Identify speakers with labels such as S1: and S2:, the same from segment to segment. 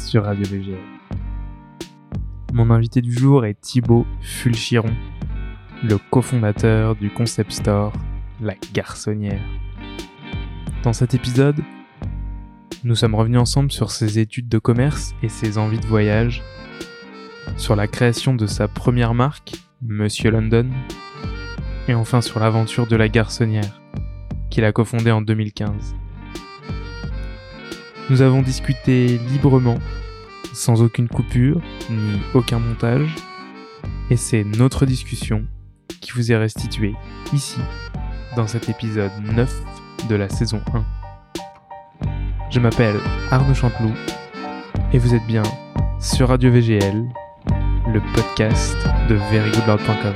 S1: sur Radio VGL. Mon invité du jour est Thibaut Fulchiron, le cofondateur du concept store La Garçonnière. Dans cet épisode, nous sommes revenus ensemble sur ses études de commerce et ses envies de voyage, sur la création de sa première marque, Monsieur London, et enfin sur l'aventure de La Garçonnière, qu'il a cofondée en 2015. Nous avons discuté librement, sans aucune coupure, ni aucun montage, et c'est notre discussion qui vous est restituée ici, dans cet épisode 9 de la saison 1. Je m'appelle Arnaud Chanteloup, et vous êtes bien sur Radio VGL, le podcast de verygoodlord.com.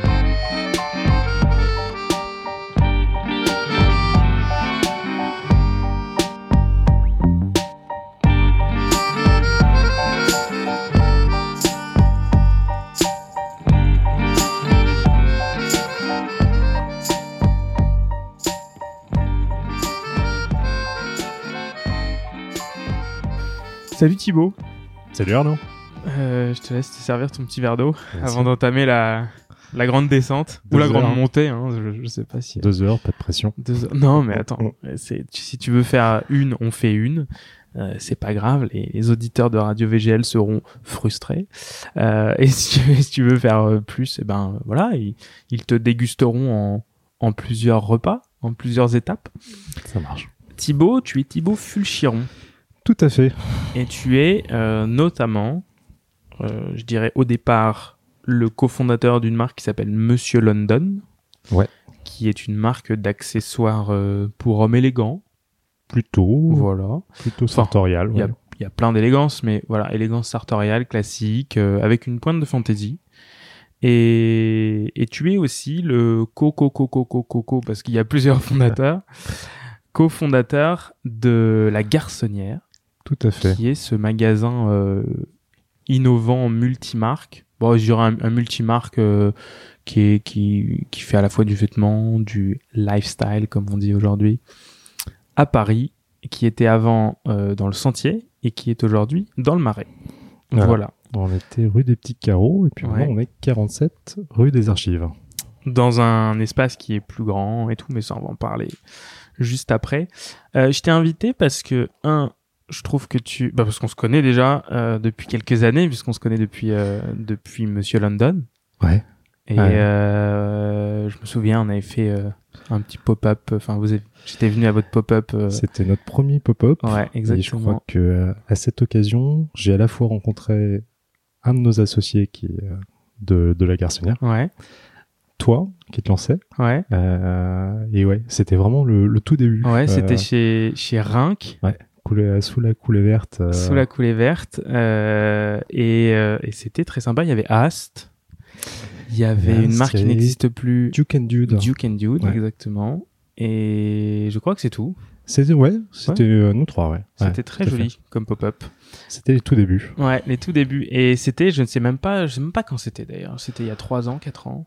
S1: Salut Thibaut.
S2: Salut Arnaud.
S1: Je te laisse te servir ton petit verre d'eau avant d'entamer la grande descente ou la grande montée. Hein, je sais pas si.
S2: 2 heures, pas de pression.
S1: 2 heures. Non, mais attends. Si tu veux faire une, on fait une. C'est pas grave. Les auditeurs de Radio VGL seront frustrés. Et si tu veux faire plus, et ben voilà, ils te dégusteront en plusieurs repas, en plusieurs étapes.
S2: Ça marche.
S1: Thibaut, tu es Thibaut Fulchiron.
S2: Tout à fait.
S1: Et tu es notamment, je dirais au départ, le cofondateur d'une marque qui s'appelle Monsieur London.
S2: Ouais.
S1: Qui est une marque d'accessoires pour hommes élégants.
S2: Plutôt.
S1: Voilà.
S2: Plutôt sartorial.
S1: Il y a plein d'élégance, mais voilà, élégance sartoriale, classique, avec une pointe de fantaisie. Et tu es aussi le parce qu'il y a plusieurs fondateurs, cofondateur de La Garçonnière.
S2: Tout à fait.
S1: Qui est ce magasin innovant multimarque. Bon, je dirais un multimarque qui fait à la fois du vêtement, du lifestyle, comme on dit aujourd'hui, à Paris, qui était avant dans le Sentier et qui est aujourd'hui dans le Marais. Voilà.
S2: On était rue des Petits Carreaux et puis maintenant on est 47 rue des Archives. Dans
S1: un espace qui est plus grand et tout, mais ça on va en parler juste après. Je t'ai invité parce que, je trouve que parce qu'on se connaît déjà depuis quelques années, puisqu'on se connaît depuis Monsieur London.
S2: Ouais.
S1: Et je me souviens, on avait fait un petit pop-up. Enfin, j'étais venu à votre pop-up.
S2: C'était notre premier pop-up.
S1: Ouais, exactement.
S2: Et je crois que à cette occasion, j'ai à la fois rencontré un de nos associés qui est de La Garçonnière.
S1: Ouais.
S2: Toi, qui te lançais.
S1: Ouais.
S2: Et ouais, c'était vraiment le tout début.
S1: Ouais, c'était chez Rinck.
S2: Ouais. Sous la coulée verte.
S1: Sous la coulée verte. Et c'était très sympa. Il y avait Ast. Il y avait une marque qui n'existe plus.
S2: Duke and Dude.
S1: Duke and Dude, ouais. Exactement. Et je crois que c'est tout.
S2: C'était nous trois, ouais.
S1: C'était très joli comme pop-up.
S2: C'était les tout débuts.
S1: Ouais, les tout débuts. Et c'était, je sais même pas quand c'était d'ailleurs. C'était il y a 3 ans, 4 ans.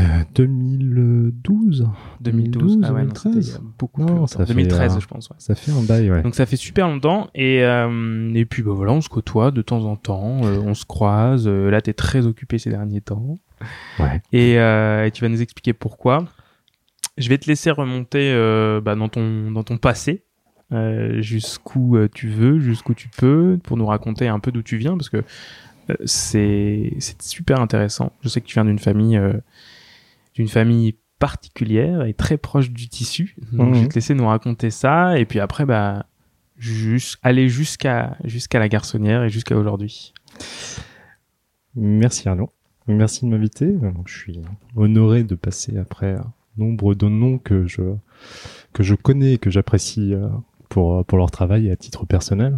S2: 2012.
S1: 2012, ah ouais,
S2: 2013.
S1: Non, c'était beaucoup plus longtemps. 2013, je pense. Ouais.
S2: Ça fait un bail, ouais.
S1: Donc ça fait super longtemps et puis bah voilà, on se côtoie de temps en temps, on se croise. Là, t'es très occupé ces derniers temps.
S2: Ouais.
S1: Et tu vas nous expliquer pourquoi. Je vais te laisser remonter dans ton passé, jusqu'où tu veux, jusqu'où tu peux, pour nous raconter un peu d'où tu viens, parce que c'est super intéressant. Je sais que tu viens d'une famille particulière et très proche du tissu. Donc je vais te laisser nous raconter ça et puis après aller jusqu'à La Garçonnière et jusqu'à aujourd'hui.
S2: Merci Arnaud. Merci de m'inviter. Je suis honoré de passer après un nombre de noms que je connais et que j'apprécie pour leur travail à titre personnel.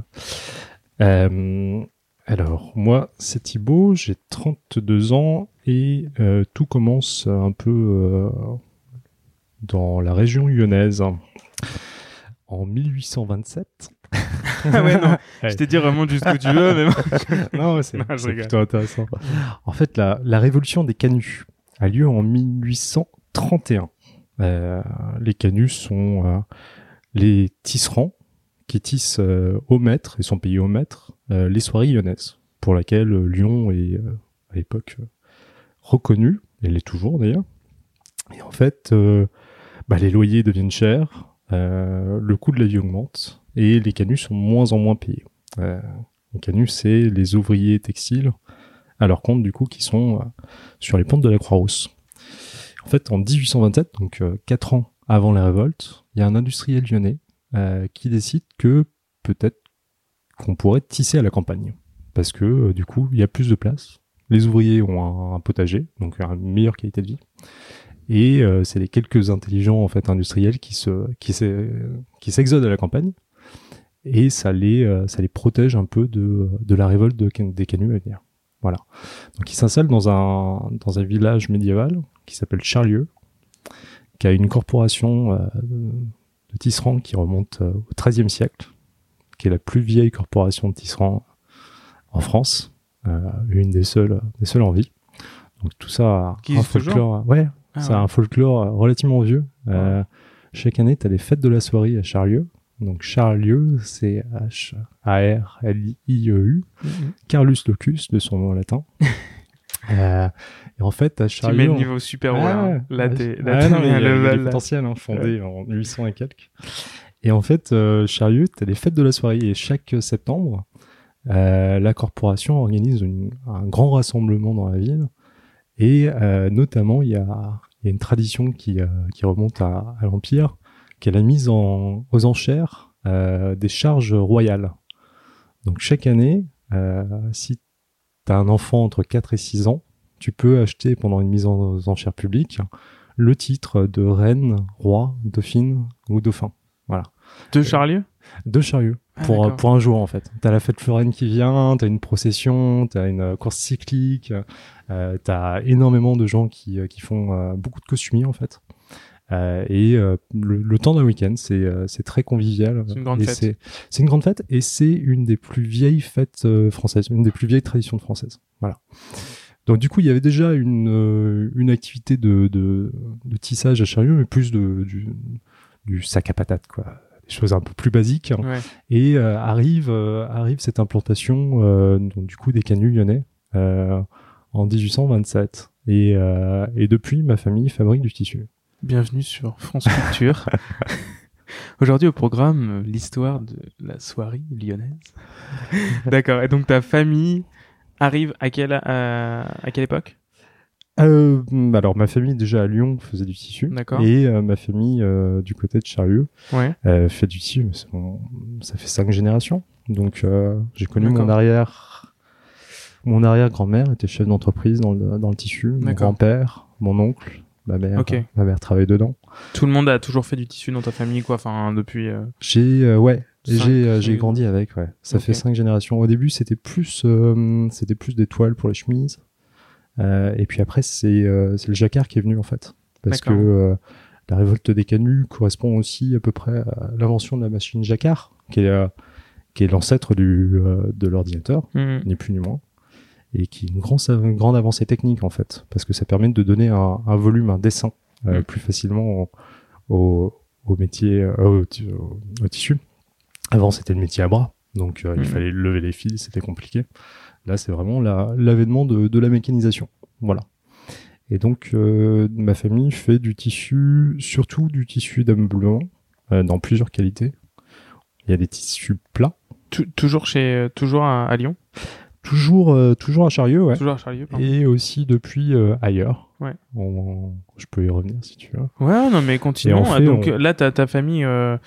S2: Alors, moi, c'est Thibaut, j'ai 32 ans et tout commence un peu dans la région lyonnaise. En 1827.
S1: Ah ouais, non. Ouais. Je t'ai dit remonte jusqu'où tu veux, mais
S2: non, c'est plutôt intéressant. En fait, la révolution des canuts a lieu en 1831. Les canuts sont les tisserands qui tissent au mètre et sont payés au mètre les soieries lyonnaises, pour laquelle Lyon est à l'époque reconnue, et l'est toujours d'ailleurs. Et en fait, les loyers deviennent chers, le coût de la vie augmente, et les canuts sont de moins en moins payés. Les canuts, c'est les ouvriers textiles à leur compte, du coup, qui sont sur les pentes de la Croix-Rousse. En fait, en 1827, donc 4 ans avant la révolte, il y a un industriel lyonnais qui décide que peut-être qu'on pourrait tisser à la campagne. Parce que, du coup, il y a plus de place. Les ouvriers ont un potager, donc une meilleure qualité de vie. Et c'est les quelques intelligents en fait industriels qui s'exodent à la campagne. Et ça les protège un peu de la révolte des canuts à venir. Voilà. Donc ils s'installent dans un village médiéval qui s'appelle Charlieu, qui a une corporation de tisserands qui remonte au XIIIe siècle, qui est la plus vieille corporation de tisserands en France, une des seules en vie. Donc tout ça a un folklore. Ouais, ça a un folklore relativement vieux. Chaque année, tu as les fêtes de la soierie à Charlieu. Donc Charlieu, c'est H-A-R-L-I-E-U, Carlus Locus, de son nom latin. Et en fait, à Charlieu...
S1: Tu mets le niveau super haut, là. Là, t'es
S2: il y a des potentiels, fondés en 800 et quelques. Et en fait, Charlieu, t'as les fêtes de la soierie. Et chaque septembre, la corporation organise un grand rassemblement dans la ville. Et notamment, il y a une tradition qui remonte à l'Empire, qui est la mise aux enchères des charges royales. Donc chaque année, si tu as un enfant entre 4 et 6 ans, tu peux acheter pendant une mise aux enchères publique le titre de reine, roi, dauphine ou dauphin. Voilà.
S1: De Charlieu ?
S2: De Charlieu. Pour un jour en fait. T'as la fête foraine qui vient, t'as une procession, t'as une course cyclique, t'as énormément de gens qui font beaucoup de costumiers en fait. Le temps d'un week-end, c'est très convivial.
S1: C'est une grande fête.
S2: C'est une grande fête et c'est une des plus vieilles fêtes françaises, une des plus vieilles traditions françaises. Voilà. Donc du coup, il y avait déjà une activité de tissage à Charlieu, mais plus du sac à patates, quoi. Des choses un peu plus basiques.
S1: Ouais.
S2: Et arrive cette implantation donc, du coup des canuts lyonnais en 1827. Et depuis, ma famille fabrique du tissu.
S1: Bienvenue sur France Culture. Aujourd'hui au programme, l'histoire de la soierie lyonnaise. D'accord. Et donc ta famille arrive à quelle époque ?
S2: Alors ma famille déjà à Lyon faisait du tissu.
S1: D'accord.
S2: Et ma famille du côté de Charlieu fait du tissu. Mais ça fait 5 générations. Donc j'ai connu mon arrière-grand-mère était chef d'entreprise dans le tissu. Mon grand-père, mon oncle. Ma mère travaille dedans.
S1: Tout le monde a toujours fait du tissu dans ta famille, quoi. Enfin, depuis.
S2: J'ai grandi avec. Ouais. Ça fait 5 générations. Au début, c'était plus des toiles pour les chemises. Et puis après, c'est le jacquard qui est venu en fait, parce que la révolte des canuts correspond aussi à peu près à l'invention de la machine jacquard, qui est l'ancêtre de l'ordinateur, ni plus ni moins. Et qui est une grande avancée technique en fait, parce que ça permet de donner un volume, un dessin plus facilement au métier, au tissu. Avant c'était le métier à bras, donc il fallait lever les fils, c'était compliqué. Là c'est vraiment l'avènement de la mécanisation, voilà. Et donc ma famille fait du tissu, surtout du tissu d'ameublement, dans plusieurs qualités. Il y a des tissus plats.
S1: Toujours à Lyon.
S2: Toujours à Charlieu, ouais.
S1: Toujours à Charlieu, pardon.
S2: Et aussi depuis ailleurs.
S1: Ouais.
S2: Je peux y revenir si tu veux.
S1: Ouais, non, mais continuons. Donc là, ta famille.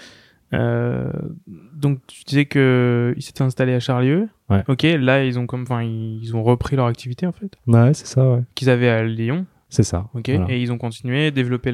S1: Donc tu disais que ils s'étaient installés à Charlieu.
S2: Ouais.
S1: Ok, là ils ont repris leur activité en fait.
S2: Ouais, c'est ça, ouais.
S1: Qu'ils avaient à Lyon.
S2: C'est ça.
S1: Ok. Voilà. Et ils ont continué, développé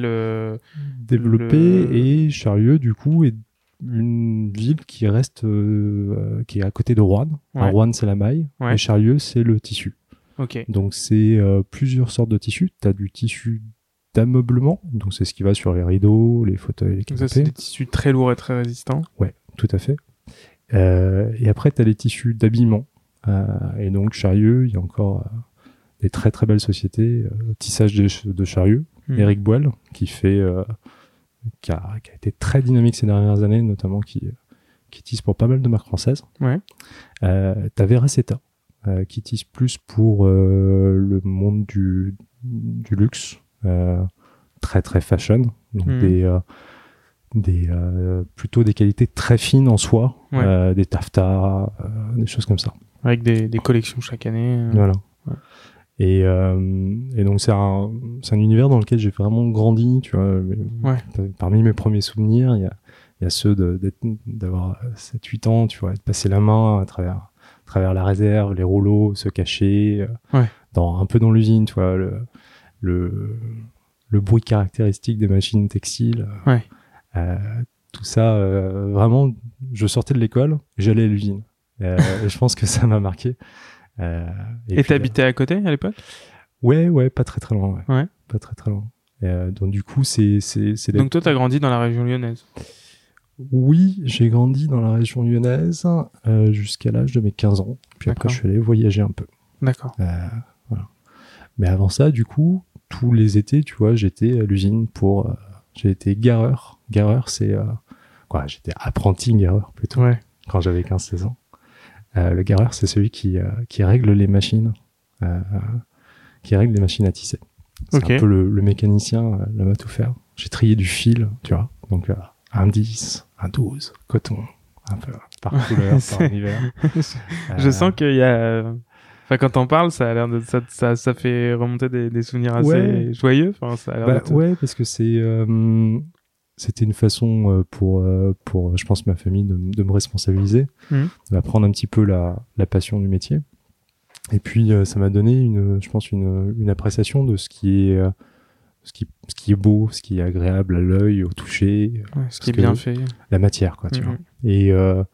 S2: et Charlieu du coup est une ville qui reste qui est à côté de Roanne.
S1: Ouais.
S2: Alors, Roanne c'est la maille, et Charlieu c'est le tissu.
S1: Ok.
S2: Donc c'est plusieurs sortes de tissus. T'as du tissu d'ameublement, donc c'est ce qui va sur les rideaux, les fauteuils, les canapés.
S1: Ça c'est des tissus très lourds et très résistants.
S2: Ouais, tout à fait. Et après t'as les tissus d'habillement. Et donc Charlieu, il y a encore des très très belles sociétés. Tissage de Charlieu, Éric Boel qui a été très dynamique ces dernières années, notamment qui qui tisse pour pas mal de marques françaises.
S1: Ouais.
S2: T'avais Receta, qui tisse plus pour le monde du luxe, très très fashion, donc plutôt des qualités très fines en soie, des taffetas, des choses comme ça.
S1: Avec des collections chaque année.
S2: Voilà.
S1: Ouais.
S2: Et donc c'est un univers dans lequel j'ai vraiment grandi, tu vois. Parmi mes premiers souvenirs, il y a ceux d'avoir 7-8 ans, tu vois, de passer la main à travers la réserve, les rouleaux, se cacher, un peu dans l'usine, tu vois, le bruit caractéristique des machines textiles. Tout ça, vraiment, je sortais de l'école, j'allais à l'usine. Et je pense que ça m'a marqué.
S1: Et t'habitais à côté à l'époque ?
S2: Ouais, pas très très loin. Ouais. Pas très très loin. Donc du coup, c'est.
S1: Donc toi, t'as grandi dans la région lyonnaise ?
S2: Oui, j'ai grandi dans la région lyonnaise jusqu'à l'âge de mes 15 ans. Puis après, je suis allé voyager un peu.
S1: D'accord.
S2: Voilà. Mais avant ça, du coup, tous les étés, tu vois, j'étais à l'usine pour. J'ai été gareur. Gareur, c'est j'étais apprenti gareur plutôt. Quand j'avais 15-16 ans. Le gareur, c'est celui qui règle les machines, qui règle les machines à tisser. C'est un peu le mécanicien, l'homme à tout faire. J'ai trié du fil, tu vois. Donc, un 10, un 12, coton, un peu par couleur, par univers.
S1: Je sens qu'il y a... Enfin, quand t'en parles, ça a l'air de... Ça fait remonter des souvenirs assez joyeux. Enfin, ça a l'air
S2: parce que c'était une façon pour je pense, ma famille de me responsabiliser, d'apprendre un petit peu la passion du métier. Et puis, ça m'a donné une appréciation de ce qui est beau, ce qui est agréable à l'œil, au toucher.
S1: Ce qui est bien fait. La
S2: matière, quoi, tu vois. Et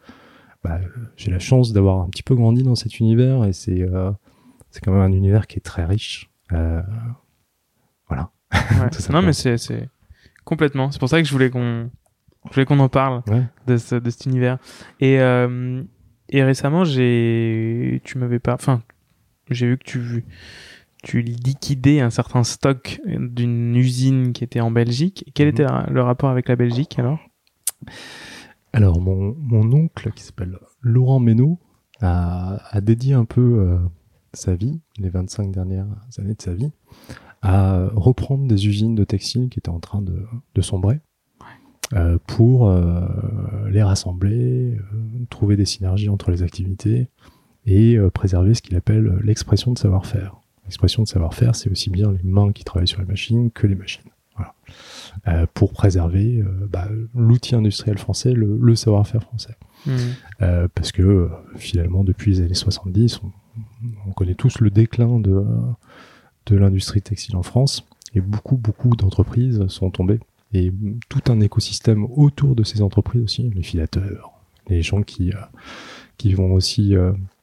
S2: j'ai la chance d'avoir un petit peu grandi dans cet univers, et c'est quand même un univers qui est très riche. Voilà.
S1: Non, mais c'est... Complètement. C'est pour ça que je voulais qu'on en parle de cet univers. Et récemment, j'ai vu que tu liquidais un certain stock d'une usine qui était en Belgique. Quel était le rapport avec la Belgique alors ?
S2: Alors, mon oncle, qui s'appelle Laurent Ménaud, a dédié un peu sa vie, les 25 dernières années de sa vie, à reprendre des usines de textiles qui étaient en train de sombrer pour les rassembler, trouver des synergies entre les activités et préserver ce qu'il appelle l'expression de savoir-faire. L'expression de savoir-faire, c'est aussi bien les mains qui travaillent sur les machines que les machines. Voilà. Pour préserver l'outil industriel français, le savoir-faire français. Parce que finalement, depuis les années 70, on connaît tous le déclin de l'industrie textile en France, et beaucoup d'entreprises sont tombées, et tout un écosystème autour de ces entreprises aussi, les filateurs, les gens qui vont aussi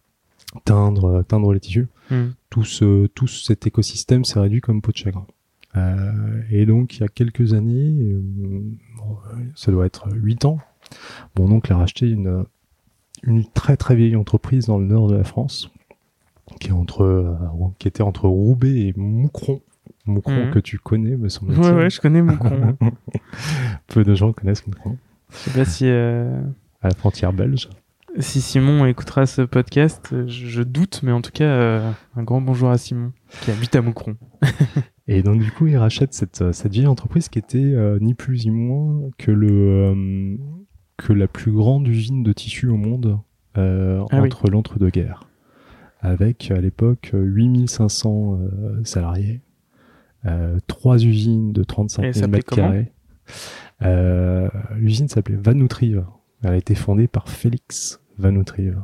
S2: teindre les tissus. Tout cet écosystème s'est réduit comme peau de chagrin. Et donc il y a quelques années, ça doit être 8 ans, mon oncle a racheté une très très vieille entreprise dans le nord de la France, qui était entre Roubaix et Moucron. Moucron que tu connais, me semble-t-il.
S1: Ouais, je connais Moucron.
S2: Peu de gens connaissent Moucron.
S1: Je sais pas si...
S2: À la frontière belge.
S1: Si Simon écoutera ce podcast, je doute, mais en tout cas, un grand bonjour à Simon, qui habite à Moucron.
S2: Et donc du coup, il rachète cette vieille entreprise qui était ni plus ni moins que la plus grande usine de tissu au monde entre l'entre-deux-guerres. Avec, à l'époque, 8500 salariés, 3 usines de 35 000 mètres carrés. L'usine s'appelait Van-Outrive. Elle a été fondée par Félix Van-Outrive.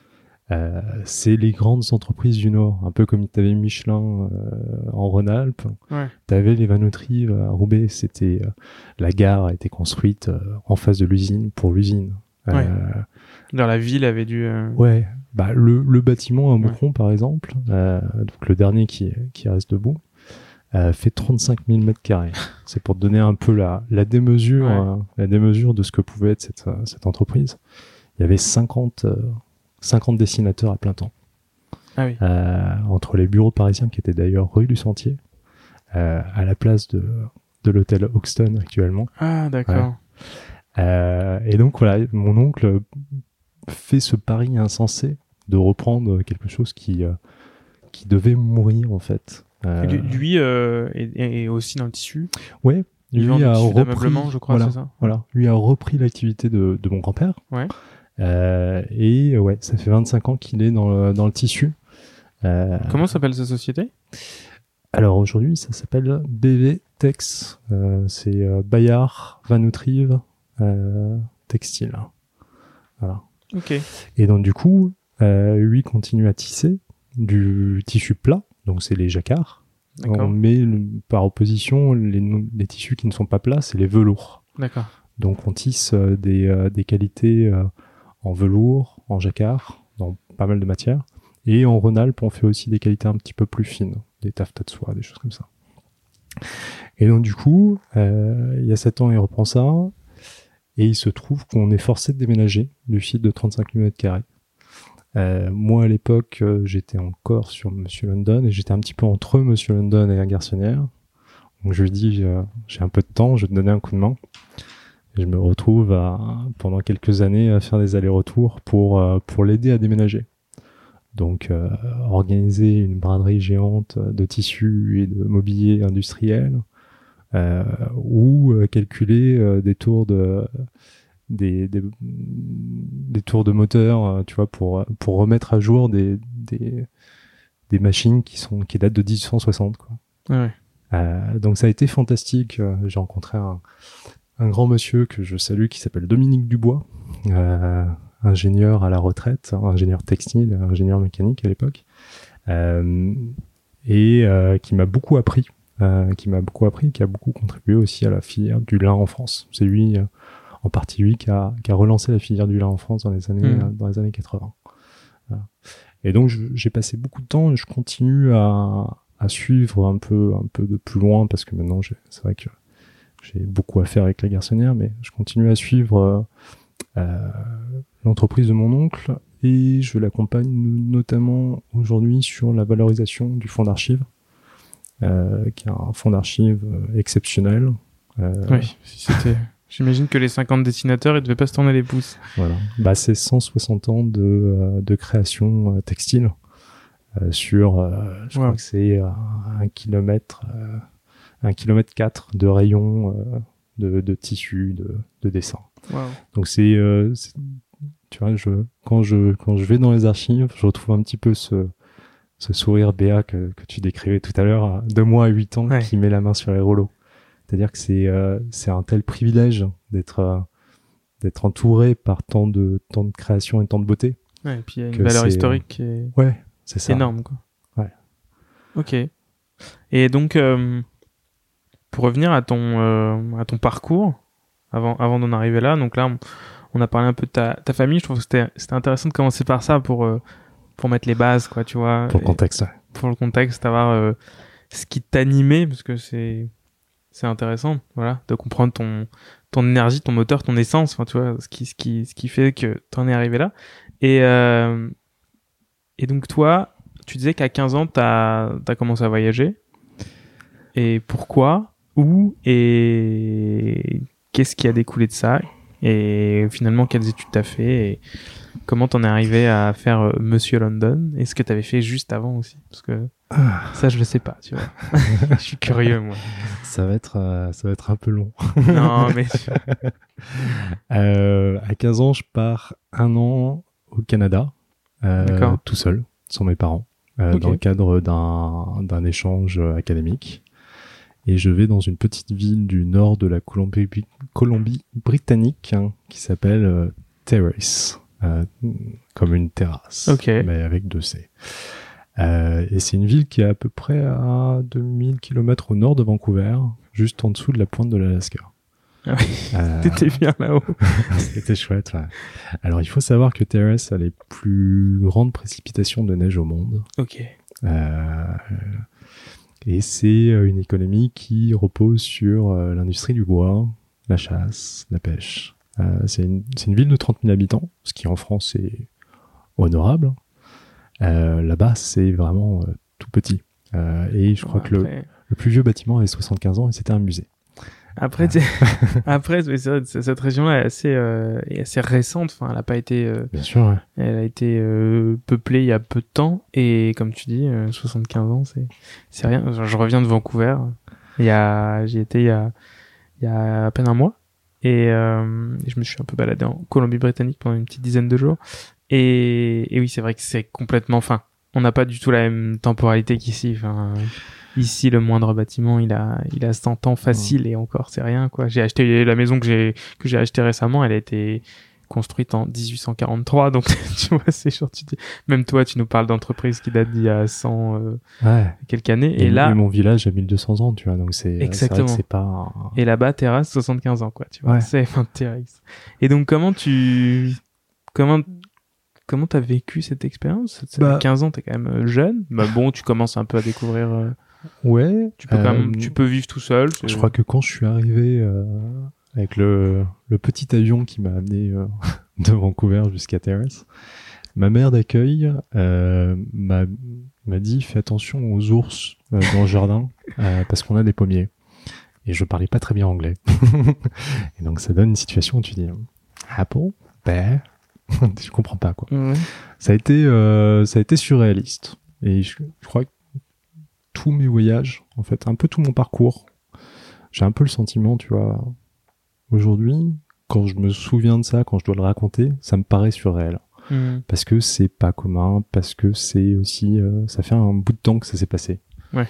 S2: C'est les grandes entreprises du Nord, un peu comme tu avais Michelin en Rhône-Alpes. Tu avais les Van-Outrive à Roubaix. C'était la gare a été construite en face de l'usine pour l'usine.
S1: Dans la ville avait dû...
S2: le bâtiment à Moucron, par exemple, donc le dernier qui reste debout, fait 35 000 mètres carrés. C'est pour te donner un peu la démesure, la démesure de ce que pouvait être cette entreprise. Il y avait 50 dessinateurs à plein temps. Entre les bureaux parisiens, qui étaient d'ailleurs rue du Sentier, à la place de l'hôtel Hoxton actuellement.
S1: Ah, d'accord.
S2: Et donc voilà, mon oncle fait ce pari insensé de reprendre quelque chose qui devait mourir en fait.
S1: Lui est aussi dans le tissu.
S2: Ouais,
S1: Il vend
S2: lui
S1: du
S2: a
S1: tissu
S2: repris,
S1: d'ameublement, je crois,
S2: voilà,
S1: c'est ça.
S2: voilà, lui a repris l'activité de mon grand-père.
S1: Ouais.
S2: Et ouais, ça fait 25 ans qu'il est dans le tissu.
S1: Comment s'appelle sa société?
S2: Alors aujourd'hui, ça s'appelle BV Tex. C'est Bayard Van Outrive Textile. Voilà.
S1: Ok.
S2: Et donc du coup, lui continue à tisser du tissu plat, donc c'est les jacquards.
S1: D'accord.
S2: Mais par opposition, les tissus qui ne sont pas plats, c'est les velours.
S1: D'accord.
S2: Donc on tisse des qualités en velours, en jacquard, dans pas mal de matières. Et en Rhône-Alpes, on fait aussi des qualités un petit peu plus fines, des taffetas de soie, des choses comme ça. Et donc du coup, il y a 7 ans, il reprend ça. Et il se trouve qu'on est forcé de déménager du site de 35 km². Moi, à l'époque, j'étais encore sur Monsieur London et j'étais un petit peu entre Monsieur London et la garçonnière. Donc je lui dis, j'ai un peu de temps, je vais te donner un coup de main. Et je me retrouve pendant quelques années à faire des allers-retours pour l'aider à déménager. Donc organiser une braderie géante de tissus et de mobilier industriel, ou calculer des tours de tours de moteur, tu vois, pour remettre à jour des machines qui datent de 1860, quoi.
S1: Ouais.
S2: Donc ça a été fantastique. J'ai rencontré un grand monsieur que je salue qui s'appelle Dominique Dubois, ingénieur à la retraite, ingénieur textile, ingénieur mécanique à l'époque, et qui m'a beaucoup appris, qui a beaucoup contribué aussi à la filière du lin en France. C'est lui, en partie lui, qui a relancé la filière du lin en France dans les années 80. Voilà. Et donc j'ai passé beaucoup de temps et je continue à suivre un peu de plus loin parce que maintenant c'est vrai que j'ai beaucoup à faire avec la garçonnière, mais je continue à suivre l'entreprise de mon oncle et je l'accompagne notamment aujourd'hui sur la valorisation du fonds d'archives, qui est un fonds d'archives exceptionnel.
S1: Oui, j'imagine que les 50 dessinateurs, ils devaient pas se tourner les pouces.
S2: Voilà. Bah, c'est 160 ans de création textile sur, je crois que c'est 1 kilomètre, 1,4 km de rayons de tissus, de dessins.
S1: Wow.
S2: Donc c'est tu vois, quand je vais dans les archives, je retrouve un petit peu ce sourire béat que tu décrivais tout à l'heure, de moi à 8 ans, qui met la main sur les rouleaux. C'est-à-dire que c'est un tel privilège d'être entouré par tant de création et tant de beauté.
S1: Ouais, et puis il y a une valeur historique qui est
S2: c'est ça.
S1: énorme, quoi.
S2: Ouais.
S1: Ok. Et donc, pour revenir à ton parcours, avant d'en arriver là, donc là, on a parlé un peu de ta famille. Je trouve que c'était intéressant de commencer par ça pour mettre les bases, quoi, tu vois.
S2: Pour le contexte.
S1: Pour le contexte, avoir ce qui t'animait, parce que c'est intéressant, voilà, de comprendre ton énergie, ton moteur, ton essence, enfin, tu vois, ce qui fait que t'en es arrivé là. Et donc toi, tu disais qu'à 15 ans, t'as commencé à voyager. Et pourquoi? Où? Et qu'est-ce qui a découlé de ça? Et finalement, quelles études t'as fait? Et comment t'en es arrivé à faire Monsieur London? Et ce que t'avais fait juste avant aussi? Parce que ça, je le sais pas, tu vois. Je suis curieux, moi.
S2: Ça va être un peu long.
S1: Non, mais...
S2: à 15 ans, je pars 1 an au Canada, tout seul, sans mes parents, dans le cadre d'un échange académique. Et je vais dans une petite ville du nord de la Colombie-Britannique, qui s'appelle Terrace, comme une terrasse, mais avec 2 C. Et c'est une ville qui est à peu près à 2000 km au nord de Vancouver, juste en dessous de la pointe de l'Alaska.
S1: Ah oui, t'étais bien là-haut.
S2: C'était chouette, ouais. Alors, il faut savoir que Terrace a les plus grandes précipitations de neige au monde.
S1: Ok.
S2: Et c'est une économie qui repose sur l'industrie du bois, la chasse, la pêche. C'est une ville de 30 000 habitants, ce qui en France est honorable. Là-bas, c'est vraiment tout petit. Et je crois que le plus vieux bâtiment avait 75 ans et c'était un musée.
S1: Après, après, oui, c'est vrai, cette région-là est assez récente. Enfin, elle a pas été,
S2: Bien sûr, ouais.
S1: elle a été peuplée il y a peu de temps. Et comme tu dis, 75 ans, c'est rien. Je reviens de Vancouver. J'y étais il y a à peine un mois. Et je me suis un peu baladé en Colombie-Britannique pendant une petite dizaine de jours. Et oui, c'est vrai que c'est complètement fin. On n'a pas du tout la même temporalité qu'ici. Enfin, ici, le moindre bâtiment, il a 100 ans facile et encore, c'est rien, quoi. J'ai acheté la maison que j'ai achetée récemment, elle a été construite en 1843, donc tu vois, c'est genre, même toi, tu nous parles d'entreprises qui datent d'il y a 100 quelques années. Et là,
S2: mon village a 1200 ans, tu vois, donc
S1: exactement.
S2: C'est vrai que c'est pas.
S1: Et là-bas, terrasse 75 ans, quoi, tu vois.
S2: Ouais.
S1: C'est terrasse. Et donc, comment t'as vécu cette expérience? 15 ans, t'es quand même jeune. Bah bon, tu commences un peu à découvrir.
S2: Ouais.
S1: Tu peux quand même, tu peux vivre tout seul.
S2: Je crois que quand je suis arrivé avec le petit avion qui m'a amené de Vancouver jusqu'à Terrace, ma mère d'accueil m'a dit fais attention aux ours dans le jardin parce qu'on a des pommiers. Et je parlais pas très bien anglais. Et donc ça donne une situation où tu dis Apple, bear. Je comprends pas, quoi.
S1: Ouais.
S2: Ça a été surréaliste. Et je crois que tous mes voyages, en fait, un peu tout mon parcours, j'ai un peu le sentiment, tu vois, aujourd'hui, quand je me souviens de ça, quand je dois le raconter, ça me paraît surréel. Parce que c'est pas commun, parce que c'est aussi, ça fait un bout de temps que ça s'est passé.
S1: Ouais.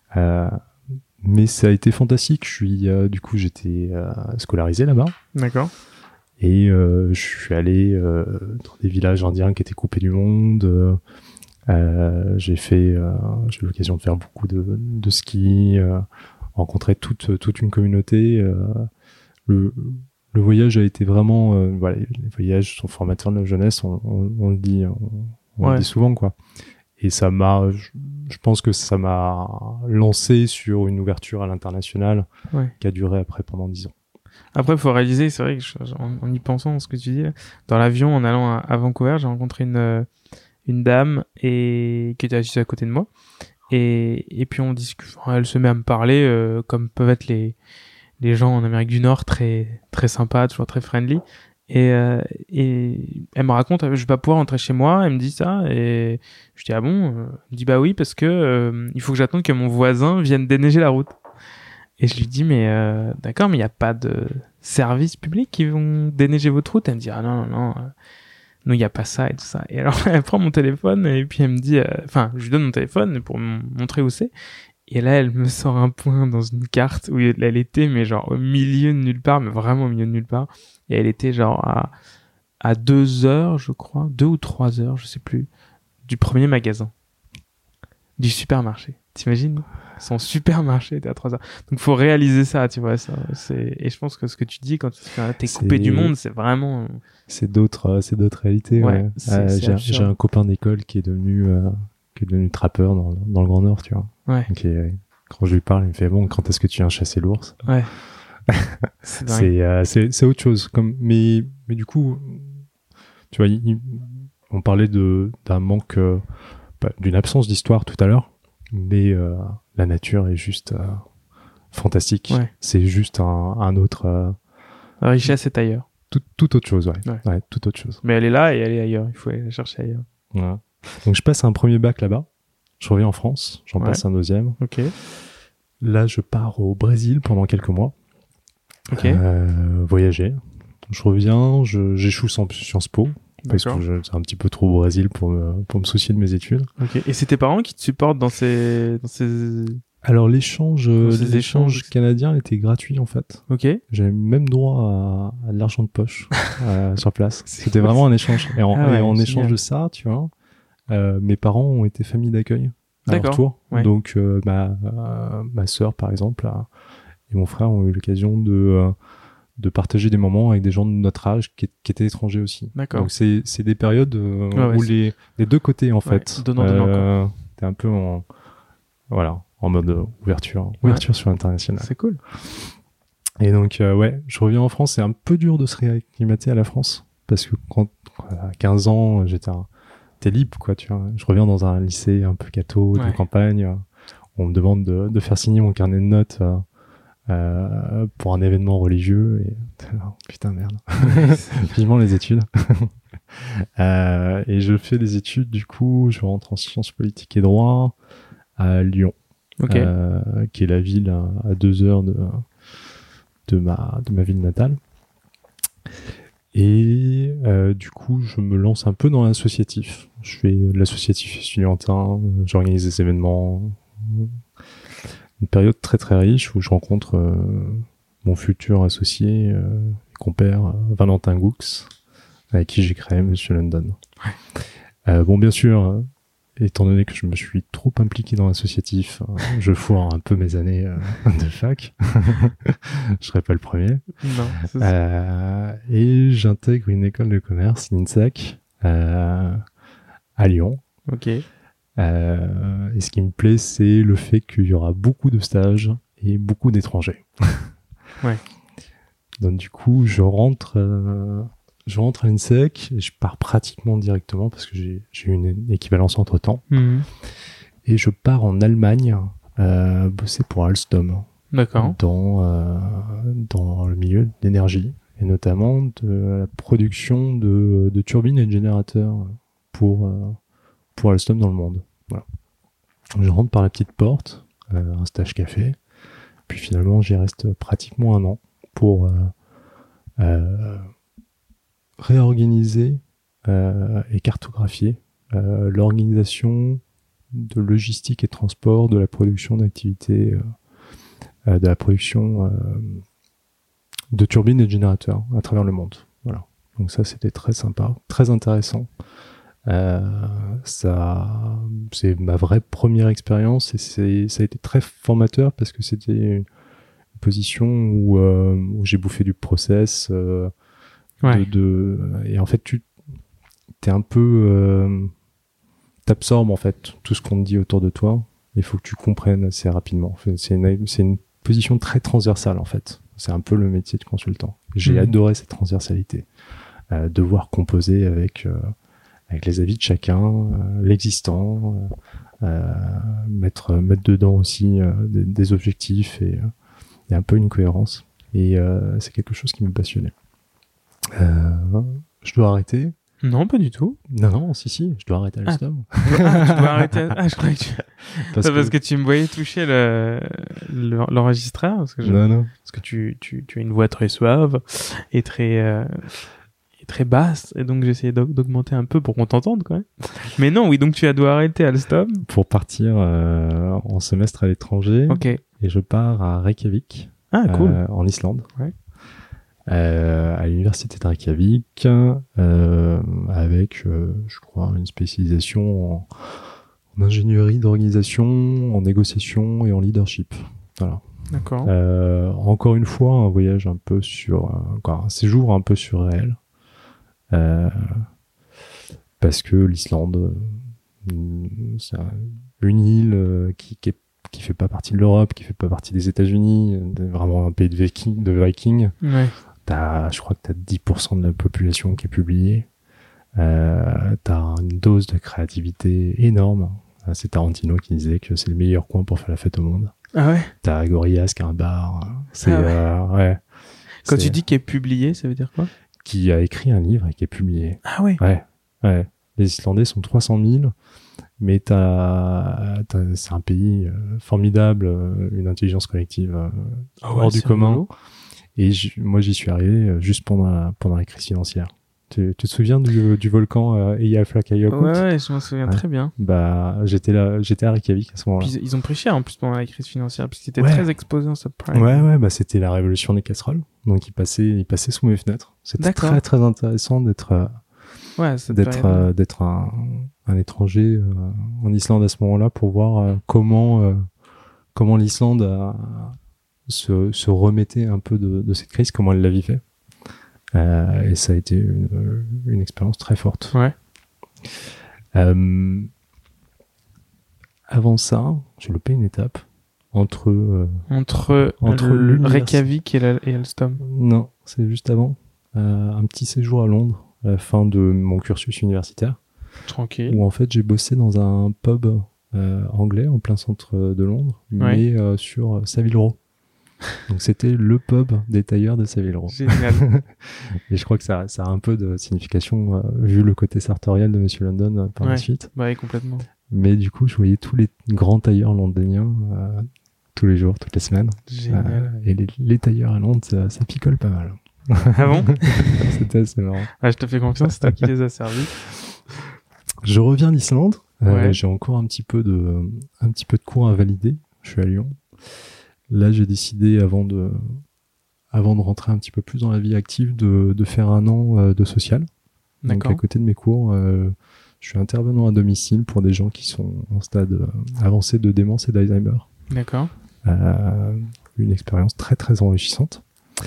S2: Mais ça a été fantastique. Du coup, j'étais scolarisé là-bas.
S1: D'accord.
S2: Et je suis allé dans des villages indiens qui étaient coupés du monde. J'ai eu l'occasion de faire beaucoup de ski, rencontrer toute une communauté. Le voyage a été vraiment, voilà, les voyages sont formateurs de la jeunesse, on le dit, on le dit souvent, quoi. Et ça je pense que ça m'a lancé sur une ouverture à l'international qui a duré après pendant 10 ans.
S1: Après, il faut réaliser, c'est vrai que en y pensant, ce que tu dis, dans l'avion, en allant à Vancouver, j'ai rencontré une dame qui était assise à côté de moi. Et puis on discute, elle se met à me parler comme peuvent être les gens en Amérique du Nord, très, très sympas, toujours très friendly. Et elle me raconte, je vais pas pouvoir rentrer chez moi, elle me dit ça, et je dis, ah bon? Elle me dit, bah oui, parce que il faut que j'attende que mon voisin vienne déneiger la route. Et je lui dis, mais d'accord, mais il n'y a pas de services publics qui vont déneiger votre route? Elle me dit, ah non, nous, il n'y a pas ça et tout ça. Et alors, elle prend mon téléphone et puis elle me dit, je lui donne mon téléphone pour me montrer où c'est. Et là, elle me sort un point dans une carte où elle était, mais genre au milieu de nulle part, mais vraiment au milieu de nulle part. Et elle était genre à 2 heures, je crois, 2 ou 3 heures, je sais plus, du premier magasin. Du supermarché. T'imagines? Son supermarché était à 3 heures. Donc, faut réaliser ça, tu vois, ça. Et je pense que ce que tu dis quand t'es coupé du monde, c'est vraiment...
S2: C'est d'autres réalités, ouais. J'ai un copain d'école qui est devenu trappeur dans le Grand Nord, tu vois.
S1: Ouais.
S2: Donc, quand je lui parle, il me fait, bon, quand est-ce que tu viens chasser l'ours?
S1: Ouais.
S2: C'est autre chose. Mais du coup, tu vois, on parlait d'un manque, d'une absence d'histoire tout à l'heure, mais la nature est juste fantastique. Ouais. C'est juste un autre...
S1: La richesse est ailleurs.
S2: Tout autre chose, ouais, tout autre chose.
S1: Mais elle est là et elle est ailleurs. Il faut aller la chercher ailleurs.
S2: Ouais. Donc je passe un premier bac là-bas. Je reviens en France. J'en passe un deuxième.
S1: Ok.
S2: Là, je pars au Brésil pendant quelques mois.
S1: Ok.
S2: Voyager. Je reviens, j'échoue Sciences Po. Parce que c'est un petit peu trop au Brésil pour me soucier de mes études.
S1: Ok. Et c'est tes parents qui te supportent dans ces...
S2: Alors l'échange canadien était gratuit en fait.
S1: Ok.
S2: J'avais même droit à de l'argent de poche sur place. C'était vraiment un échange. Et en échange de ça, tu vois, mes parents ont été famille d'accueil à leur tour. Ouais. Donc ma sœur par exemple et mon frère ont eu l'occasion de partager des moments avec des gens de notre âge qui étaient étrangers aussi. D'accord. Donc c'est des périodes où les deux côtés en fait.
S1: Donnant.
S2: T'es un peu en mode ouverture sur l'international.
S1: C'est cool.
S2: Et donc, je reviens en France. C'est un peu dur de se réacclimater à la France. Parce que quand à 15 ans, t'es libre, quoi, tu vois. Je reviens dans un lycée un peu catho de campagne. On me demande de faire signer mon carnet de notes pour un événement religieux. Et... putain, merde. Vivement les études. Et je fais des études, du coup, je rentre en sciences politiques et droit à Lyon, qui est la ville à 2 heures de ma ville natale. Et du coup, je me lance un peu dans l'associatif. Je fais de l'associatif estudiantin, j'organise des événements. Une période très très riche où je rencontre mon futur associé, compère Valentin Goux, avec qui j'ai créé Monsieur London. Ouais. Bon, bien sûr, étant donné que je me suis trop impliqué dans l'associatif, je foire un peu mes années de fac. Je serais pas le premier. Non. Et j'intègre une école de commerce, l'INSEC, à Lyon.
S1: Ok.
S2: Et ce qui me plaît, c'est le fait qu'il y aura beaucoup de stages et beaucoup d'étrangers.
S1: Ouais.
S2: Donc du coup, je rentre à l'INSEC et je pars pratiquement directement parce que j'ai eu une équivalence entre-temps.
S1: Mmh.
S2: Et je pars en Allemagne bosser pour Alstom.
S1: D'accord.
S2: Dans le milieu de l'énergie et notamment de la production de turbines et de générateurs pour Alstom dans le monde. Voilà. Je rentre par la petite porte, un stage café, puis finalement j'y reste pratiquement 1 an pour réorganiser et cartographier l'organisation de logistique et transport de la production d'activités, de la production de turbines et de générateurs à travers le monde. Voilà. Donc ça, c'était très sympa, très intéressant. Ça, c'est ma vraie première expérience et ça a été très formateur parce que c'était une position où j'ai bouffé du process. Ouais. Et en fait, t'es un peu... t'absorbes en fait tout ce qu'on te dit autour de toi. Il faut que tu comprennes assez rapidement. En fait, c'est une position très transversale en fait. C'est un peu le métier de consultant. J'ai adoré cette transversalité. Devoir composer avec les avis de chacun, l'existant, mettre dedans aussi des objectifs et un peu une cohérence. Et c'est quelque chose qui me passionnait. Je dois arrêter.
S1: Non, pas du tout.
S2: Non, si, je dois arrêter à l'Alstom.
S1: Tu dois arrêter. Je croyais que parce que tu me voyais toucher l'enregistreur.
S2: Non.
S1: Parce que tu as une voix très suave et très basse, et donc j'essayais d'augmenter un peu pour qu'on t'entende quand même. Mais non, oui, donc tu dois arrêter à Alstom.
S2: Pour partir en semestre à l'étranger.
S1: Ok.
S2: Et je pars à Reykjavik.
S1: Ah, cool.
S2: En Islande.
S1: Ouais.
S2: À l'université de Reykjavik, avec, je crois, une spécialisation en ingénierie d'organisation, en négociation et en leadership. Voilà.
S1: D'accord.
S2: Encore une fois, un voyage un peu un séjour un peu surréel. Parce que l'Islande, c'est une île qui fait pas partie de l'Europe, qui fait pas partie des États-Unis, vraiment un pays de Vikings.
S1: Ouais.
S2: Je crois que t'as 10% de la population qui est publiée. T'as une dose de créativité énorme. C'est Tarantino qui disait que c'est le meilleur coin pour faire la fête au monde.
S1: Ah ouais.
S2: T'as Gorillaz qui a un bar. Ouais.
S1: Quand tu dis qu'il est publié, ça veut dire quoi?
S2: Qui a écrit un livre et qui est publié.
S1: Ah ouais.
S2: Ouais. Les Islandais sont 300 000, mais c'est un pays formidable, une intelligence collective hors du commun. Et moi, j'y suis arrivé juste pendant la crise financière. Tu te souviens du volcan Eyjafjallajökull?
S1: Ouais, je m'en souviens très bien.
S2: Bah, j'étais à Reykjavik à ce moment-là.
S1: Puis, ils ont pris cher en plus pendant la crise financière, puisqu'ils étaient très exposés en subprime.
S2: Ouais, bah c'était la révolution des casseroles. Donc, ils passaient sous mes fenêtres. C'était très, très intéressant d'être un étranger en Islande à ce moment-là pour voir comment l'Islande se remettait un peu de cette crise, comment elle la vivait. Et ça a été une expérience très forte.
S1: Ouais.
S2: Avant ça, j'ai loupé une étape entre
S1: Reykjavik et Alstom.
S2: Non, c'est juste avant. Un petit séjour à Londres à la fin de mon cursus universitaire.
S1: Tranquille.
S2: Où en fait j'ai bossé dans un pub anglais en plein centre de Londres, mais sur Savile Row. Donc c'était le pub des tailleurs de Saville-Row.
S1: Génial.
S2: Et je crois que ça a un peu de signification vu le côté sartorial de Monsieur London par la suite.
S1: Bah oui, complètement.
S2: Mais du coup, je voyais tous les grands tailleurs londoniens tous les jours, toutes les semaines.
S1: Génial.
S2: Et les tailleurs à Londres, ça picole pas mal.
S1: Ah bon?
S2: C'était assez marrant.
S1: Ah, je te fais confiance, c'est toi qui les a servis.
S2: Je reviens d'Islande.
S1: Ouais.
S2: J'ai encore un petit peu de cours à valider. Je suis à Lyon. Là, j'ai décidé, avant de rentrer un petit peu plus dans la vie active, de faire un an de social. Donc,
S1: D'accord.
S2: à côté de mes cours, je suis intervenant à domicile pour des gens qui sont en stade avancé de démence et d'Alzheimer.
S1: D'accord.
S2: Une expérience très, très enrichissante.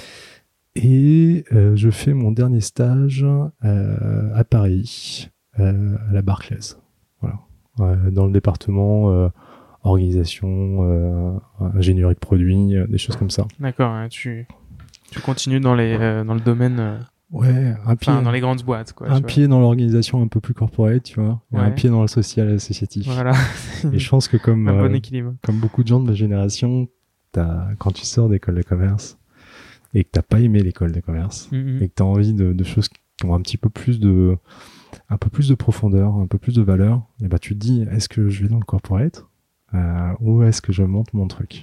S2: Et je fais mon dernier stage à Paris, à la Barclays. Voilà. Dans le département organisation, ingénierie de produits, des choses comme ça.
S1: D'accord. Hein, tu continues dans le domaine.
S2: Ouais,
S1: dans les grandes boîtes, quoi.
S2: Un pied dans l'organisation un peu plus corporate, tu vois, et un pied dans le social et associatif.
S1: Voilà.
S2: Et je pense que comme
S1: un bon équilibre.
S2: Comme beaucoup de gens de ma génération, quand tu sors d'école de commerce et que t'as pas aimé l'école de commerce et que t'as envie de choses qui ont un peu plus de profondeur, un peu plus de valeur, et bah tu te dis, est-ce que je vais dans le corporate ou est-ce que je monte mon truc?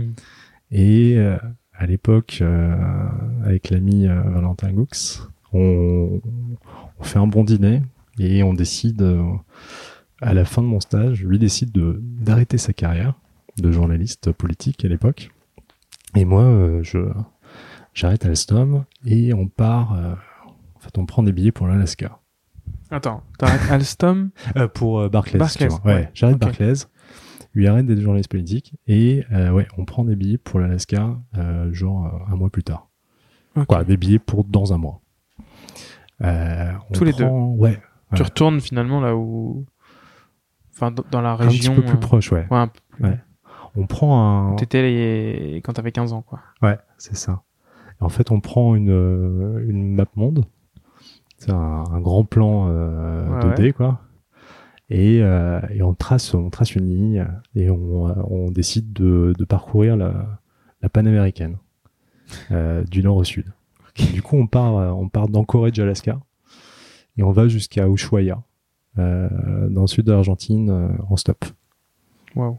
S2: Et à l'époque, avec l'ami Valentin Goux, on fait un bon dîner et on décide, à la fin de mon stage, lui décide d'arrêter sa carrière de journaliste politique à l'époque. Et moi, j'arrête Alstom et on part. En fait, on prend des billets pour l'Alaska.
S1: Attends, t'arrêtes Alstom
S2: pour Barclays.
S1: Barclays,
S2: ouais. J'arrête Barclays. Lui arrête d'être journaliste politique et on prend des billets pour l'Alaska un mois plus tard.
S1: Okay.
S2: Quoi, des billets pour dans un mois.
S1: Tous les deux.
S2: Ouais.
S1: Tu retournes finalement là où, enfin dans la région.
S2: Un petit peu plus proche, ouais.
S1: Ouais, un peu plus.
S2: Ouais. On prend un.
S1: T'étais quand t'avais 15 ans, quoi.
S2: Ouais, c'est ça. Et en fait, on prend une map monde. C'est un grand plan 2D, quoi. Et on trace une ligne et on décide de parcourir la Panaméricaine du nord au sud. Okay. Du coup, on part d'Anchorage, Alaska, et on va jusqu'à Ushuaia, dans le sud de l'Argentine, en stop.
S1: Wow.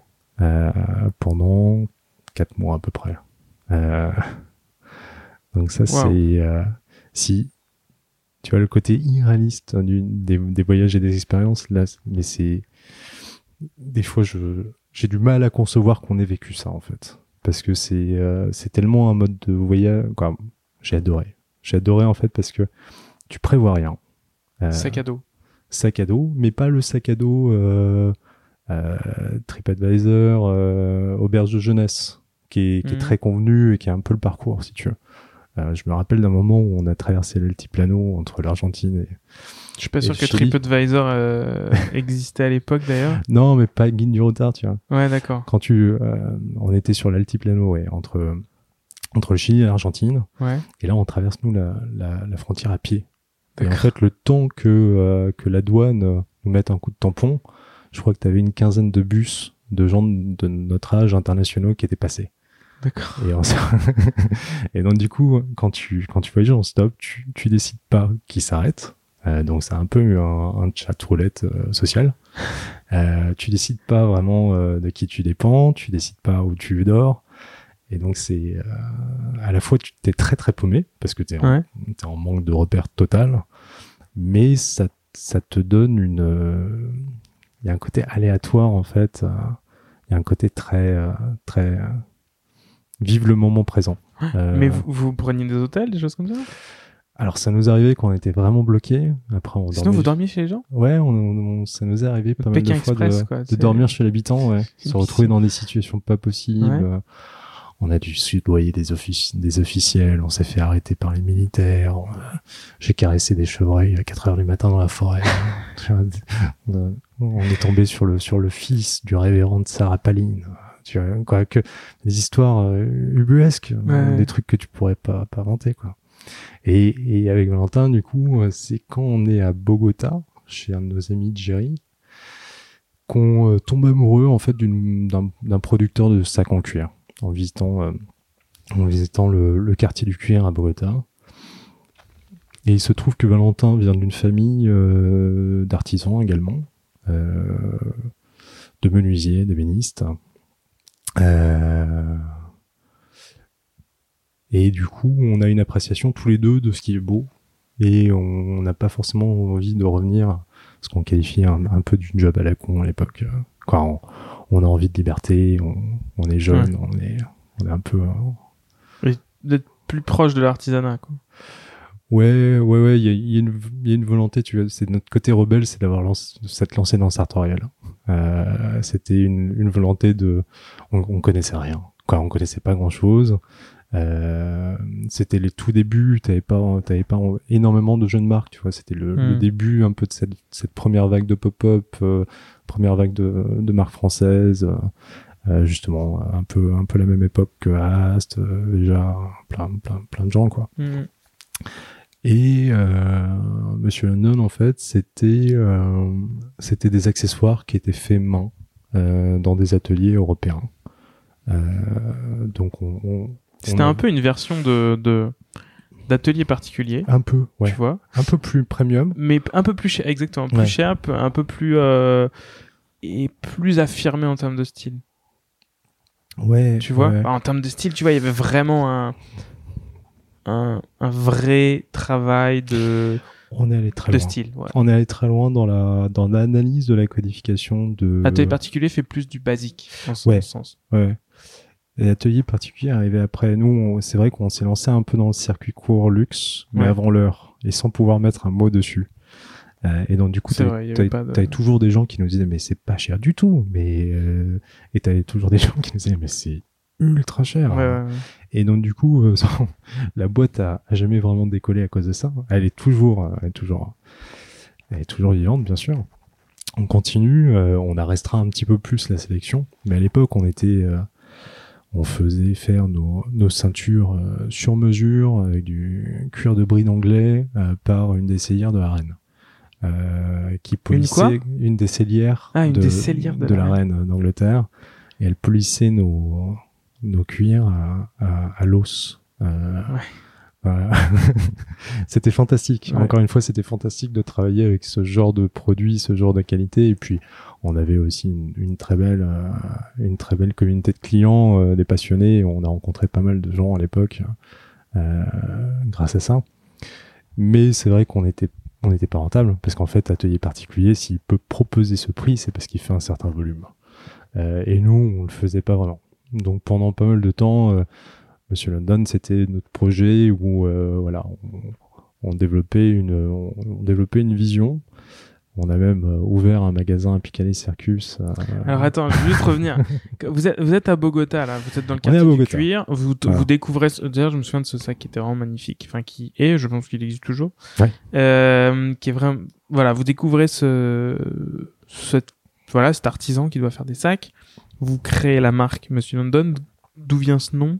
S2: Pendant 4 mois à peu près. Donc ça, c'est si tu vois le côté irréaliste des voyages et des expériences là, mais c'est des fois j'ai du mal à concevoir qu'on ait vécu ça en fait, parce que c'est tellement un mode de voyage, quoi. J'ai adoré en fait, parce que tu prévois rien. Sac à dos, mais pas le sac à dos TripAdvisor, auberge de jeunesse, qui est très convenu et qui est un peu le parcours, si tu veux. Je me rappelle d'un moment où on a traversé l'altiplano entre l'Argentine et
S1: je suis pas sûr que TripAdvisor existait à l'époque d'ailleurs.
S2: Non, mais pas Guide du retard, tu vois.
S1: Ouais, d'accord.
S2: Quand on était sur l'altiplano, ouais, entre le Chili et l'Argentine.
S1: Ouais.
S2: Et là, on traverse nous la frontière à pied. D'accord. Et en fait, le temps que la douane nous mette un coup de tampon, je crois que tu avais une quinzaine de bus de gens de notre âge internationaux qui étaient passés.
S1: D'accord.
S2: Et donc du coup, quand tu voyages en stop, tu décides pas qui s'arrête. Donc c'est un peu un chat roulette social. Tu décides pas vraiment de qui tu dépends, tu décides pas où tu dors. Et donc c'est à la fois tu t'es très très paumé parce que t'es en manque de repères total, mais ça te donne il y a un côté aléatoire en fait. Il y a un côté très très vive le moment présent.
S1: Mais vous preniez des hôtels, des choses comme ça?
S2: Alors ça nous arrivait quand on était vraiment bloqués. Après
S1: sinon vous dormiez chez les gens?
S2: Ouais, ça nous est arrivé pas mal de fois de dormir chez l'habitant, ouais. Se retrouver dans des situations pas possibles. Ouais. On a dû soudoyer des officiels, on s'est fait arrêter par les militaires. J'ai caressé des chevreuils à 4h du matin dans la forêt. On est tombé sur le fils du révérend de Sarah Palin. Tu vois, quoi, que des histoires ubuesques, des trucs que tu pourrais pas inventer, quoi. Et avec Valentin, du coup, c'est quand on est à Bogota, chez un de nos amis de Jerry, qu'on tombe amoureux, en fait, d'un producteur de sacs en cuir, en visitant en visitant le quartier du cuir à Bogota. Et il se trouve que Valentin vient d'une famille d'artisans également, de menuisiers, d'ébénistes. Et du coup, on a une appréciation tous les deux de ce qui est beau. Et on n'a pas forcément envie de revenir à ce qu'on qualifie un peu du job à la con à l'époque. Quand on a envie de liberté, on est jeune, on est un peu...
S1: Et d'être plus proche de l'artisanat, quoi.
S2: Ouais, il y a une volonté, tu vois, c'est notre côté rebelle, c'est d'avoir s'être lancé dans le sartorial. C'était une volonté on connaissait rien, quoi, on connaissait pas grand chose. C'était les tout débuts, t'avais pas énormément de jeunes marques, tu vois, c'était le début un peu de cette première vague de pop-up, première vague de marques françaises, justement un peu la même époque que Ast, déjà plein de gens, quoi. Et Monsieur London, en fait, c'était des accessoires qui étaient faits main dans des ateliers européens. Donc
S1: c'était un peu une version d'atelier particulier.
S2: Un peu, ouais.
S1: Tu vois.
S2: Un peu plus premium.
S1: Mais un peu plus cher, exactement. Plus cher, un peu plus et plus affirmé en termes de style.
S2: Ouais.
S1: Tu vois.
S2: Ouais.
S1: En termes de style, tu vois, il y avait vraiment un vrai travail de style. Ouais.
S2: On est allé très loin dans l'analyse de la codification de...
S1: L'atelier particulier fait plus du basique, en ce sens.
S2: Ouais. L'atelier particulier arrivé après. Nous, c'est vrai qu'on s'est lancé un peu dans le circuit court luxe, mais avant l'heure, et sans pouvoir mettre un mot dessus. Et donc, du coup, t'avais toujours des gens qui nous disaient, mais c'est pas cher du tout. Et t'avais toujours des gens qui nous disaient, mais c'est ultra cher.
S1: Ouais.
S2: Et donc, du coup, la boîte a jamais vraiment décollé à cause de ça. Elle est toujours vivante, bien sûr. On continue, on a restreint un petit peu plus la sélection, mais à l'époque, on faisait faire nos ceintures sur mesure avec du cuir de bride anglais par une des cellières de la reine. Qui polissait une des cellières de la reine d'Angleterre, et elle polissait nos cuirs à l'os. Voilà. C'était fantastique. Ouais. Encore une fois, c'était fantastique de travailler avec ce genre de produit, ce genre de qualité. Et puis, on avait aussi une très belle communauté de clients, des passionnés. On a rencontré pas mal de gens à l'époque grâce à ça. Mais c'est vrai qu'on n'était pas rentable, parce qu'en fait, Atelier Particulier, s'il peut proposer ce prix, c'est parce qu'il fait un certain volume. Et nous, on le faisait pas vraiment. Donc, pendant pas mal de temps, Monsieur London, c'était notre projet où on développait une vision. On a même ouvert un magasin à Picale Circus.
S1: Alors attends, je vais juste revenir. Vous êtes à Bogota là, vous êtes dans le quartier du cuir. Vous découvrez. D'ailleurs, je me souviens de ce sac qui était vraiment magnifique. Enfin, je pense qu'il existe toujours.
S2: Ouais.
S1: Qui est vraiment. Voilà, vous découvrez cet artisan qui doit faire des sacs. Vous créez la marque Monsieur London. D'où vient ce nom?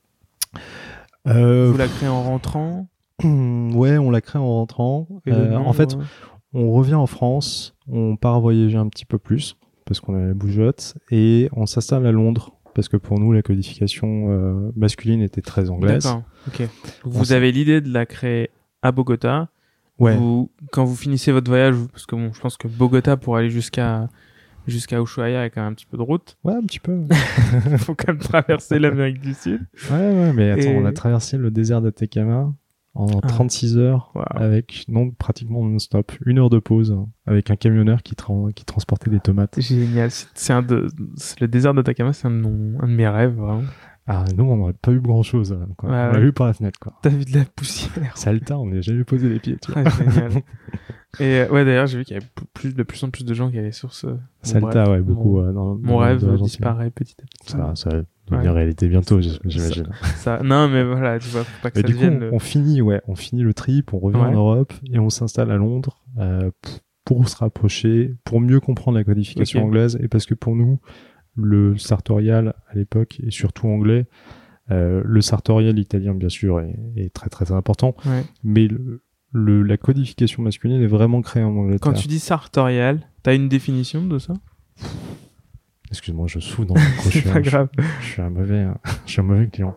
S1: Vous la créez en rentrant?
S2: Ouais, on la crée en rentrant. En fait, on revient en France, on part voyager un petit peu plus, parce qu'on a la bougeotte, et on s'installe à Londres, parce que pour nous, la codification masculine était très anglaise.
S1: D'accord, ok. Vous avez l'idée de la créer à Bogota.
S2: Ouais.
S1: Quand vous finissez votre voyage, parce que je pense que Bogota, pour aller jusqu'à Ushuaia, il y a quand même un petit peu de route.
S2: Ouais, un petit peu.
S1: Faut quand même traverser l'Amérique du Sud.
S2: Ouais, mais attends, on a traversé le désert d'Atacama en 36 heures, avec pratiquement non-stop, 1 heure de pause, avec un camionneur qui transportait des tomates.
S1: Génial. Le désert d'Atacama, c'est un de mes rêves, vraiment.
S2: Ah, nous, on n'aurait pas eu grand-chose. On l'a vu par la fenêtre, quoi.
S1: T'as vu de la poussière.
S2: Salta, on n'a jamais posé les pieds. Tu vois.
S1: Génial. Et d'ailleurs, j'ai vu qu'il y avait de plus en plus de gens qui allaient sur ce...
S2: Salta, beaucoup.
S1: Mon rêve disparaît petit à petit.
S2: Ça va devenir réalité bientôt, j'imagine.
S1: Non, mais voilà, tu vois, faut pas que ça devienne...
S2: On finit le trip, on revient en Europe, et on s'installe à Londres pour se rapprocher, pour mieux comprendre la codification anglaise, et parce que pour nous, le sartorial à l'époque, et surtout anglais, le sartorial italien bien sûr est très très important, mais la codification masculine est vraiment créée en Angleterre.
S1: Quand tu dis sartorial, t'as une définition de ça?
S2: Excuse-moi, je souffle dans le micro.
S1: C'est pas grave.
S2: Je suis un mauvais client.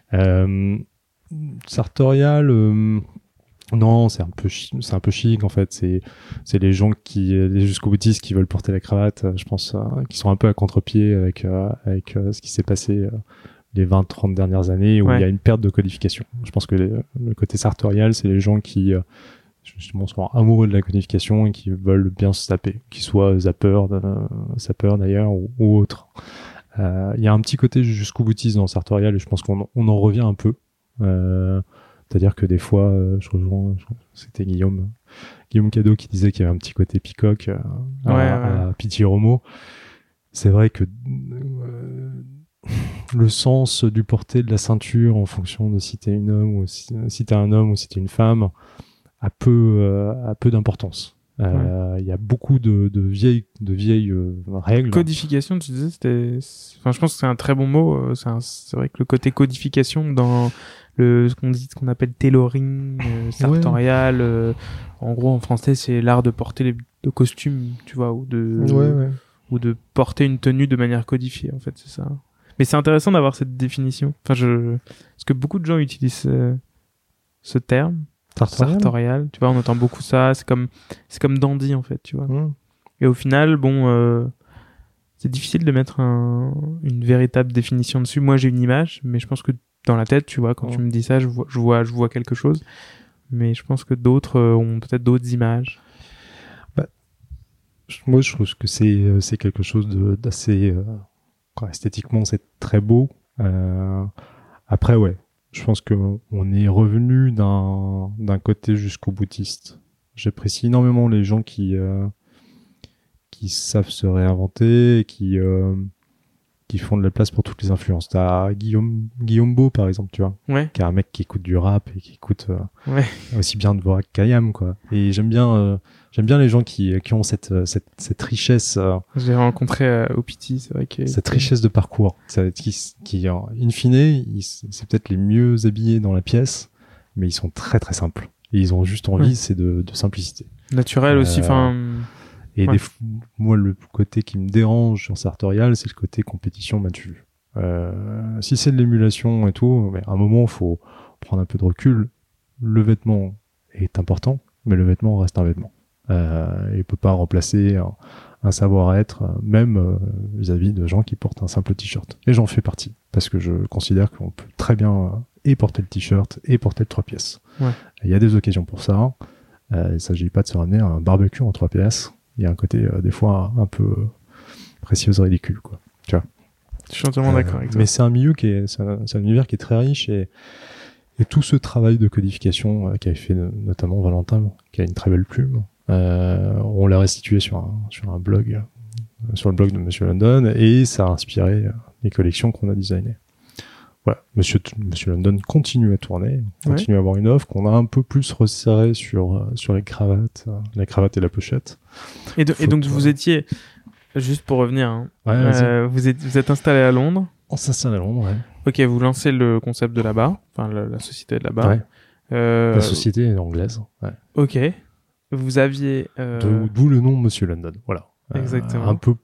S2: Sartorial, non, c'est un peu chic en fait. C'est les gens les jusqu'au boutistes qui veulent porter la cravate, je pense, qui sont un peu à contre-pied avec ce qui s'est passé les 20-30 dernières années où il y a une perte de codification. Je pense que le côté sartorial, c'est les gens qui justement sont amoureux de la codification et qui veulent bien se taper, qu'ils soient zappeurs d'ailleurs ou autres. Il y a un petit côté jusqu'au boutiste dans sartorial et je pense qu'on en revient un peu. C'est-à-dire que des fois, c'était Guillaume Cadeau qui disait qu'il y avait un petit côté Peacock à Pichiromo. C'est vrai que le sens du porté de la ceinture en fonction de si t'es un homme ou si t'es une femme a peu d'importance. Il y a beaucoup de vieilles règles.
S1: Codification, tu disais, je pense que c'est un très bon mot. C'est vrai que le côté codification dans ce qu'on appelle tailoring, sartorial, en gros en français c'est l'art de porter de costumes, tu vois, ou de porter une tenue de manière codifiée, en fait, c'est ça. Mais c'est intéressant d'avoir cette définition. Parce que beaucoup de gens utilisent ce terme. Sartorial, tu vois, on entend beaucoup ça, c'est comme dandy en fait, tu vois. Et au final, c'est difficile de mettre une véritable définition dessus. Moi, j'ai une image, mais je pense que dans la tête, tu vois, quand tu me dis ça, je vois quelque chose. Mais je pense que d'autres ont peut-être d'autres images.
S2: Moi, je trouve que c'est quelque chose d'assez esthétiquement, c'est très beau. Après, ouais. Je pense qu'on est revenu d'un côté jusqu'au boutiste. J'apprécie énormément les gens qui savent se réinventer et qui font de la place pour toutes les influences. T'as Guillaume Beau, par exemple, tu vois, qui est un mec qui écoute du rap et qui écoute aussi bien Dvorak qu'Ayam, quoi. Et j'aime bien les gens qui ont cette richesse.
S1: J'ai rencontré au Pity, c'est vrai que
S2: cette richesse de parcours, qui in fine, c'est peut-être les mieux habillés dans la pièce, mais ils sont très très simples. Et ils ont juste envie, c'est de simplicité.
S1: Naturel aussi, enfin.
S2: Et moi, le côté qui me dérange sur Sartorial, c'est le côté compétition tu si c'est de l'émulation et tout, mais à un moment, faut prendre un peu de recul. Le vêtement est important, mais le vêtement reste un vêtement. Il peut pas remplacer un savoir-être, même vis-à-vis de gens qui portent un simple t-shirt. Et j'en fais partie, parce que je considère qu'on peut très bien et porter le t-shirt et porter le 3 pièces. Il y a des occasions pour ça. Il s'agit pas de se ramener à un barbecue en 3 pièces. Il y a un côté des fois un peu précieux ridicule, quoi. Tu vois.
S1: Je suis entièrement d'accord avec toi.
S2: Mais c'est un milieu c'est un univers qui est très riche et tout ce travail de codification qu'avait fait notamment Valentin, qui a une très belle plume, on l'a restitué sur un blog, sur le blog de Monsieur London, et ça a inspiré les collections qu'on a designées. Voilà, Monsieur London continue à tourner, continue à avoir une offre qu'on a un peu plus resserrée sur les cravates, et la pochette.
S1: Et donc vous étiez, juste pour revenir, vous êtes installé à Londres.
S2: On s'installe à Londres, ouais.
S1: Ok, vous lancez le concept de là-bas, enfin la société de là-bas.
S2: Ouais. La société est anglaise. Ouais.
S1: Ok. Vous aviez.
S2: D'où le nom Monsieur London. Voilà.
S1: Exactement.
S2: Un peu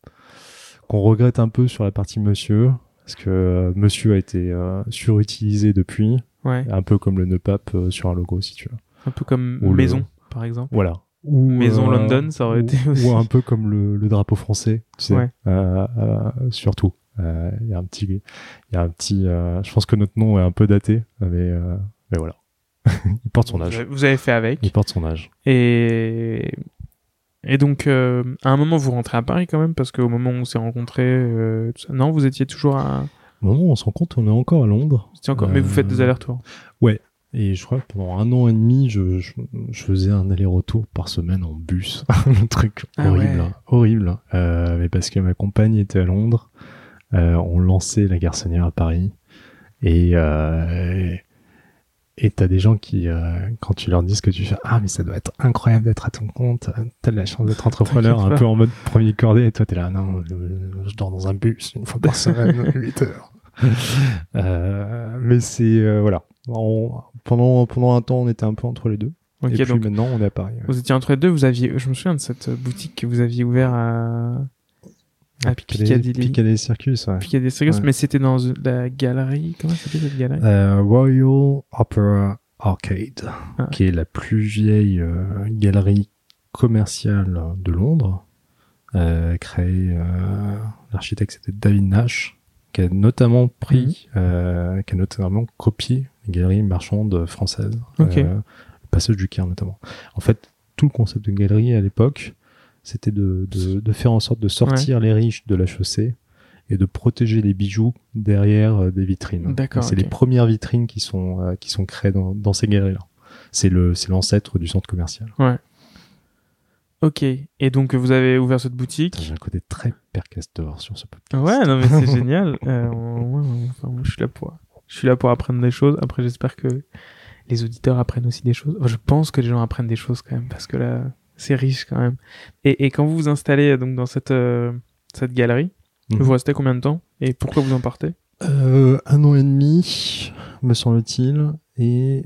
S2: qu'on regrette un peu sur la partie Monsieur, parce que Monsieur a été surutilisé depuis.
S1: Ouais.
S2: Un peu comme le nœud pape sur un logo, si tu veux.
S1: Un peu comme Maison, par exemple.
S2: Voilà.
S1: Ou Maison London, ça aurait été aussi.
S2: Ou un peu comme le drapeau français, tu sais. Surtout. Il y a un petit, je pense que notre nom est un peu daté, mais voilà. Il porte son âge.
S1: Vous avez fait avec.
S2: Il porte son âge.
S1: Et donc, à un moment, vous rentrez à Paris quand même, parce qu'au moment où on s'est rencontrés, non, vous étiez toujours à...
S2: Au moment où on se rend compte, on est encore à Londres.
S1: Mais vous faites des allers-retours.
S2: Ouais. Et je crois que pendant 1 an et demi, je faisais un aller-retour par semaine en bus. Un truc horrible. Mais parce que ma compagne était à Londres. On lançait la garçonnière à Paris et t'as des gens qui quand tu leur dis ce que tu fais, mais ça doit être incroyable d'être à ton compte, t'as de la chance d'être entrepreneur, un peu en mode premier cordé, et toi t'es là, non, je dors dans un bus une fois par semaine 8 heures. Mais c'est voilà, pendant un temps on était un peu entre les deux. Et puis donc, maintenant on est à Paris.
S1: Vous étiez entre les deux, je me souviens de cette boutique que vous aviez ouverte À Piccadilly
S2: Circus, ouais.
S1: Piccadilly Circus,
S2: Ouais.
S1: mais c'était dans la galerie. Comment ça s'appelle cette galerie?
S2: Royal Opera Arcade,
S1: Ah.
S2: qui est la plus vieille galerie commerciale de Londres, créée, l'architecte c'était David Nash, qui a notamment qui a notamment copié les galeries marchandes françaises,
S1: Ok.
S2: le passage du Caire notamment. En fait, tout le concept de galerie à l'époque, c'était de faire en sorte de sortir les riches de la chaussée et de protéger les bijoux derrière des vitrines.
S1: D'accord,
S2: Et c'est
S1: ok.
S2: les premières vitrines qui sont créées dans ces galeries-là. C'est l'ancêtre du centre commercial.
S1: Ok. Et donc, vous avez ouvert cette boutique.
S2: J'ai un côté très Père Castor sur ce podcast.
S1: Ouais, non, mais c'est génial. Moi, je suis là pour apprendre des choses. Après, j'espère que les auditeurs apprennent aussi des choses. Enfin, je pense que les gens apprennent des choses quand même, parce que là, c'est riche quand même. Et quand vous vous installez donc dans cette galerie, vous restez combien de temps? Et pourquoi vous en partez?
S2: 1 an et demi, me semble-t-il, et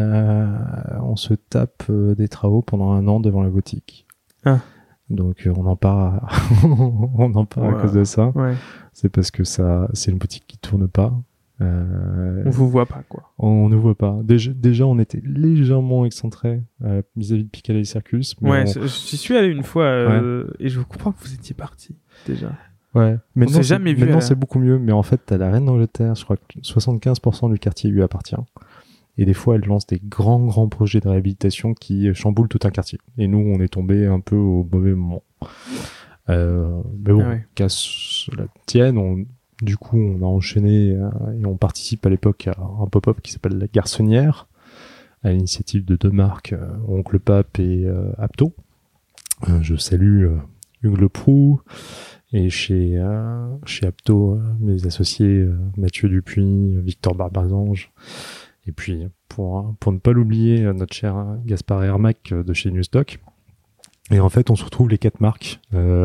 S2: on se tape des travaux pendant 1 an devant la boutique.
S1: Ah.
S2: Donc on en part, on en part à cause de ça.
S1: Ouais.
S2: C'est parce que c'est une boutique qui tourne pas.
S1: On vous voit pas, quoi.
S2: On ne voit pas. Déjà, on était légèrement excentré vis-à-vis de Piccadilly Circus. Mais
S1: Ouais, j'y suis allé une fois et je comprends que vous étiez parti déjà.
S2: Ouais. Maintenant,
S1: s'est jamais vu
S2: maintenant
S1: à la-
S2: c'est beaucoup mieux. Mais en fait, t'as la reine d'Angleterre. Je crois que 75% du quartier lui appartient. Et des fois, elle lance des grands projets de réhabilitation qui chamboulent tout un quartier. Et nous, on est tombé un peu au mauvais moment. Mais bon,
S1: Ah ouais.
S2: qu'à cela tienne, du coup, on a enchaîné et on participe à l'époque à un pop-up qui s'appelle La Garçonnière, à l'initiative de 2 marques, Oncle Pape et Apto. Je salue Hugues Leproux et chez Apto, mes associés Mathieu Dupuis, Victor Barbarzange. Et puis, pour ne pas l'oublier, notre cher Gaspard Hermac de chez Newstock. Et en fait, on se retrouve les 4 marques.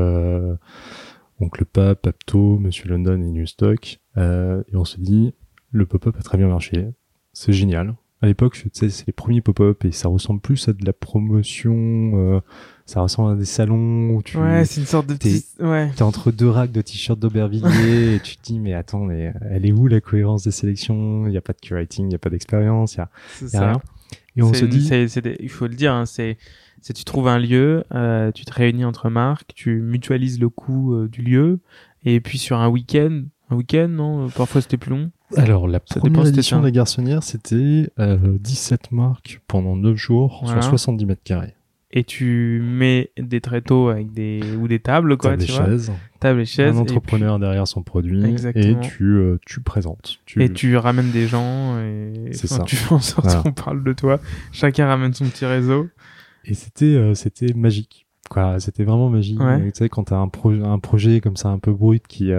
S2: Donc le Pape, Apto, Monsieur London et Newstock. Et on se dit, le pop-up a très bien marché. C'est génial. À l'époque, tu sais, c'est les premiers pop-up et ça ressemble plus à de la promotion. Ça ressemble à des salons où
S1: Ouais, c'est une sorte de petit... Ouais.
S2: t'es entre 2 racks de t-shirts d'Aubervilliers et tu te dis, mais attends, mais elle est où la cohérence des sélections? Il n'y a pas de curating, il n'y a pas d'expérience, il
S1: C'est
S2: y a rien. Et on se dit...
S1: il faut le dire, hein, c'est tu trouves un lieu, tu te réunis entre marques, tu mutualises le coût du lieu, et puis sur un week-end, non, parfois c'était plus long.
S2: Alors, la
S1: Ça
S2: première
S1: dépend, c'était
S2: édition
S1: ça.
S2: de la Garçonnière, c'était 17 marques pendant 9 jours
S1: Voilà.
S2: sur 70 mètres carrés.
S1: Et tu mets des tréteaux avec ou des tables, quoi,
S2: T'as des
S1: tu vois.
S2: chaises,
S1: Tables et chaises.
S2: un entrepreneur derrière son produit,
S1: Exactement.
S2: et tu présentes.
S1: Et tu ramènes des gens, et
S2: C'est ça.
S1: tu fais en sorte
S2: Voilà.
S1: qu'on parle de toi. Chacun ramène son petit réseau.
S2: Et c'était magique. Quoi, c'était vraiment magique.
S1: Ouais.
S2: Tu sais, quand t'as un projet comme ça un peu brut qui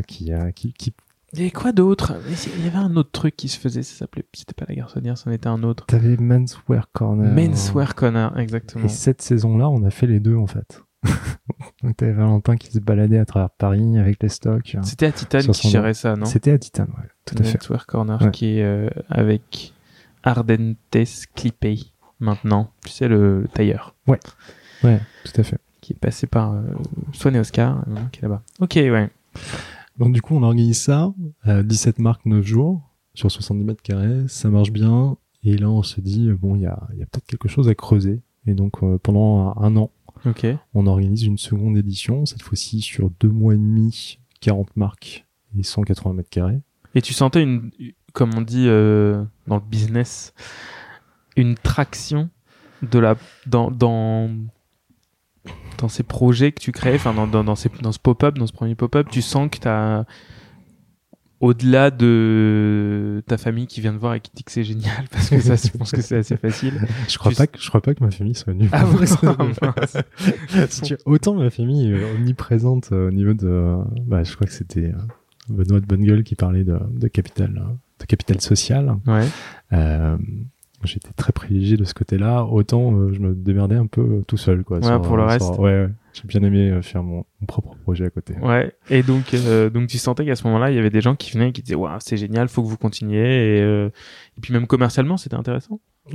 S1: Et quoi d'autre? Il y avait un autre truc qui se faisait, c'était pas la Garçonnière, c'en était un autre.
S2: T'avais Menswear Corner.
S1: Menswear Corner, exactement.
S2: Et cette saison-là, on a fait les deux, en fait. Donc, t'avais Valentin qui se baladait à travers Paris avec les stocks.
S1: C'était à Titan
S2: Sur
S1: qui
S2: son
S1: gérait ça, non?
S2: C'était à Titan, ouais. Tout à fait.
S1: Menswear Corner,
S2: Ouais.
S1: qui est avec Ardentes Clippé, maintenant. Tu sais, le tailleur.
S2: Ouais, tout à fait.
S1: Qui est passé par Swan et Oscar, qui est là-bas. Ok, ouais.
S2: Donc, du coup, on organise ça. 17 marques, 9 jours, sur 70 mètres carrés. Ça marche bien. Et là, on se dit, bon, il y a peut-être quelque chose à creuser. Et donc, pendant 1 an,
S1: Ok.
S2: on organise une seconde édition, cette fois-ci sur 2 mois et demi, 40 marques et 180 mètres carrés.
S1: Et tu sentais comme on dit dans le business, une traction dans ces projets que tu crées, enfin dans ce pop-up, dans ce premier pop-up, tu sens que t'as, au-delà de ta famille qui vient te voir et qui dit que c'est génial, parce que ça, je pense que c'est assez facile.
S2: Je crois pas que ma famille soit venue.
S1: Ah bon, mince.
S2: Autant ma famille est omniprésente au niveau de, je crois que c'était Benoît de Bonnegueule qui parlait de capital social.
S1: Ouais.
S2: J'étais très privilégié de ce côté-là. Autant je me démerdais un peu tout seul, quoi.
S1: Ouais, pour le reste.
S2: Ouais. J'ai bien aimé faire mon propre projet à côté.
S1: Ouais. Et donc tu sentais qu'à ce moment-là, il y avait des gens qui venaient et qui disaient, waouh, c'est génial, faut que vous continuiez. Et puis même commercialement, c'était intéressant.
S2: Ouais.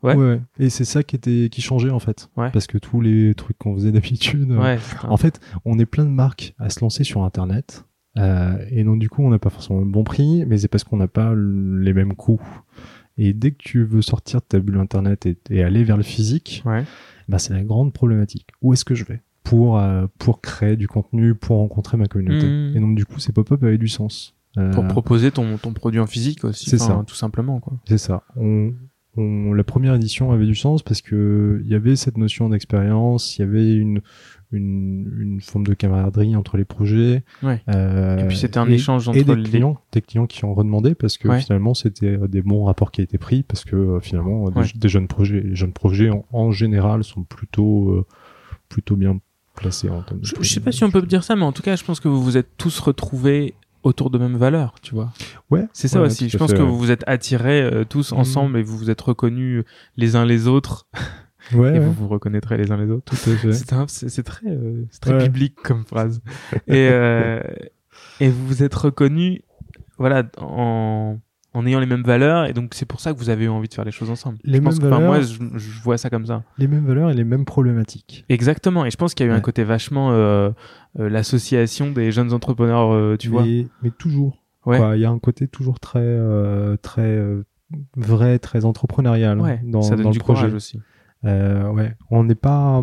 S2: Ouais. Et c'est ça qui changeait en fait.
S1: Ouais.
S2: Parce que tous les trucs qu'on faisait d'habitude.
S1: Ouais.
S2: En fait, on est plein de marques à se lancer sur Internet. Et donc du coup, on n'a pas forcément le bon prix, mais c'est parce qu'on n'a pas les mêmes coûts. Et dès que tu veux sortir de ta bulle Internet et aller vers le physique, bah, c'est la grande problématique. Où est-ce que je vais pour créer du contenu, pour rencontrer ma communauté. Et donc du coup, ces pop-up avaient du sens.
S1: Pour proposer ton produit en physique aussi.
S2: C'est ça.
S1: Tout simplement, quoi.
S2: C'est ça. La première édition avait du sens parce que il y avait cette notion d'expérience, il y avait une forme de camaraderie entre les projets.
S1: Ouais. Et puis c'était un échange entre
S2: des clients qui ont redemandé parce que finalement c'était des bons rapports qui étaient pris parce que finalement les jeunes projets en général sont plutôt bien placés en termes de
S1: je sais pas si on peut dire ça, mais en tout cas je pense que vous vous êtes tous retrouvés autour de mêmes valeurs, tu vois.
S2: Ouais.
S1: C'est ça aussi. Je pense que vous vous êtes attirés tous ensemble et vous vous êtes reconnus les uns les autres.
S2: Ouais.
S1: Et vous vous reconnaîtrez les uns les autres.
S2: Tout à fait.
S1: C'est très biblique comme phrase. Et vous vous êtes reconnus, voilà, en ayant les mêmes valeurs, et donc c'est pour ça que vous avez eu envie de faire les choses ensemble. Moi, je vois ça comme ça.
S2: Les mêmes valeurs et les mêmes problématiques.
S1: Exactement. Et je pense qu'il y a eu un côté vachement l'association des jeunes entrepreneurs, tu vois.
S2: Mais toujours.
S1: Ouais.
S2: Il y a un côté toujours très vrai, très entrepreneurial dans
S1: ça donne
S2: le
S1: du
S2: projet.
S1: Courage aussi.
S2: On n'est pas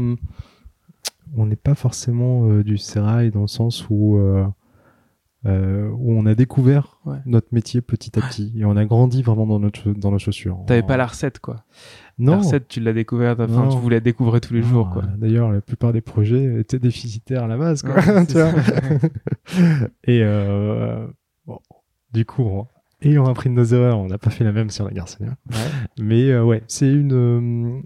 S2: forcément du sérail dans le sens où on a découvert notre métier petit à petit et on a grandi vraiment dans nos chaussures.
S1: T'avais pas la recette, quoi.
S2: Non.
S1: La recette, tu l'as découverte, enfin, tu voulais la découvrir tous les jours, quoi.
S2: D'ailleurs, la plupart des projets étaient déficitaires à la base, quoi. Tu vois. Et bon, du coup, ayant appris de nos erreurs, on n'a pas fait la même sur la garçonnière. Mais c'est de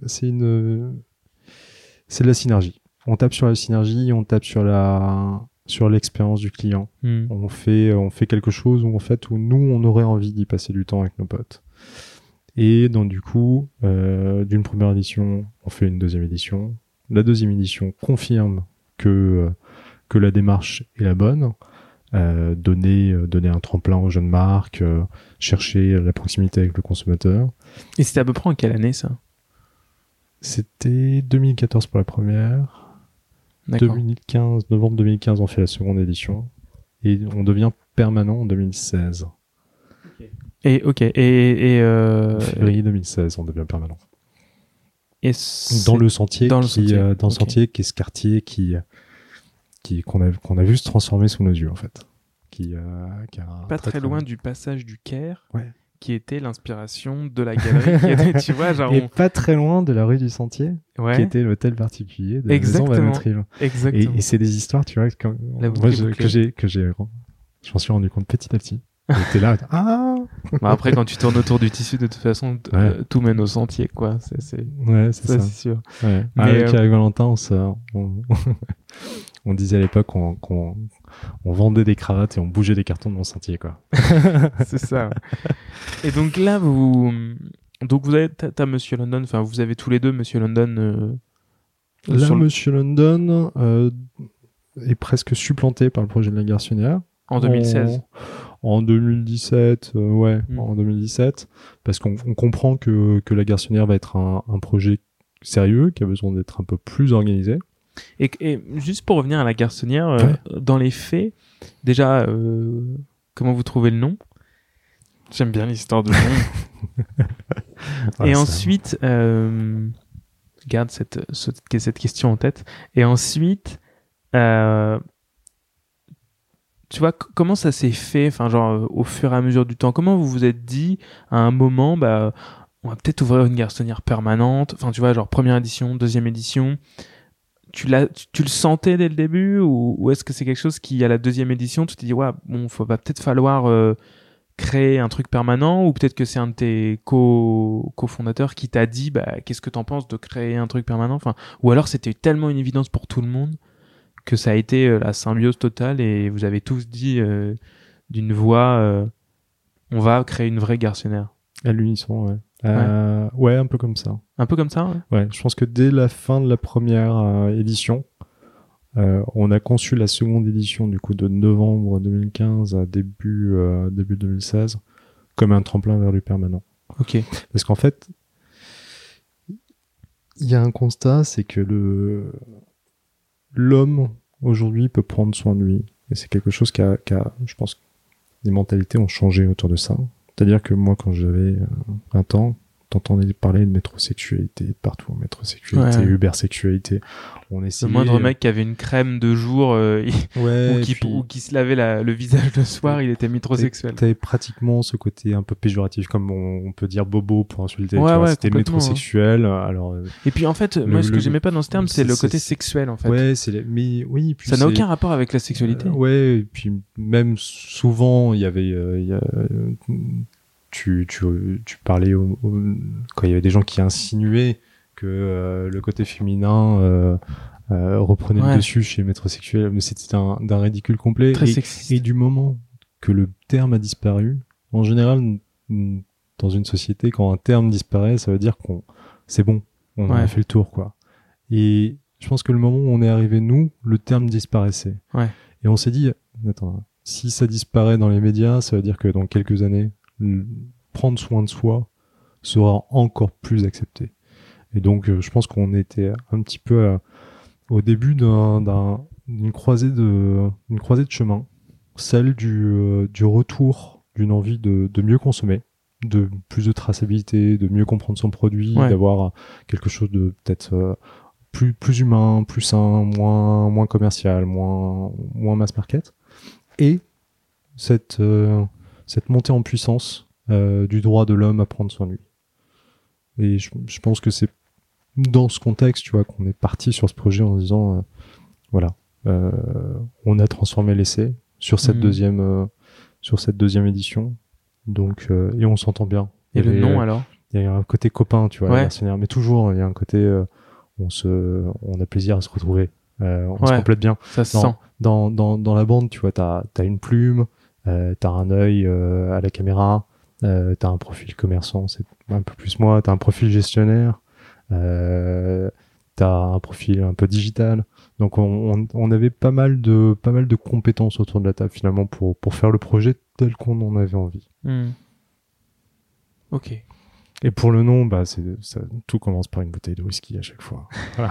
S2: la synergie. On tape sur la synergie, on tape sur l'expérience du client. On fait quelque chose où nous on aurait envie d'y passer du temps avec nos potes. Et donc du coup, d'une première édition, on fait une deuxième édition. La deuxième édition confirme que la démarche est la bonne. Donner un tremplin aux jeunes marques, chercher la proximité avec le consommateur.
S1: Et c'était à peu près en quelle année, ça ?
S2: C'était 2014 pour la première. D'accord. 2015, novembre 2015, on fait la seconde édition. Et on devient permanent en 2016.
S1: Et
S2: février 2016, on devient permanent. Dans le sentier qui est ce quartier qu'on a vu se transformer sous nos yeux, en fait. Qui a
S1: pas très loin du passage du Caire. Qui était l'inspiration de la galerie. Tu vois, genre
S2: et pas très loin de la rue du Sentier, qui était l'hôtel particulier de la maison Van Nootrilv.
S1: Exactement.
S2: Et c'est des histoires, tu vois, je m'en suis rendu compte petit à petit. T'es là,
S1: après, quand tu tournes autour du tissu, de toute façon, tout mène au sentier, quoi. C'est
S2: ça.
S1: C'est sûr.
S2: Ouais. Mais avec Valentin, on disait à l'époque qu'on vendait des cravates et on bougeait des cartons de mon sentier, quoi.
S1: C'est ça. Et donc là, t'as Monsieur London, enfin, vous avez tous les deux Monsieur London.
S2: Monsieur London est presque supplanté par le projet de la garçonnière.
S1: En 2016.
S2: En 2017, en 2017, parce qu'on comprend que la garçonnière va être un projet sérieux, qui a besoin d'être un peu plus organisé.
S1: Et juste pour revenir à la garçonnière, dans les faits, déjà, comment vous trouvez le nom ? J'aime bien l'histoire de nom. Et ensuite, garde cette question en tête. Et ensuite, tu vois, comment ça s'est fait, enfin, genre, au fur et à mesure du temps, comment vous vous êtes dit, à un moment, on va peut-être ouvrir une garçonnière permanente, enfin, tu vois, genre, première édition, deuxième édition, tu le sentais dès le début, ou est-ce que c'est quelque chose qui, à la deuxième édition, tu te dis, va peut-être falloir créer un truc permanent, ou peut-être que c'est un de tes cofondateurs qui t'a dit, qu'est-ce que t'en penses de créer un truc permanent, enfin, ou alors c'était tellement une évidence pour tout le monde que ça a été la symbiose totale et vous avez tous dit d'une voix on va créer une vraie garçonnière.
S2: À l'unisson, ouais, un peu comme ça.
S1: Un peu comme ça,
S2: ouais. Je pense que dès la fin de la première édition, on a conçu la seconde édition du coup de novembre 2015 à début 2016 comme un tremplin vers du permanent.
S1: Ok.
S2: Parce qu'en fait, il y a un constat, c'est que l'homme aujourd'hui peut prendre soin de lui. Et c'est quelque chose je pense, les mentalités ont changé autour de ça. C'est-à-dire que moi, quand j'avais 20 ans, t'entendais parler de métrosexualité partout, métrosexualité, ubersexualité. On essayait...
S1: Le moindre mec qui avait une crème de jour ou qui se lavait le visage le soir, il était métrosexuel.
S2: T'avais pratiquement ce côté un peu péjoratif, comme on peut dire bobo pour insulter. C'était métrosexuel. Alors,
S1: et puis en fait, moi, ce que j'aimais pas dans ce terme, c'est le côté sexuel, en fait.
S2: Ouais, puis
S1: ça n'a aucun rapport avec la sexualité.
S2: Ouais, et puis même souvent, il y avait... Tu parlais quand il y avait des gens qui insinuaient que le côté féminin reprenait le dessus chez les métrosexuels, mais c'était d'un ridicule complet.
S1: Très sexiste.
S2: Et du moment que le terme a disparu, en général, dans une société, quand un terme disparaît, ça veut dire c'est bon, on a fait le tour, quoi. Et je pense que le moment où on est arrivé, nous, le terme disparaissait.
S1: Ouais.
S2: Et on s'est dit, attends, si ça disparaît dans les médias, ça veut dire que dans quelques années, prendre soin de soi sera encore plus accepté. Et donc, je pense qu'on était un petit peu au début d'une croisée de chemin, celle du retour d'une envie de mieux consommer, de plus de traçabilité, de mieux comprendre son produit, d'avoir quelque chose de peut-être plus humain, plus sain, moins commercial, moins mass market, et cette montée en puissance du droit de l'homme à prendre soin de lui. Et je pense que c'est dans ce contexte, tu vois, qu'on est parti sur ce projet en disant, on a transformé l'essai sur cette deuxième édition. Donc, et on s'entend bien.
S1: Et le nom, alors?
S2: Il y a un côté copain, tu vois, Garçonnière, mais toujours, il y a un côté, on a plaisir à se retrouver. On se complète bien.
S1: Ça se sent.
S2: Dans la bande, tu vois, t'as une plume, t'as un œil à la caméra, t'as un profil commerçant, c'est un peu plus moi, t'as un profil gestionnaire, t'as un profil un peu digital. Donc on avait pas mal de compétences autour de la table finalement pour faire le projet tel qu'on en avait envie.
S1: Ok.
S2: Et pour le nom, tout commence par une bouteille de whisky à chaque fois. Voilà.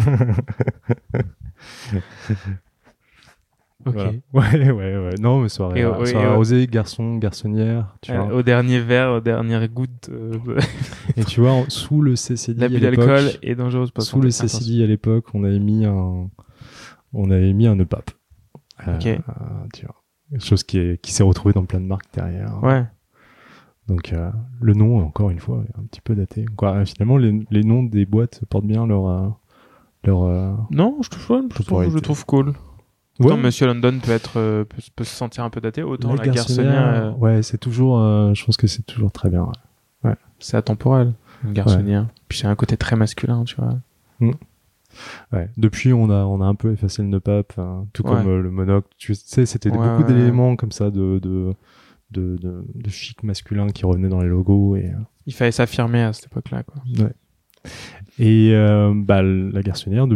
S1: Ok.
S2: Voilà. Ouais. Non, mais ça a osé, garçon, garçonnière. Tu vois.
S1: Au dernier verre, aux dernières gouttes.
S2: Et tu vois, sous le CCD
S1: l'abus d'alcool est dangereux.
S2: Sous le CCD à l'époque, on avait mis un EPAP.
S1: Ok.
S2: Tu vois, quelque chose qui s'est retrouvé dans plein de marques derrière.
S1: Ouais.
S2: Donc le nom, encore une fois, est un petit peu daté. Finalement, les noms des boîtes portent bien leur.
S1: Non, je trouve cool. Autant Monsieur London peut se sentir un peu daté, autant la garçonnière.
S2: Ouais, c'est toujours. Je pense que c'est toujours très bien. Ouais.
S1: C'est atemporel, une garçonnière. Ouais. Puis c'est un côté très masculin, tu vois.
S2: Ouais. Depuis, on a un peu effacé le nœud-pape, tout comme le monocle. Tu sais, c'était beaucoup d'éléments comme ça de chic masculin qui revenaient dans les logos et.
S1: Il fallait s'affirmer à cette époque-là, quoi.
S2: Ouais. Et la garçonnière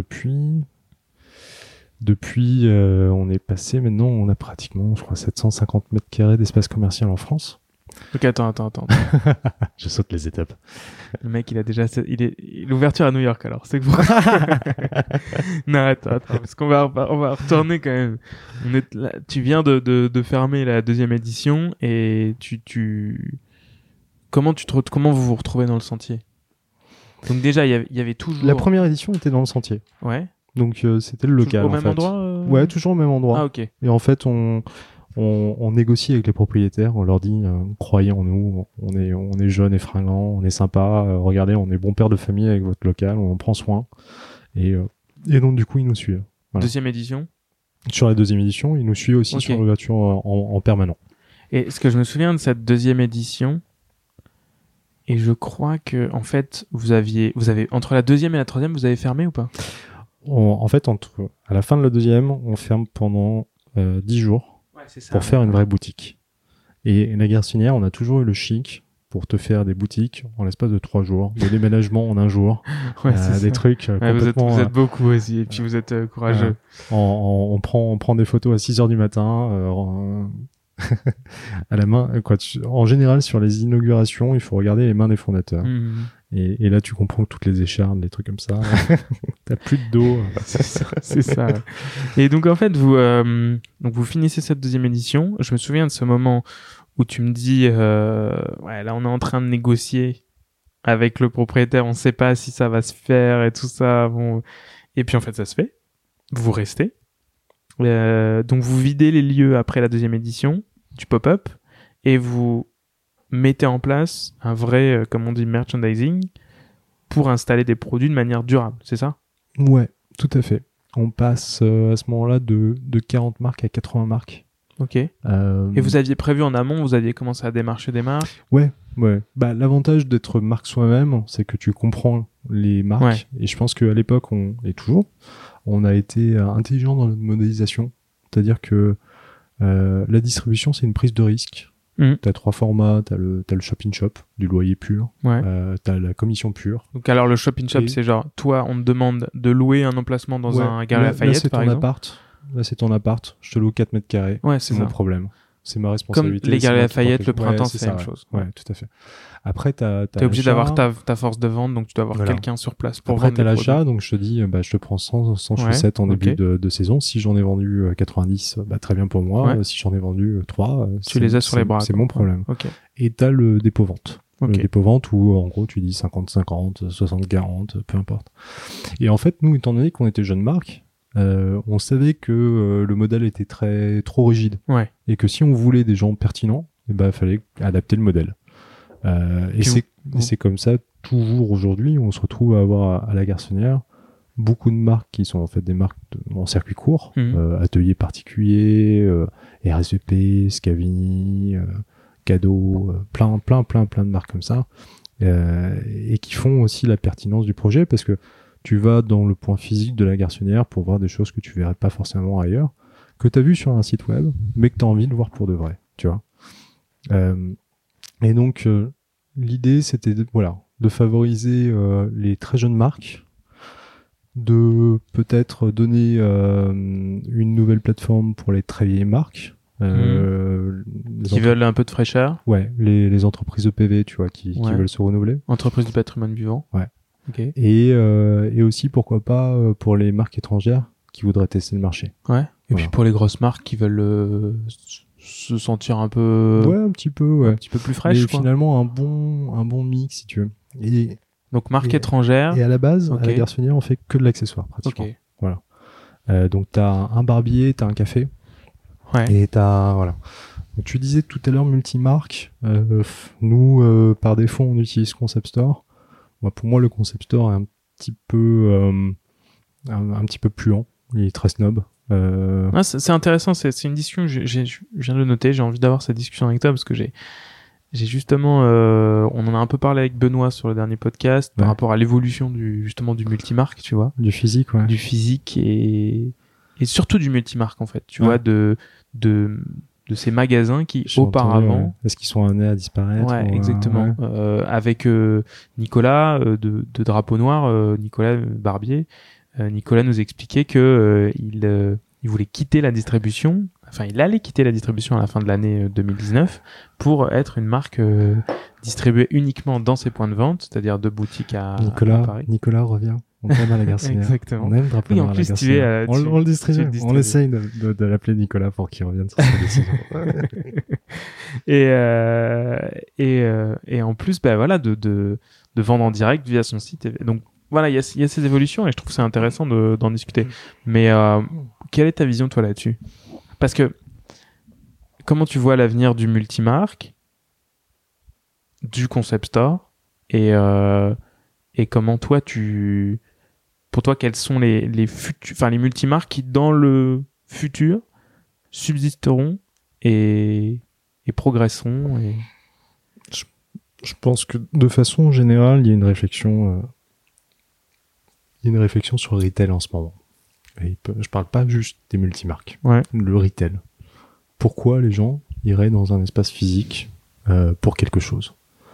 S2: depuis, on est passé maintenant, on a pratiquement, je crois, 750 mètres carrés d'espace commercial en France.
S1: Donc attends.
S2: Je saute les étapes.
S1: Le mec, il a déjà, l'ouverture à New York, alors, c'est que vous... Non, attends, parce qu'on va retourner quand même. Tu viens de fermer la deuxième édition et comment vous vous retrouvez dans le sentier? Donc déjà, il y avait toujours...
S2: La première édition était dans le sentier.
S1: Ouais.
S2: Donc c'était le local.
S1: Au même endroit
S2: Ouais, toujours au même endroit.
S1: Ah, ok.
S2: Et en fait, on négocie avec les propriétaires, on leur dit croyez en nous, on est jeunes et fringants, on est sympa, regardez, on est bon père de famille avec votre local, on en prend soin. Et donc du coup, ils nous suivent. Voilà.
S1: Deuxième édition?
S2: Sur la deuxième édition, ils nous suivent aussi sur l'ouverture en permanent.
S1: Et ce que je me souviens de cette deuxième édition, et je crois que en fait, vous avez entre la deuxième et la troisième, vous avez fermé ou pas?
S2: En fait, à la fin de la deuxième, on ferme pendant 10 jours pour faire une vraie boutique. Et la garçonnière, on a toujours eu le chic pour te faire des boutiques en l'espace de 3 jours, des déménagements en 1 jour, des trucs complètement...
S1: Vous êtes beaucoup aussi, et puis vous êtes courageux.
S2: On prend des photos à 6h du matin, à la main. En général, sur les inaugurations, il faut regarder les mains des fondateurs. Et là, tu comprends que toutes les échardes, les trucs comme ça, t'as plus de dos.
S1: C'est ça. Ouais. Et donc en fait, vous finissez cette deuxième édition. Je me souviens de ce moment où tu me dis, ouais, là on est en train de négocier avec le propriétaire, on sait pas si ça va se faire et tout ça. Bon. Et puis en fait, ça se fait. Vous restez. Donc vous videz les lieux après la deuxième édition du pop-up et vous mettez en place un vrai, comme on dit, merchandising pour installer des produits de manière durable, c'est ça ?
S2: Ouais, tout à fait. On passe à ce moment-là de 40 marques à 80 marques.
S1: Ok. Et vous aviez prévu en amont, vous aviez commencé à démarcher des marques ?
S2: Ouais. Bah, l'avantage d'être marque soi-même, c'est que tu comprends les marques. Ouais. Et je pense qu'à l'époque, on a été intelligent dans notre modélisation. C'est-à-dire que la distribution, c'est une prise de risque. T'as 3 formats, t'as le shop-in-shop, du loyer pur, t'as la commission pure.
S1: Donc alors le shop-in-shop, c'est genre, toi, on te demande de louer un emplacement dans un Galeries Lafayette, par exemple.
S2: Là, c'est ton appart, je te loue 4 mètres carrés, c'est mon problème. C'est ma responsabilité.
S1: Comme les Galeries Lafayette, le printemps, c'est la même chose.
S2: Ouais, tout à fait. Après, t'es
S1: obligé d'avoir ta force de vente, donc tu dois avoir quelqu'un sur place pour vendre.
S2: Après, t'as l'achat, donc je te dis, je te prends 100 chaussettes en début de saison. Si j'en ai vendu 90, très bien pour moi. Si j'en ai vendu 3,
S1: tu les as sur les bras.
S2: C'est mon problème.
S1: Okay.
S2: Et t'as le dépôt-vente. Le dépôt-vente où, en gros, tu dis 50-50, 60-40, peu importe. Et en fait, nous, étant donné qu'on était jeune marque, on savait que le modèle était trop rigide. Ouais. Et que si on voulait des gens pertinents, il fallait adapter le modèle. Et c'est comme ça toujours aujourd'hui. On se retrouve à avoir à la Garçonnière beaucoup de marques qui sont en fait des marques en circuit court, ateliers particuliers, RSVP, Scavini, Cadeau, plein de marques comme ça, et qui font aussi la pertinence du projet parce que tu vas dans le point physique de la Garçonnière pour voir des choses que tu verrais pas forcément ailleurs, que tu as vu sur un site web, mais que tu as envie de voir pour de vrai, tu vois. Et donc, l'idée, c'était de favoriser les très jeunes marques, de peut-être donner une nouvelle plateforme pour les très vieilles marques.
S1: Qui veulent un peu de fraîcheur.
S2: Ouais, les entreprises EPV, tu vois, qui veulent se renouveler.
S1: Entreprises du patrimoine vivant.
S2: Ouais.
S1: Okay.
S2: Et aussi, pourquoi pas, pour les marques étrangères qui voudraient tester le marché.
S1: Ouais. Et puis pour les grosses marques qui veulent se sentir un peu...
S2: Ouais, un petit peu
S1: plus fraîche.
S2: Mais finalement, un bon mix, si tu veux.
S1: Donc, marque étrangère.
S2: Et à la base, à la Garçonnière, on fait que de l'accessoire, pratiquement.
S1: Okay.
S2: Voilà. Donc, t'as un barbier, t'as un café.
S1: Ouais.
S2: Et voilà. Donc, tu disais tout à l'heure multimarque. Nous, par défaut, on utilise Concept Store. Pour moi, le Concept Store est un petit peu plus lent. Il est très snob.
S1: C'est intéressant, c'est une discussion, je viens de le noter, j'ai envie d'avoir cette discussion avec toi parce que j'ai justement, on en a un peu parlé avec Benoît sur le dernier podcast par rapport à l'évolution du multimarque, tu vois.
S2: Du physique, ouais.
S1: Du physique et surtout du multimarque, en fait, tu vois, de ces magasins qui, auparavant...
S2: Est-ce qu'ils sont amenés à disparaître?
S1: Ouais, exactement. Avec Nicolas, de Drapeau Noir, Nicolas Barbier, Nicolas nous expliquait que il voulait quitter la distribution. Enfin, il allait quitter la distribution à la fin de l'année 2019 pour être une marque distribuée uniquement dans ses points de vente, c'est-à-dire 2 boutiques à Paris.
S2: Nicolas revient. On aime à la Garçonnière.
S1: Exactement.
S2: On aime Drapeau Noir à la Garçonnière. On le distribue. On essaye de l'appeler Nicolas pour qu'il revienne sur sa décision.
S1: Et en plus, de vendre en direct via son site. Donc, voilà, il y a ces évolutions et je trouve que c'est intéressant d'en discuter. Mais quelle est ta vision, toi, là-dessus? Parce que comment tu vois l'avenir du multimarque, du concept store et comment toi, pour toi, quels sont les multimarques qui, dans le futur, subsisteront et progresseront
S2: Je pense que de façon générale, il y a une réflexion sur le retail en ce moment. Et je parle pas juste des multimarques.
S1: Ouais.
S2: Le retail. Pourquoi les gens iraient dans un espace physique pour quelque chose?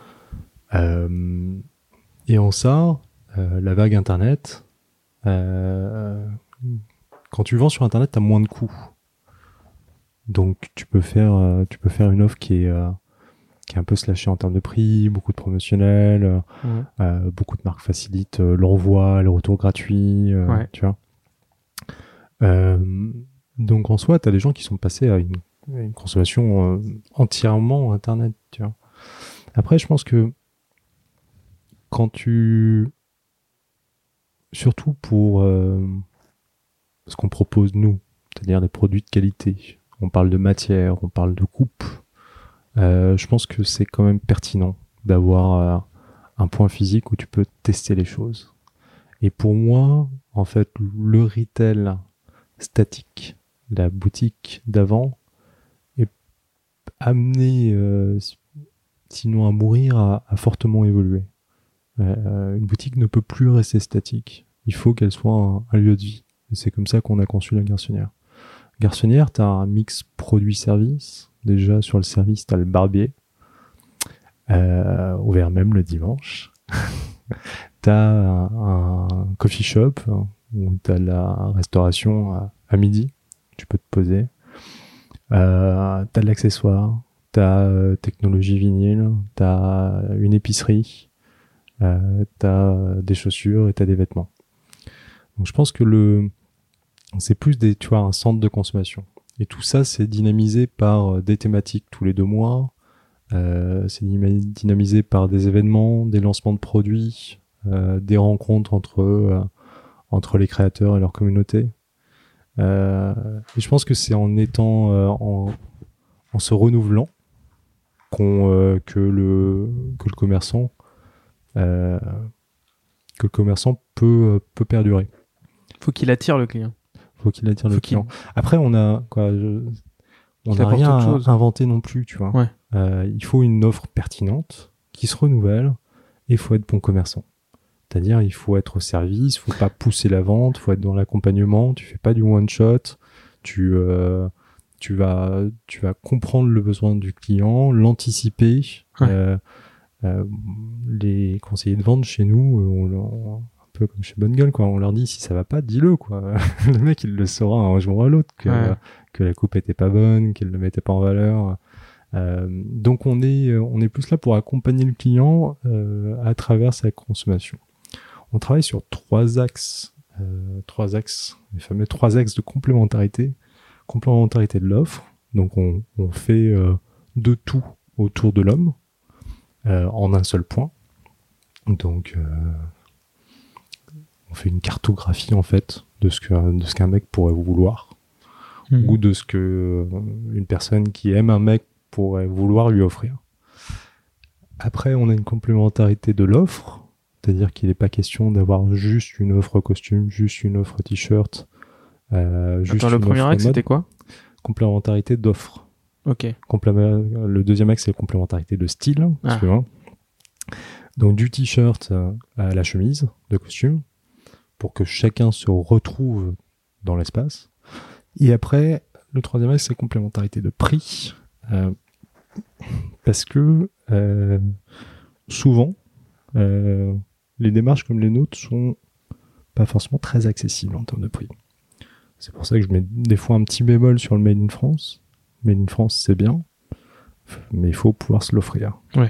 S2: Et en ça, la vague Internet, quand tu vends sur Internet, t'as moins de coûts. Donc tu peux faire une offre qui est qui est un peu slashé en termes de prix, beaucoup de promotionnels, beaucoup de marques facilitent l'envoi, le retour gratuit, tu vois. Donc en soi, tu as des gens qui sont passés à une consommation entièrement Internet, tu vois. Après, je pense que surtout pour ce qu'on propose nous, c'est-à-dire des produits de qualité, on parle de matière, on parle de coupe, je pense que c'est quand même pertinent d'avoir un point physique où tu peux tester les choses. Et pour moi, en fait, le retail statique, la boutique d'avant, est amené, sinon à mourir, à fortement évoluer. Une boutique ne peut plus rester statique. Il faut qu'elle soit un lieu de vie. Et c'est comme ça qu'on a conçu la Garçonnière. Garçonnière, tu as un mix produit-service. Déjà, sur le service, tu as le barbier, ouvert même le dimanche. Tu as un coffee shop, où tu as la restauration à midi. Tu peux te poser. Tu as de l'accessoire. Tu as technologie vinyle. Tu as une épicerie. T'as des chaussures et t'as des vêtements. Donc je pense que c'est plus un centre de consommation. Et tout ça, c'est dynamisé par des thématiques tous les 2 mois. C'est dynamisé par des événements, des lancements de produits, des rencontres entre les créateurs et leur communauté. Et je pense que c'est en se renouvelant que le commerçant peut perdurer.
S1: Faut qu'il attire le client.
S2: Après, on n'a rien inventé non plus, tu vois.
S1: Ouais.
S2: Il faut une offre pertinente qui se renouvelle et il faut être bon commerçant. C'est-à-dire, il faut être au service, il faut pas pousser la vente, il faut être dans l'accompagnement. Tu fais pas du one shot. Tu vas comprendre le besoin du client, l'anticiper.
S1: Ouais.
S2: Les conseillers de vente chez nous, un peu comme chez Bonne Gueule, quoi. On leur dit si ça va pas, dis-le, quoi. Le mec, il le saura un jour à l'autre que la coupe était pas bonne, qu'elle le mettait pas en valeur. Donc on est plus là pour accompagner le client à travers sa consommation. On travaille sur 3 axes, les fameux 3 axes de complémentarité de l'offre. Donc on fait de tout autour de l'homme. En un seul point. Donc, on fait une cartographie, en fait, de ce qu'un mec pourrait vouloir, ou de ce que une personne qui aime un mec pourrait vouloir lui offrir. Après, on a une complémentarité de l'offre, c'est-à-dire qu'il n'est pas question d'avoir juste une offre costume, juste une offre t-shirt.
S1: Le premier axe, c'était quoi ?
S2: Complémentarité d'offre.
S1: Ok.
S2: Le deuxième axe, c'est la complémentarité de style. Donc du t-shirt à la chemise de costume, pour que chacun se retrouve dans l'espace. Et après, le troisième axe, c'est la complémentarité de prix. Parce que souvent, les démarches comme les nôtres sont pas forcément très accessibles en termes de prix. C'est pour ça que je mets des fois un petit bémol sur le Made in France. Made in France, c'est bien, mais il faut pouvoir se l'offrir.
S1: Ouais.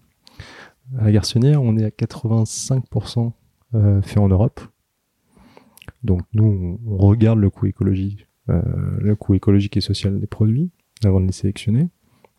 S2: À la Garçonnière, on est à 85% fait en Europe. Donc nous, on regarde le coût écologique et social des produits avant de les sélectionner.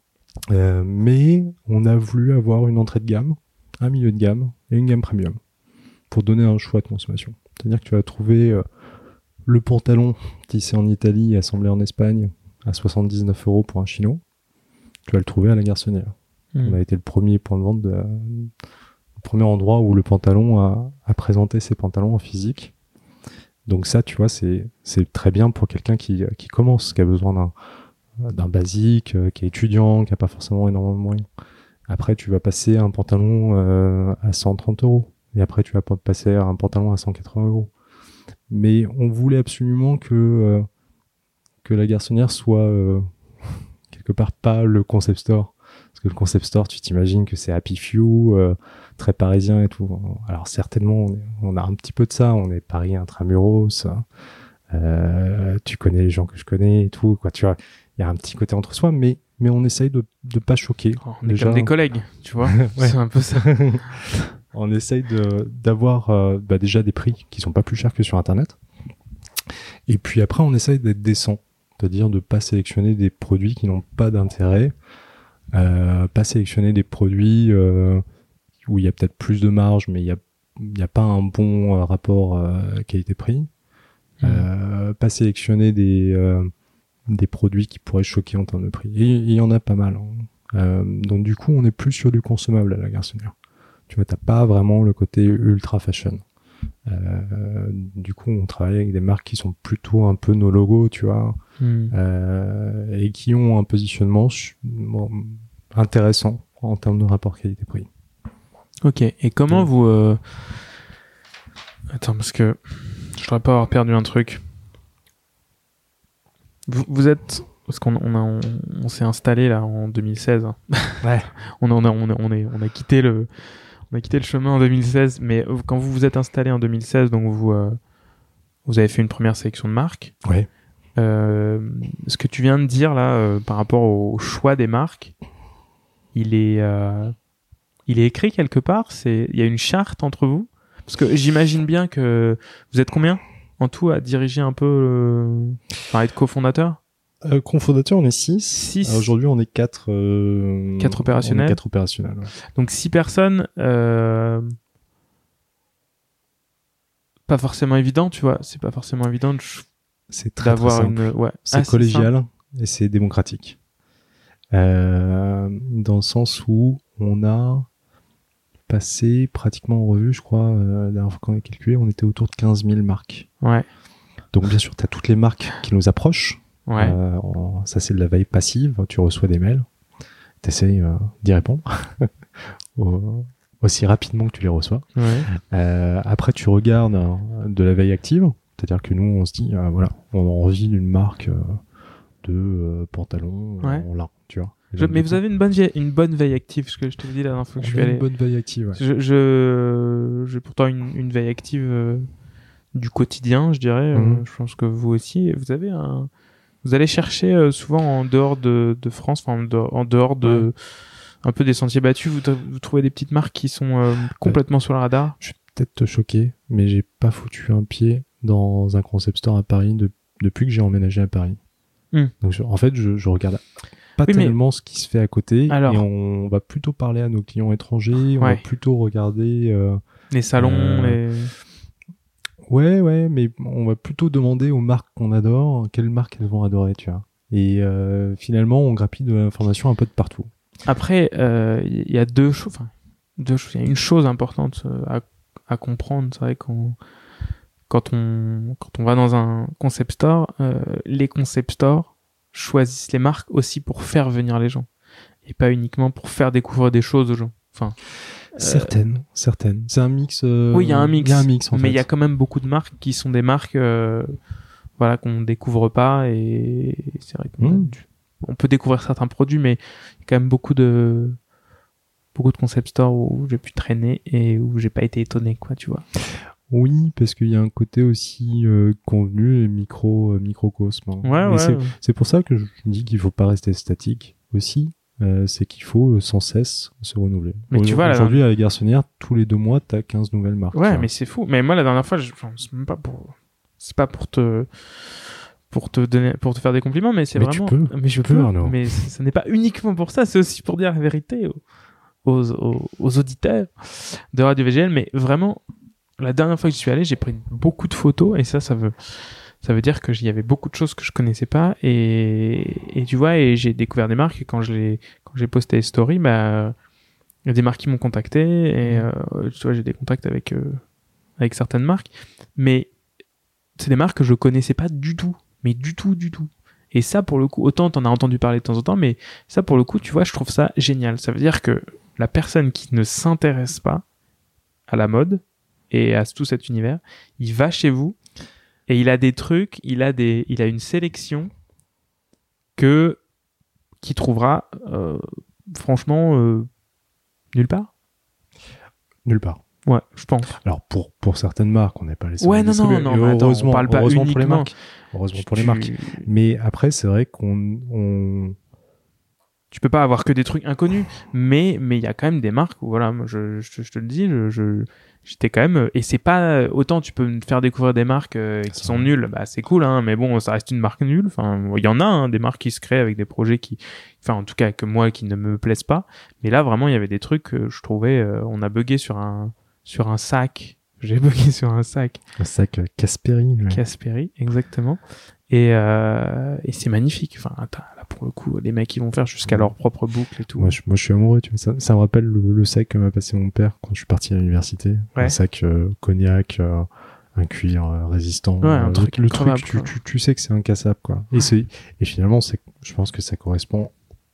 S2: Mais on a voulu avoir une entrée de gamme, un milieu de gamme et une gamme premium pour donner un choix de consommation. C'est-à-dire que tu vas trouver le pantalon tissé en Italie et assemblé en Espagne à 79 € pour un chino. Tu vas le trouver à la Garçonnière. On a été le premier point de vente, le premier endroit où le pantalon a présenté ses pantalons en physique. Donc ça, tu vois, c'est très bien pour quelqu'un qui commence, qui a besoin d'un basique, qui est étudiant, qui n'a pas forcément énormément de moyens. Après, tu vas passer un pantalon à 130 €. Et après, tu vas passer à un pantalon à 180 €. Mais on voulait absolument que la Garçonnière soit quelque part pas le concept store. Parce que le concept store, tu t'imagines que c'est Happy Few, très parisien et tout. Alors certainement, on a un petit peu de ça. On est Paris intramuros. Tu connais les gens que je connais et tout. Quoi, tu vois, il y a un petit côté entre soi, mais mais on essaye de pas choquer.
S1: On est comme des collègues, tu vois.
S2: Ouais.
S1: C'est un peu ça.
S2: On essaye d'avoir déjà des prix qui sont pas plus chers que sur Internet. Et puis après, on essaye d'être décent. C'est-à-dire de pas sélectionner des produits qui n'ont pas d'intérêt, pas sélectionner des produits où il y a peut-être plus de marge, mais il y a pas un bon rapport qualité-prix. Pas sélectionner des produits qui pourraient choquer en termes de prix. Et il y en a pas mal. Hein. Donc du coup, on est plus sur du consommable à la Garçonnière. Tu vois, t'as pas vraiment le côté ultra fashion. Du coup, on travaille avec des marques qui sont plutôt un peu nos logos, tu vois, et qui ont un positionnement intéressant en termes de rapport qualité-prix.
S1: Ok. Et comment vous... Attends, parce que je voudrais pas avoir perdu un truc. Vous êtes... Parce qu'on s'est installé là en 2016.
S2: Ouais.
S1: on a quitté le chemin en 2016, mais quand vous vous êtes installé en 2016, donc vous avez fait une première sélection de marques.
S2: Ouais.
S1: Ce que tu viens de dire là, par rapport au choix des marques, il est écrit quelque part. Il y a une charte entre vous, parce que j'imagine bien que vous êtes combien en tout à diriger un peu, enfin être cofondateur.
S2: Cofondateur, on est 6.
S1: 6.
S2: Aujourd'hui, on est 4.
S1: 4 opérationnels.
S2: On est 4 opérationnels. Ouais.
S1: Donc 6 personnes. Pas forcément évident, tu vois. C'est pas forcément évident
S2: c'est très
S1: d'avoir
S2: simple.
S1: une. Ouais.
S2: C'est collégial et c'est démocratique. Dans le sens où on a passé pratiquement en revue, je crois, la dernière fois qu'on a calculé, on était autour de 15 000 marques.
S1: Ouais.
S2: Donc bien sûr, tu as toutes les marques qui nous approchent.
S1: Ouais.
S2: Ça, c'est de la veille passive. Tu reçois des mails. Tu essayes d'y répondre aussi rapidement que tu les reçois.
S1: Ouais.
S2: Après, tu regardes de la veille active. C'est-à-dire que nous, on se dit, voilà, on a envie d'une marque de pantalon en lin, tu vois.
S1: Mais vous avez une bonne veille active, ce que je te dis la dernière fois que je suis allé.
S2: Une bonne veille active, ouais.
S1: J'ai pourtant une veille active du quotidien, je dirais. Je pense que vous aussi. Vous avez vous allez chercher souvent en dehors de France, enfin en dehors de un peu des sentiers battus. Vous trouvez des petites marques qui sont complètement sur le radar.
S2: Je vais peut-être te choquer, mais j'ai pas foutu un pied dans un concept store à Paris depuis que j'ai emménagé à Paris. Donc en fait, je regarde pas tellement ce qui se fait à côté, et on va plutôt parler à nos clients étrangers, on va plutôt regarder
S1: les salons,
S2: Ouais, mais on va plutôt demander aux marques qu'on adore, quelles marques elles vont adorer, tu vois. Et finalement, on grappille de l'information un peu de partout.
S1: Après, il y a deux choses. Il y a une chose importante à comprendre, c'est vrai, quand on va dans un concept store, les concept stores choisissent les marques aussi pour faire venir les gens, et pas uniquement pour faire découvrir des choses aux gens. Enfin.
S2: Certaines. C'est un mix.
S1: Oui, il y a un mix.
S2: En fait.
S1: Mais il y a quand même beaucoup de marques qui sont des marques, qu'on découvre pas, et c'est vrai qu'on peut découvrir certains produits, mais il y a quand même beaucoup de concept stores où j'ai pu traîner et où j'ai pas été étonné, quoi, tu vois.
S2: Oui, parce qu'il y a un côté aussi convenu et microcosme. Hein.
S1: Ouais.
S2: C'est pour ça que je dis qu'il faut pas rester statique aussi. C'est qu'il faut sans cesse se renouveler.
S1: Mais tu vois,
S2: aujourd'hui, à la Garçonnière, tous les 2 mois, t'as 15 nouvelles marques.
S1: Ouais, mais c'est fou. Mais moi, la dernière fois, c'est pas pour te faire des compliments, mais c'est vraiment. Mais je peux.
S2: Arnaud.
S1: Mais ce n'est pas uniquement pour ça. C'est aussi pour dire la vérité aux auditeurs de Radio VGL. Mais vraiment, la dernière fois que je suis allé, j'ai pris beaucoup de photos, et ça veut dire que il y avait beaucoup de choses que je connaissais pas, et tu vois, et j'ai découvert des marques, et quand j'ai posté les stories, il y a des marques qui m'ont contacté, et tu vois, j'ai des contacts avec certaines marques, mais c'est des marques que je connaissais pas du tout, mais du tout. Et ça, pour le coup, autant t'en as entendu parler de temps en temps, mais ça, pour le coup, tu vois, je trouve ça génial. Ça veut dire que la personne qui ne s'intéresse pas à la mode et à tout cet univers, il va chez vous, et il a des trucs, il a une sélection qu'il trouvera franchement nulle part.
S2: Nulle part.
S1: Ouais, je pense.
S2: Alors pour certaines marques, on n'est pas les seuls.
S1: Ouais, non, mais attends, on parle pas uniquement
S2: pour les marques. Heureusement pour les marques. Mais après, c'est vrai qu'on
S1: tu peux pas avoir que des trucs inconnus, mais il y a quand même des marques où, voilà, moi, je te le dis, j'étais quand même, et c'est pas autant tu peux me faire découvrir des marques qui sont nulles, bah c'est cool, hein, mais bon, ça reste une marque nulle. Enfin, il y en a, hein, des marques qui se créent avec des projets enfin, en tout cas que moi, qui ne me plaisent pas. Mais là, vraiment, il y avait des trucs que je trouvais, on a bugué sur un sac. J'ai bugué sur un sac.
S2: Un sac Casperi. Ouais.
S1: Casperi, exactement. Et c'est magnifique. Enfin, là, pour le coup, les mecs, ils vont faire jusqu'à leur propre boucle et tout.
S2: Moi, je suis amoureux. Tu vois, ça me rappelle le sac que m'a passé mon père quand je suis parti à l'université. Ouais. Un sac cognac, un cuir résistant.
S1: Ouais, un truc
S2: le truc, tu sais que c'est incassable, quoi. Et finalement, je pense que ça correspond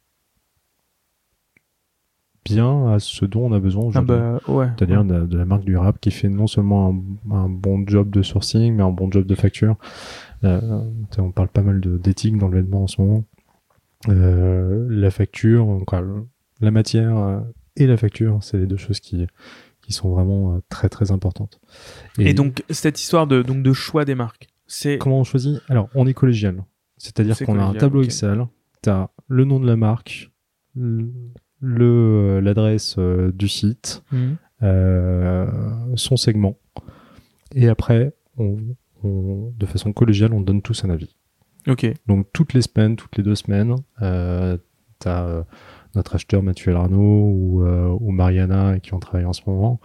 S2: bien à ce dont on a besoin aujourd'hui.
S1: Ouais.
S2: C'est-à-dire de la marque durable qui fait non seulement un bon job de sourcing, mais un bon job de facture. On parle pas mal d'éthique dans le vêtement en ce moment. La facture, la matière et la facture, c'est les deux choses qui sont vraiment très très importantes.
S1: Et donc cette histoire de choix des marques, c'est
S2: comment on choisit ? Alors on est collégial, c'est-à-dire qu'on a un tableau Excel, t'as le nom de la marque, l'adresse du site, son segment, et après de façon collégiale, on donne tous un avis.
S1: Ok.
S2: Donc toutes les semaines, toutes les 2 semaines, t'as notre acheteur Mathieu Arnaud ou Mariana qui ont travaillé en ce moment,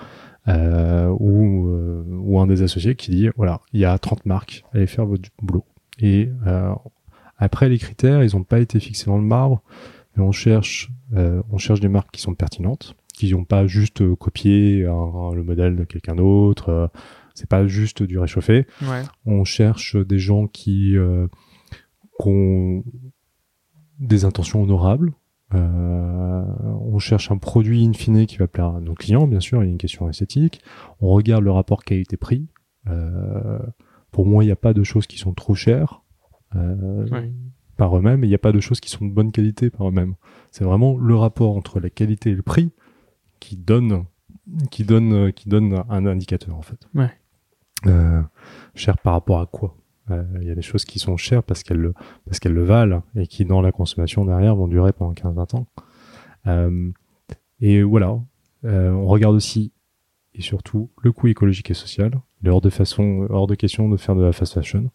S2: ou un des associés qui dit voilà, il y a 30 marques, allez faire votre boulot. Et après les critères, ils n'ont pas été fixés dans le marbre, mais on cherche des marques qui sont pertinentes, qui n'ont pas juste copié le modèle de quelqu'un d'autre. C'est pas juste du réchauffé.
S1: Ouais.
S2: On cherche des gens qui ont des intentions honorables. On cherche un produit in fine qui va plaire à nos clients, bien sûr, il y a une question esthétique. On regarde le rapport qualité-prix. Pour moi, il n'y a pas de choses qui sont trop chères par eux-mêmes, et il n'y a pas de choses qui sont de bonne qualité par eux-mêmes. C'est vraiment le rapport entre la qualité et le prix qui donne un indicateur, en fait.
S1: Ouais.
S2: Cher par rapport à quoi ? Il y a des choses qui sont chères parce qu'elles le valent et qui, dans la consommation derrière, vont durer pendant 15-20 ans. Et voilà. On regarde aussi, et surtout, le coût écologique et social. Il est hors de question de faire de la fast fashion.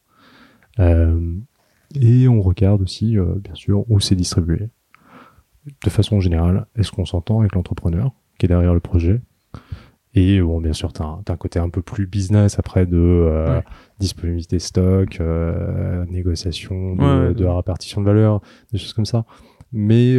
S2: Et on regarde aussi, bien sûr, où c'est distribué. De façon générale, est-ce qu'on s'entend avec l'entrepreneur qui est derrière le projet ? Et bon, bien sûr, t'as un côté un peu plus business après de disponibilité stock, négociation de la répartition de valeur, des choses comme ça. Mais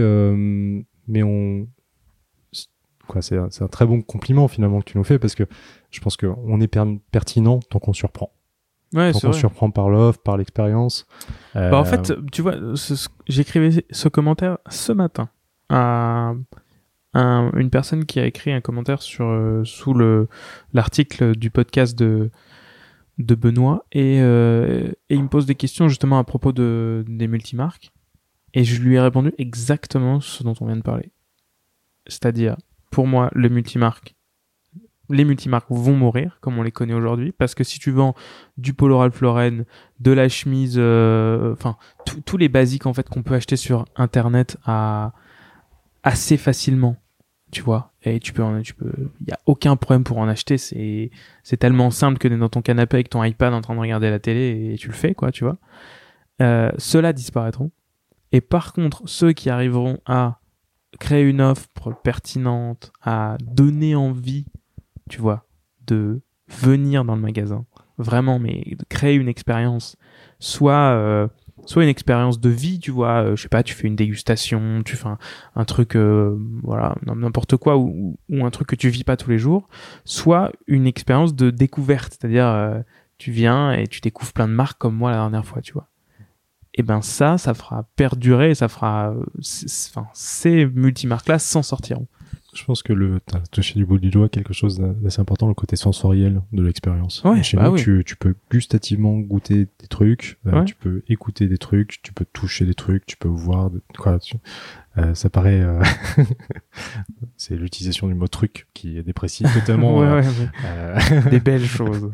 S2: c'est un très bon compliment finalement que tu nous fais, parce que je pense qu'on est pertinent tant qu'on surprend.
S1: Ouais,
S2: tant qu'on surprend par l'offre, par l'expérience.
S1: En fait, tu vois, j'écrivais ce commentaire ce matin à une personne qui a écrit un commentaire sous l'article du podcast de Benoît, et il me pose des questions justement à propos des multimarques, et je lui ai répondu exactement ce dont on vient de parler. C'est-à-dire, pour moi, les multimarques vont mourir comme on les connaît aujourd'hui, parce que si tu vends du polo Ralph Lauren, de la chemise, tous les basiques en fait qu'on peut acheter sur internet assez facilement, tu vois, et il y a aucun problème pour en acheter, c'est tellement simple que t'es dans ton canapé avec ton iPad en train de regarder la télé et tu le fais, quoi, tu vois. Ceux-là disparaîtront, et par contre ceux qui arriveront à créer une offre pertinente, à donner envie, tu vois, de venir dans le magasin, vraiment, mais de créer une expérience, soit une expérience de vie, tu vois, je sais pas, tu fais une dégustation, tu fais un truc, voilà, n'importe quoi, ou un truc que tu vis pas tous les jours, soit une expérience de découverte, c'est-à-dire tu viens et tu découvres plein de marques comme moi la dernière fois, tu vois. Et ben ça fera perdurer, ça fera, ces multimarques-là s'en sortiront.
S2: Je pense que t'as touché du bout du doigt quelque chose d'assez important, le côté sensoriel de l'expérience.
S1: Ouais,
S2: chez nous, tu peux gustativement goûter des trucs, tu peux écouter des trucs, tu peux toucher des trucs, tu peux voir ça paraît c'est l'utilisation du mot truc qui est déprécie totalement.
S1: Des belles choses.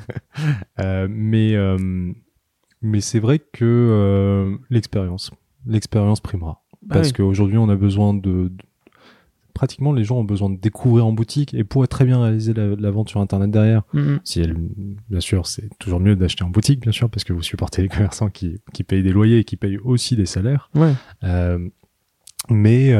S2: Mais c'est vrai que l'expérience primera. parce qu'aujourd'hui, on a besoin pratiquement, les gens ont besoin de découvrir en boutique et pour être très bien réaliser la vente sur Internet derrière. Bien sûr, c'est toujours mieux d'acheter en boutique, bien sûr, parce que vous supportez les commerçants qui payent des loyers et qui payent aussi des salaires.
S1: Ouais.
S2: Mais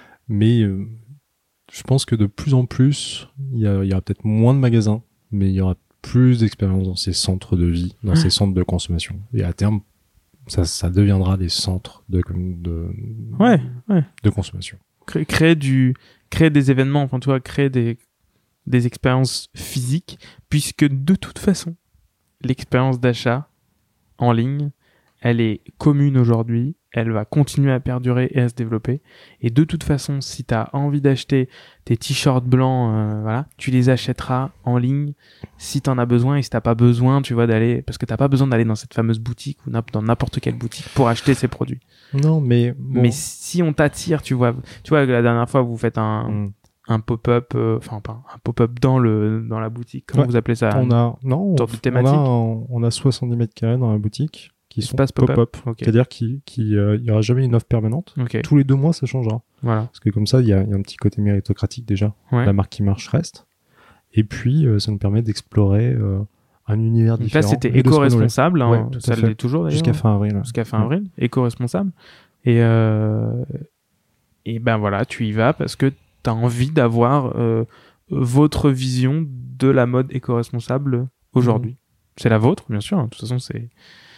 S2: je pense que de plus en plus, il y aura peut-être moins de magasins, mais il y aura plus d'expérience dans ces centres de vie, dans ces centres de consommation. Et à terme, ça deviendra des centres de consommation.
S1: Créer des événements, enfin, tu vois, créer des expériences physiques, puisque de toute façon, l'expérience d'achat en ligne, elle est commune aujourd'hui, elle va continuer à perdurer et à se développer. Et de toute façon, si tu as envie d'acheter tes t-shirts blancs, voilà, tu les achèteras en ligne si tu en as besoin et si tu n'as pas besoin, tu vois, d'aller, parce que tu n'as pas besoin d'aller dans cette fameuse boutique ou dans n'importe quelle boutique pour acheter ces produits.
S2: Non, mais bon.
S1: Mais si on t'attire, tu vois, la dernière fois, vous faites un pop-up, un pop-up dans la boutique. Comment vous appelez ça?
S2: On a 70 mètres carrés dans la boutique qui sont pop-up. Okay. C'est-à-dire qu'il y aura jamais une offre permanente.
S1: Okay.
S2: Tous les 2 mois, ça changera.
S1: Voilà.
S2: Parce que comme ça, il y a un petit côté méritocratique déjà. Ouais. La marque qui marche reste. Et puis, ça nous permet d'explorer un univers différent.
S1: Là, c'était éco-responsable. Hein,
S2: ouais,
S1: ça l'est toujours d'ailleurs.
S2: Jusqu'à fin avril.
S1: Jusqu'à fin avril. Éco-responsable. Et ben voilà, tu y vas parce que tu as envie d'avoir votre vision de la mode éco-responsable aujourd'hui. C'est la vôtre, bien sûr. De toute façon, c'est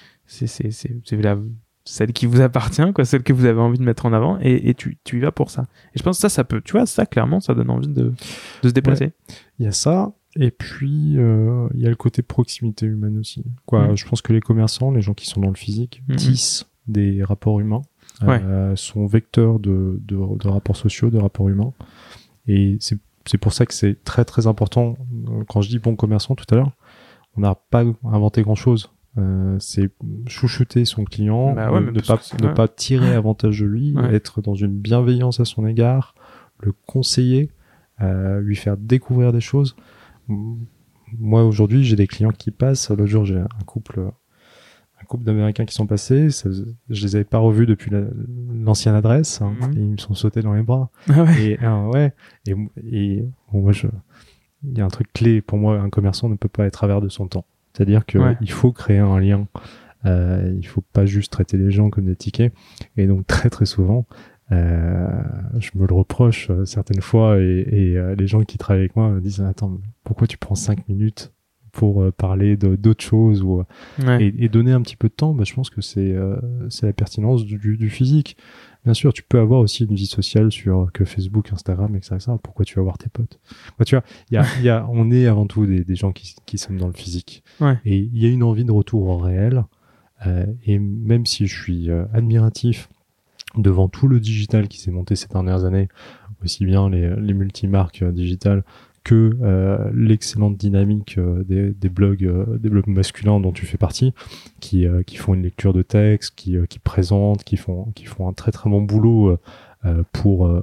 S1: celle qui vous appartient, quoi, celle que vous avez envie de mettre en avant, et tu y vas pour ça. Et je pense que ça peut, tu vois, ça clairement, ça donne envie de se déplacer.
S2: Ouais. Il y a ça, et puis il y a le côté proximité humaine aussi. Quoi, je pense que les commerçants, les gens qui sont dans le physique, tissent des rapports humains, sont vecteurs de rapports sociaux, de rapports humains, et c'est pour ça que c'est très très important. Quand je dis bon commerçant tout à l'heure, on n'a pas inventé grand chose. C'est chouchouter son client, ne pas tirer avantage de lui, être dans une bienveillance à son égard, le conseiller, lui faire découvrir des choses. Moi aujourd'hui j'ai des clients qui passent. L'autre jour j'ai un couple d'Américains qui sont passés, je les avais pas revus depuis l'ancienne adresse, et ils me sont sautés dans les bras. Et bon, moi il y a un truc clé pour moi, un commerçant ne peut pas être à travers de son temps. C'est-à-dire que il faut créer un lien. Il faut pas juste traiter les gens comme des tickets. Et donc très très souvent, je me le reproche certaines fois, et les gens qui travaillent avec moi me disent attends, pourquoi tu prends 5 minutes pour parler d'autres choses et donner un petit peu de temps. Je pense que c'est la pertinence du physique. Bien sûr, tu peux avoir aussi une vie sociale que Facebook, Instagram, etc. Pourquoi tu vas voir tes potes? Tu vois, on est avant tout des gens qui sommes dans le physique.
S1: Ouais.
S2: Et il y a une envie de retour au réel. Et même si je suis admiratif devant tout le digital qui s'est monté ces dernières années, aussi bien les multimarques digitales que l'excellente dynamique des blogs masculins dont tu fais partie, qui font une lecture de texte, qui présentent, qui font un très très bon boulot pour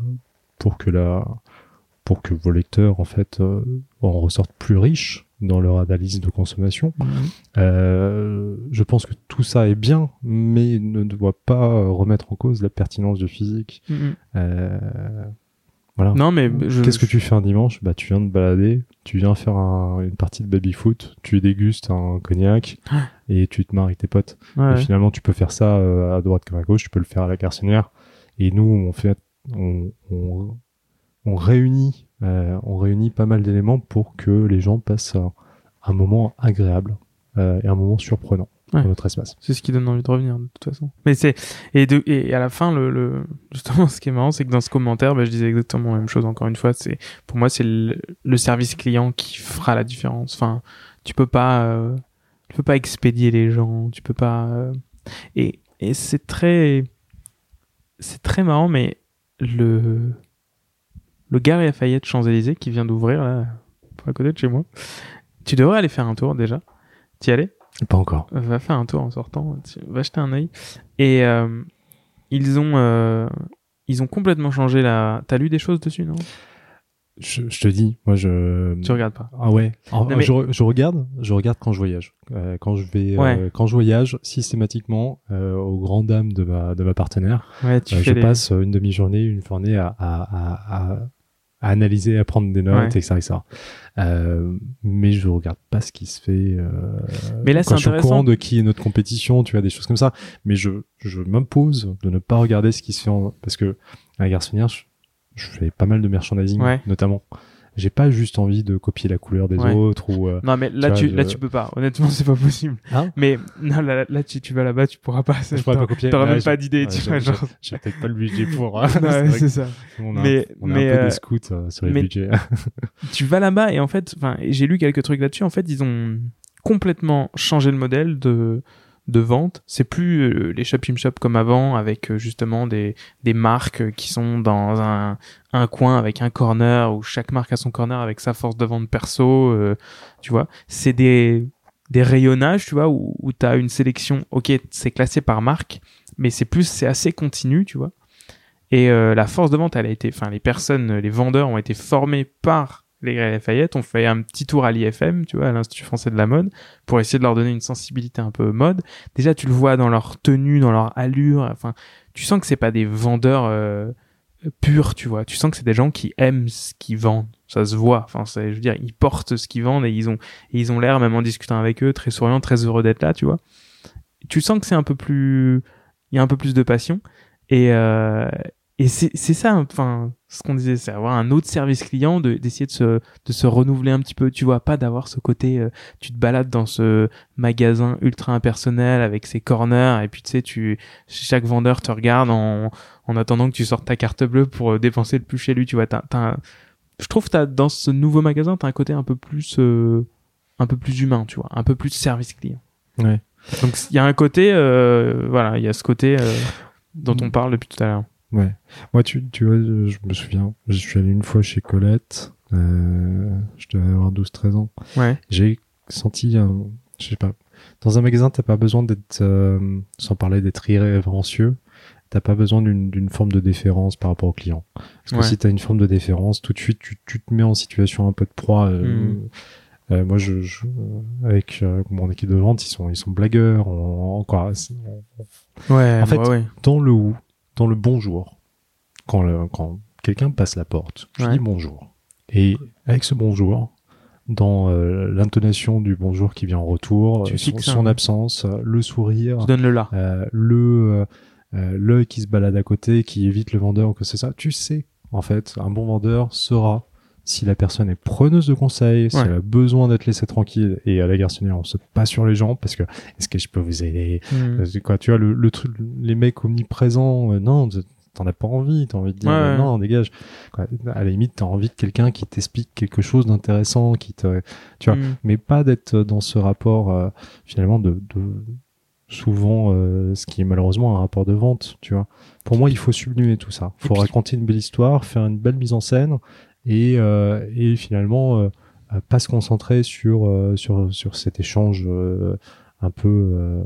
S2: que vos lecteurs en fait en ressortent plus riches dans leur analyse de consommation. Je pense que tout ça est bien, mais ne doit pas remettre en cause la pertinence du physique. Voilà.
S1: Non, mais
S2: qu'est-ce que tu fais un dimanche? Tu viens te balader, tu viens faire une partie de baby-foot, tu dégustes un cognac et tu te marres avec tes potes. Et finalement, tu peux faire ça à droite comme à gauche, tu peux le faire à la garçonnière. Et nous, on réunit pas mal d'éléments pour que les gens passent un moment agréable et un moment surprenant dans notre espace.
S1: C'est ce qui donne envie de revenir de toute façon. Mais et à la fin justement ce qui est marrant, c'est que dans ce commentaire, je disais exactement la même chose encore une fois. Pour moi c'est le service client qui fera la différence. Enfin, tu peux pas expédier les gens, tu peux pas et c'est très marrant, mais le Gare Lafayette Champs-Élysées qui vient d'ouvrir là à côté de chez moi, tu devrais aller faire un tour déjà. T'y allais?
S2: Pas encore.
S1: Va faire un tour en sortant, va jeter un œil. Et ils ont complètement changé la... T'as lu des choses dessus, non?
S2: Je te dis, moi
S1: Tu regardes pas.
S2: Ah ouais.
S1: Non, mais-
S2: Je regarde quand je voyage. Quand je voyage, systématiquement, aux grandes dames de ma partenaire,
S1: Ouais,
S2: je passe une demi-journée, une journée à analyser, à prendre des notes,
S1: Ouais.
S2: etc. Mais je regarde pas ce qui se fait.
S1: Mais là, c'est
S2: quand je suis au
S1: intéressant.
S2: courant de qui est notre compétition, tu vois, des choses comme ça. Mais je m'impose de ne pas regarder ce qui se fait parce que à la Garçonnière, je fais pas mal de merchandising,
S1: Ouais.
S2: notamment. J'ai pas juste envie de copier la couleur des
S1: Ouais.
S2: autres ou.
S1: Non, mais là, tu peux pas. Honnêtement, c'est pas possible.
S2: Hein
S1: Mais non, là, tu vas là-bas, tu pourras pas.
S2: Je pourrais pas copier.
S1: T'auras
S2: Ouais,
S1: même pas d'idée,
S2: ouais,
S1: tu vois, genre.
S2: j'ai peut-être pas le budget pour.
S1: Ouais,
S2: vrai
S1: c'est
S2: que
S1: ça.
S2: On a
S1: Mais
S2: un peu des scouts sur les budgets.
S1: Tu vas là-bas et en fait, j'ai lu quelques trucs là-dessus. En fait, ils ont complètement changé le modèle de vente. C'est plus les shop in shop comme avant avec justement des marques qui sont dans un coin avec un corner où chaque marque a son corner avec sa force de vente perso, tu vois. C'est des rayonnages, tu vois, où t'as une sélection. Ok, c'est classé par marque, mais c'est assez continu, tu vois. Et la force de vente, les vendeurs ont été formés par les Galeries Lafayette. On fait un petit tour à l'IFM, tu vois, à l'Institut français de la mode, pour essayer de leur donner une sensibilité un peu mode. Déjà, tu le vois dans leur tenue, dans leur allure. Enfin, tu sens que c'est pas des vendeurs purs, tu vois. Tu sens que c'est des gens qui aiment ce qu'ils vendent. Ça se voit. Enfin, je veux dire, ils portent ce qu'ils vendent et ils ont l'air, même en discutant avec eux, très souriants, très heureux d'être là, tu vois. Tu sens que c'est il y a un peu plus de passion. Et c'est ça, enfin, ce qu'on disait, c'est avoir un autre service client, d'essayer de se renouveler un petit peu, tu vois, pas d'avoir ce côté, tu te balades dans ce magasin ultra impersonnel avec ses corners, et puis tu sais, chaque vendeur te regarde en attendant que tu sortes ta carte bleue pour dépenser le plus chez lui, tu vois, je trouve que dans ce nouveau magasin, t'as un côté un peu plus humain, tu vois, un peu plus service client.
S2: Ouais.
S1: Donc, il y a un côté, voilà, il y a ce côté, dont on parle depuis tout à l'heure.
S2: Ouais. Moi, tu vois, je me souviens, je suis allé une fois chez Colette, je devais avoir 12-13 ans.
S1: Ouais.
S2: J'ai senti, je sais pas, dans un magasin, t'as pas besoin d'être, sans parler d'être irrévérencieux, t'as pas besoin d'une forme de déférence par rapport au client. Parce que si t'as une forme de déférence, tout de suite, tu te mets en situation un peu de proie. Moi, avec mon équipe de vente, ils sont blagueurs, quoi.
S1: Ouais.
S2: En fait,
S1: ouais.
S2: dans le bonjour, quand quelqu'un passe la porte, je dis bonjour. Et avec ce bonjour, dans l'intonation du bonjour qui vient en retour, son absence, le sourire,
S1: tu donnes le là.
S2: L'œil qui se balade à côté, qui évite le vendeur, que c'est ça. Tu sais, en fait, un bon vendeur saura si la personne est preneuse de conseils, si elle a besoin d'être laissée tranquille. Et à la Garçonnière, on saute pas sur les gens parce que est-ce que je peux vous aider? Quoi, tu vois, le truc, les mecs omniprésents, non, t'en as pas envie, t'as envie de dire non, dégage. Quoi, à la limite, t'as envie de quelqu'un qui t'explique quelque chose d'intéressant, tu vois, mais pas d'être dans ce rapport finalement de souvent ce qui est malheureusement un rapport de vente, tu vois. Pour moi, il faut sublimer tout ça. Il faut raconter une belle histoire, faire une belle mise en scène et finalement pas se concentrer sur cet échange un peu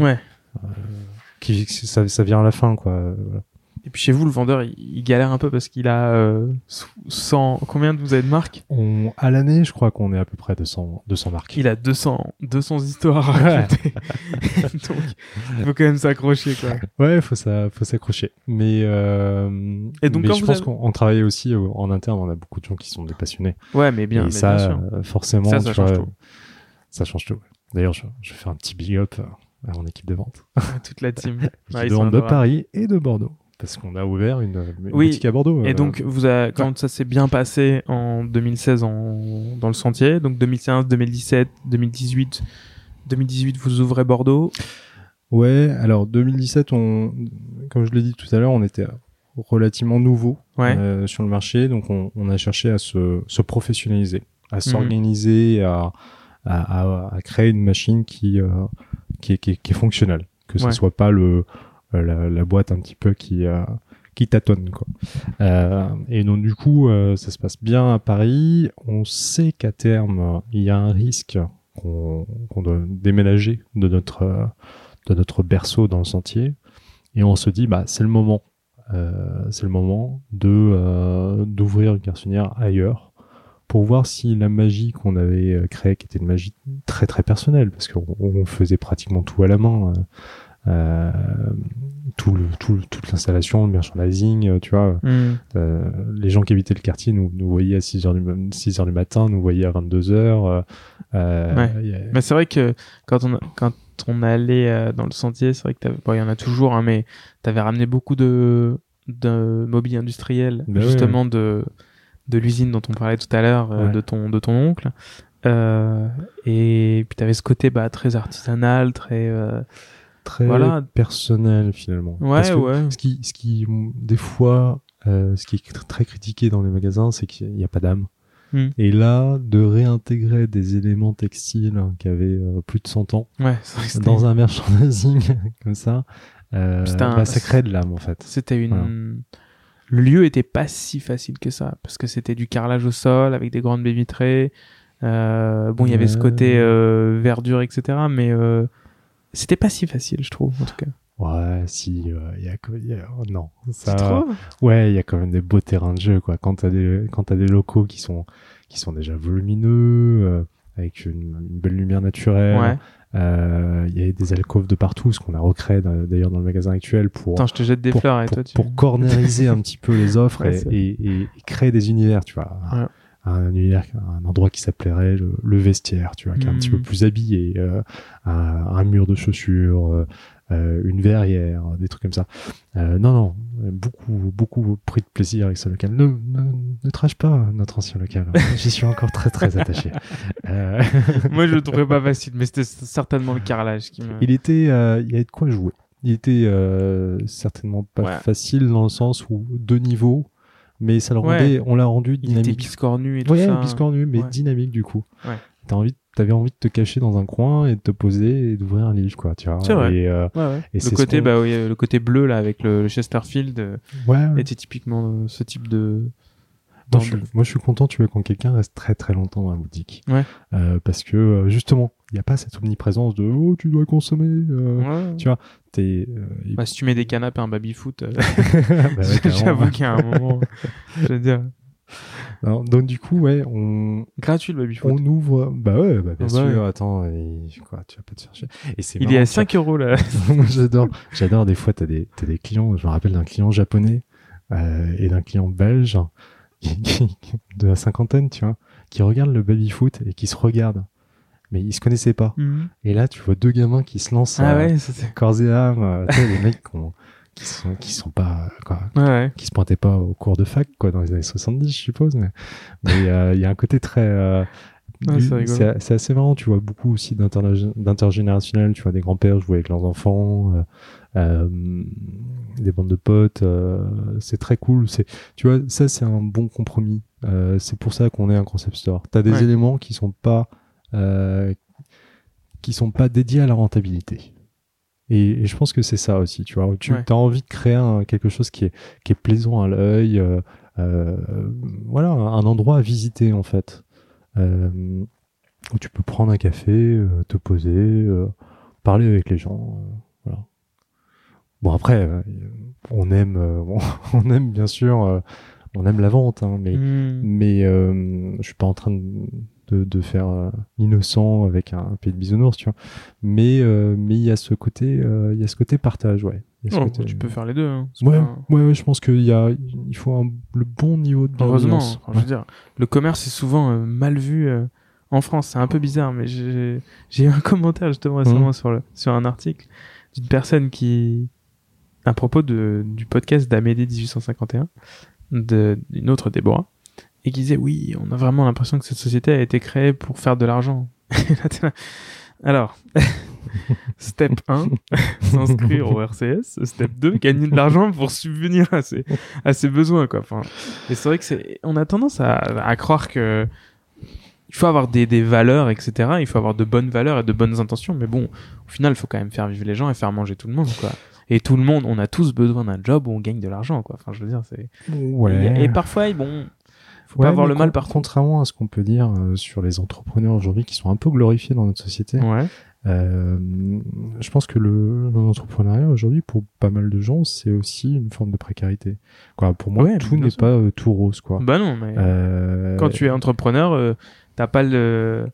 S2: ça vient à la fin, quoi. Voilà.
S1: Et puis chez vous, le vendeur, il galère un peu parce qu'il a 100... Combien vous avez de marques?
S2: À l'année, je crois qu'on est à peu près 200 marques.
S1: Il a 200 histoires à raconter. Donc, il faut quand même s'accrocher, quoi.
S2: Ouais, faut s'accrocher. Mais je pense qu'on travaille aussi en interne. On a beaucoup de gens qui sont des passionnés.
S1: Ouais, mais bien.
S2: Et ça, bien sûr. Forcément,
S1: ça change tout.
S2: Ça change tout. D'ailleurs, je vais faire un petit big up à mon équipe de vente.
S1: Toute la team.
S2: De vente de Paris et de Bordeaux. Parce qu'on a ouvert une boutique à Bordeaux.
S1: Et donc, quand ça s'est bien passé en 2016 dans le sentier, donc 2015, 2017, 2018, vous ouvrez Bordeaux.
S2: Ouais, alors 2017, comme je l'ai dit tout à l'heure, on était relativement nouveau sur le marché, donc on a cherché à se professionnaliser, à s'organiser, à créer une machine qui est fonctionnelle, que ce soit pas la boîte un petit peu qui tâtonne, quoi. Et donc du coup ça se passe bien à Paris. On sait qu'à terme il y a un risque qu'on doit déménager de notre berceau dans le sentier, et on se dit c'est le moment c'est le moment d'ouvrir une garçonnière ailleurs pour voir si la magie qu'on avait créée, qui était une magie très très personnelle, parce qu'on faisait pratiquement tout à la main, toute l'installation, le merchandising, tu vois. Les gens qui habitaient le quartier nous voyaient à 6h du matin, nous voyaient à 22h.
S1: Mais c'est vrai que quand on allait dans le sentier, c'est vrai que il y en a toujours, hein, mais t'avais ramené beaucoup de mobilier industriel, justement de l'usine dont on parlait tout à l'heure, de ton oncle. Et puis t'avais ce côté très artisanal, très
S2: personnel finalement. Parce que ce qui des fois ce qui est très critiqué dans les magasins, c'est qu'il n'y a pas d'âme. Et là, de réintégrer des éléments textiles qui avaient plus de 100 ans dans un merchandising comme ça, ça crée de l'âme en fait.
S1: C'était le lieu était pas si facile que ça, parce que c'était du carrelage au sol avec des grandes baies vitrées. Il y avait ce côté verdure, etc. Mais c'était pas si facile, je trouve, en tout cas.
S2: Ouais, si, non. Ça,
S1: c'est trop.
S2: Ouais, il y a quand même des beaux terrains de jeu, quoi. Quand t'as des locaux qui sont déjà volumineux, avec une belle lumière naturelle. Il y a des alcôves de partout, ce qu'on a recréé d'ailleurs dans le magasin actuel pour.
S1: Attends, je te jette des fleurs et toi
S2: pour cornériser un petit peu les offres et créer des univers, tu vois.
S1: Ouais.
S2: Un endroit qui s'appellerait le vestiaire, tu vois, qui est un petit peu plus habillé, un mur de chaussures, une verrière, des trucs comme ça. Non, beaucoup pris de plaisir avec ce local. Ne trash pas notre ancien local. J'y suis encore très très attaché.
S1: Moi, je le trouvais pas facile, mais c'était certainement le carrelage qui me.
S2: Il y avait de quoi jouer. Il était certainement pas facile dans le sens où 2 niveaux. Mais ça on l'a rendu dynamique.
S1: Il était biscornu et tout ça.
S2: Ouais, biscornu, mais dynamique du coup. Ouais. T'avais envie de te cacher dans un coin et de te poser et d'ouvrir un livre, quoi, tu vois.
S1: C'est vrai.
S2: Et
S1: le côté bleu, là, avec le Chesterfield, était typiquement ce type de...
S2: Moi, je suis content, tu vois, quand quelqu'un reste très très longtemps dans la boutique.
S1: Ouais.
S2: Parce que, justement, il n'y a pas cette omniprésence de « Oh, tu dois consommer tu vois.
S1: Si tu mets des canapes et un baby-foot, j'avoue qu'il y a un moment, je veux dire...
S2: Alors, donc du coup,
S1: gratuit le baby-foot.
S2: On ouvre, bien sûr. Attends, quoi, tu vas pas te chercher. Et
S1: il est à 5 € là.
S2: J'adore. Des fois, t'as des clients. Je me rappelle d'un client japonais et d'un client belge de la cinquantaine, tu vois, qui regardent le baby-foot et qui se regardent. Mais ils se connaissaient pas. Et là, tu vois 2 gamins qui se lancent corps et âme. Tu sais, les mecs qui sont pas qui se pointaient pas au cours de fac dans les années 70, je suppose, mais il y a un côté très c'est assez marrant, tu vois, beaucoup aussi d'intergénérationnel, tu vois, des grands-pères jouer avec leurs enfants, des bandes de potes, c'est très cool, tu vois, ça c'est un bon compromis, c'est pour ça qu'on est un concept store. T'as des éléments qui sont pas dédiés à la rentabilité. Et je pense que c'est ça aussi, tu vois. Tu as envie de créer quelque chose qui est plaisant à l'œil, un endroit à visiter en fait, où tu peux prendre un café, te poser, parler avec les gens, voilà. Bon après, on aime bien sûr, on aime la vente, hein, mais je suis pas en train de faire innocent avec un pied de bisounours, tu vois, mais il y a ce côté partage,
S1: tu peux faire les deux, hein.
S2: Je pense il faut le bon niveau de bienveillance.
S1: Heureusement, je veux dire, le commerce est souvent mal vu en France, c'est un peu bizarre, mais j'ai eu un commentaire justement récemment sur un article d'une personne qui, à propos du podcast d'Amédée 1851, d'une autre Déborah, et qui disait oui, on a vraiment l'impression que cette société a été créée pour faire de l'argent. Alors, step 1, s'inscrire au RCS. Step 2, gagner de l'argent pour subvenir à ses besoins, quoi. Enfin, et c'est vrai que on a tendance à croire que il faut avoir des valeurs, etc. Il faut avoir de bonnes valeurs et de bonnes intentions. Mais bon, au final, il faut quand même faire vivre les gens et faire manger tout le monde, quoi. Et tout le monde, on a tous besoin d'un job où on gagne de l'argent, quoi. Enfin, je veux dire, c'est... Et parfois, faut pas avoir le mal par contre.
S2: Contrairement à ce qu'on peut dire sur les entrepreneurs aujourd'hui qui sont un peu glorifiés dans notre société, Je pense que l'entrepreneuriat aujourd'hui, pour pas mal de gens, c'est aussi une forme de précarité. Quoi, pour moi, tout n'est pas tout rose, quoi.
S1: Bah non, mais quand tu es entrepreneur, t'as pas les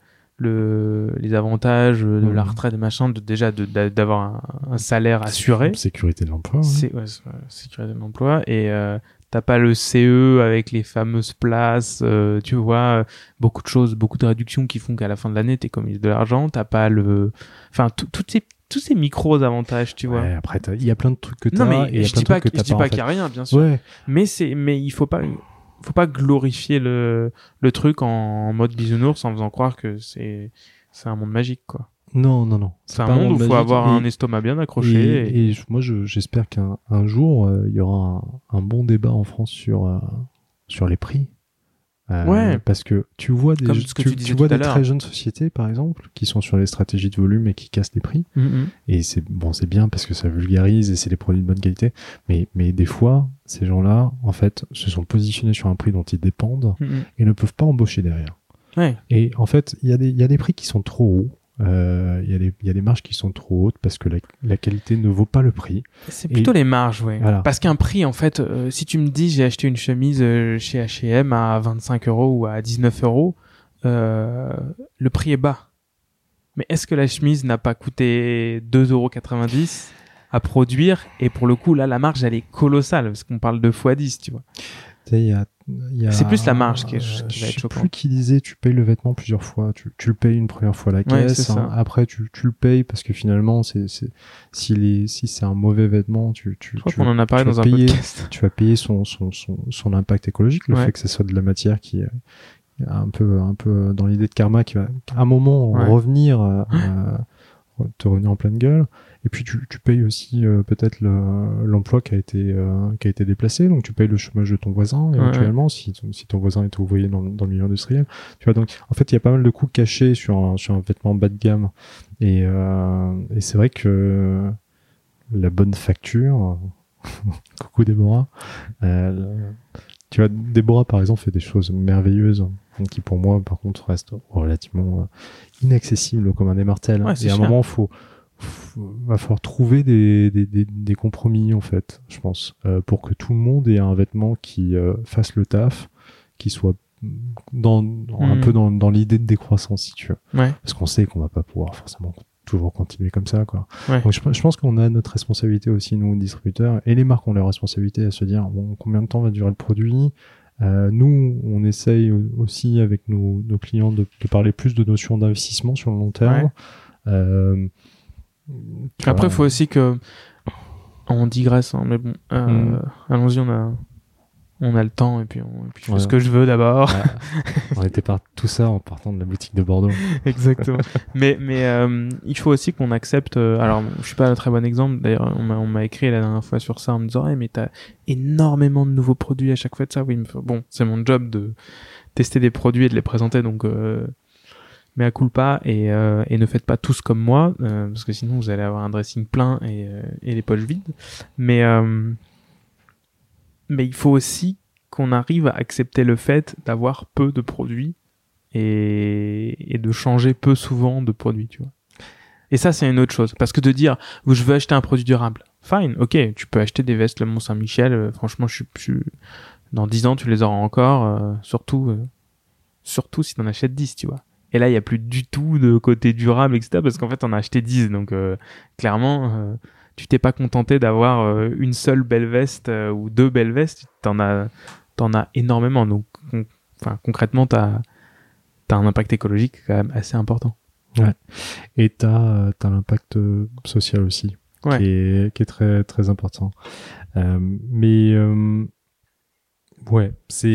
S1: avantages de la retraite et machin, d'avoir un salaire assuré.
S2: Sécurité de l'emploi.
S1: Sécurité de l'emploi. Et t'as pas le CE avec les fameuses places, tu vois, beaucoup de choses, beaucoup de réductions qui font qu'à la fin de l'année, t'économises de l'argent. T'as pas enfin, tous ces micros avantages, tu vois.
S2: Après, il y a plein de trucs que t'as.
S1: Non, mais je dis pas qu'il y a rien, bien sûr.
S2: Ouais.
S1: Mais il faut pas glorifier le truc en mode bisounours en faisant croire que c'est un monde magique, quoi.
S2: Non.
S1: C'est un monde où il faut avoir un estomac bien accroché.
S2: Et moi, j'espère qu'un jour, il y aura un bon débat en France sur les prix. Parce que tu vois des très jeunes sociétés, par exemple, qui sont sur des stratégies de volume et qui cassent les prix. Et c'est bien parce que ça vulgarise et c'est des produits de bonne qualité. Mais des fois, ces gens-là, en fait, se sont positionnés sur un prix dont ils dépendent et ne peuvent pas embaucher derrière.
S1: Ouais.
S2: Et en fait, il y a des prix qui sont trop hauts. Il y a des marges qui sont trop hautes parce que la qualité ne vaut pas le prix.
S1: C'est plutôt les marges, ouais.
S2: Voilà.
S1: Parce qu'un prix, en fait, si tu me dis j'ai acheté une chemise chez H&M à 25 € ou à 19 €, le prix est bas. Mais est-ce que la chemise n'a pas coûté 2,90 € à produire? Et pour le coup, là, la marge, elle est colossale parce qu'on parle de x10, tu vois.
S2: C'est
S1: plus la marge qui va être choquante.
S2: Je sais plus qui disait tu payes le vêtement plusieurs fois. Tu le payes une première fois à la caisse. Après, tu le payes parce que finalement, si c'est un mauvais vêtement, je crois qu'on en a parlé dans un podcast. Tu vas payer son impact écologique, le fait que ce soit de la matière qui est un peu dans l'idée de karma qui va à un moment revenir, te revenir en pleine gueule. Et puis tu payes aussi peut-être l'emploi qui a été déplacé, donc tu payes le chômage de ton voisin éventuellement si ton voisin est ouvrier dans le milieu industriel. Tu vois, donc en fait il y a pas mal de coûts cachés sur un vêtement bas de gamme et c'est vrai que la bonne facture, coucou Déborah, tu vois, Déborah par exemple fait des choses merveilleuses qui pour moi par contre restent relativement inaccessibles comme un des martels. Et à un moment va falloir trouver des compromis en fait, je pense, pour que tout le monde ait un vêtement qui fasse le taf, qui soit un peu dans l'idée de décroissance, si tu veux. Parce qu'on sait qu'on va pas pouvoir forcément toujours continuer comme ça, quoi. Donc je pense qu'on a notre responsabilité aussi, nous distributeurs, et les marques ont leur responsabilité à se dire bon, combien de temps va durer le produit. Nous, on essaye aussi avec nos clients de parler plus de notions d'investissement sur le long terme.
S1: Après, il faut aussi que on digresse, hein, mais bon, allons-y, on a le temps et puis je fais ce que je veux d'abord.
S2: On était tout ça en partant de la boutique de Bordeaux.
S1: Exactement. mais il faut aussi qu'on accepte. Alors, je suis pas un très bon exemple. D'ailleurs, on m'a écrit la dernière fois sur ça en me disant mais t'as énormément de nouveaux produits à chaque fois de ça. Oui, bon, c'est mon job de tester des produits et de les présenter, donc. Mais à culpa et ne faites pas tous comme moi parce que sinon vous allez avoir un dressing plein et les poches vides. Mais il faut aussi qu'on arrive à accepter le fait d'avoir peu de produits et de changer peu souvent de produits, tu vois. Et ça, c'est une autre chose. Parce que de dire, je veux acheter un produit durable. Fine, ok, tu peux acheter des vestes Le Mont Saint-Michel. Franchement, dans 10 ans, tu les auras encore. Surtout si t'en achètes 10, tu vois. Et là, il n'y a plus du tout de côté durable, etc. Parce qu'en fait, on a acheté 10. Donc, clairement, tu t'es pas contenté d'avoir une seule belle veste ou deux belles vestes. T'en as énormément. Donc, concrètement, t'as un impact écologique quand même assez important.
S2: Ouais. Et t'as l'impact social aussi, qui est très, très important. Ouais,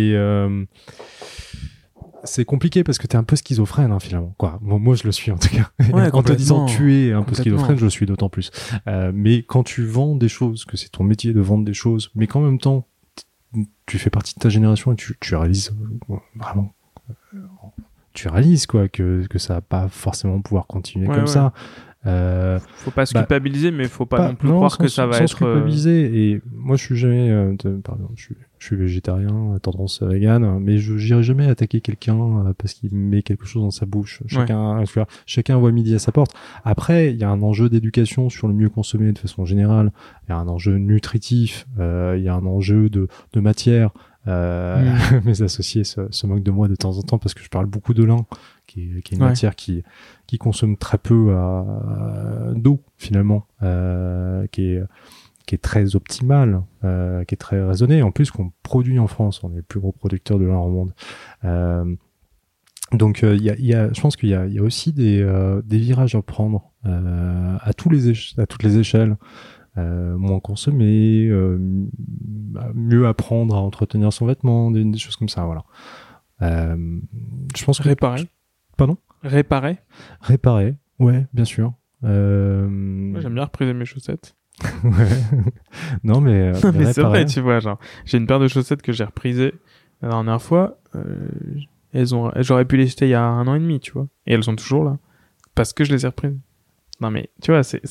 S2: c'est compliqué parce que t'es un peu schizophrène, hein, finalement. Quoi. Moi, je le suis, en tout cas. En te disant tu es un peu schizophrène, je le suis d'autant plus. Mais quand tu vends des choses, que c'est ton métier de vendre des choses, mais qu'en même temps, tu fais partie de ta génération et tu réalises vraiment, tu réalises, quoi, que ça va pas forcément pouvoir continuer comme ça.
S1: Faut pas se culpabiliser, mais faut pas non plus croire que ça va
S2: sans
S1: être...
S2: se culpabiliser. Et moi, je suis jamais... par exemple, je suis végétarien, à tendance végane, mais je n'irai jamais attaquer quelqu'un parce qu'il met quelque chose dans sa bouche. Chacun voit midi à sa porte. Après, il y a un enjeu d'éducation sur le mieux consommer de façon générale. Il y a un enjeu nutritif. Il y a un enjeu de matière. Mes associés se moquent de moi de temps en temps parce que je parle beaucoup de lin, qui est une matière qui consomme très peu d'eau finalement, qui est très optimale, qui est très raisonnée. En plus, qu'on produit en France, on est le plus gros producteur de lin au monde. Donc, je pense qu'il y a aussi des virages à prendre à toutes les échelles. Moins consommer, mieux apprendre à entretenir son vêtement, des choses comme ça, voilà. Je pense que...
S1: Réparer.
S2: Pardon ?
S1: Réparer,
S2: ouais, bien sûr.
S1: Moi, j'aime bien repriser mes chaussettes.
S2: Ouais. Non, mais
S1: c'est vrai, tu vois, genre, j'ai une paire de chaussettes que j'ai reprisées la dernière fois, j'aurais pu les jeter il y a 1 an et demi, tu vois, et elles sont toujours là, parce que je les ai reprises. Non mais, tu vois, c'est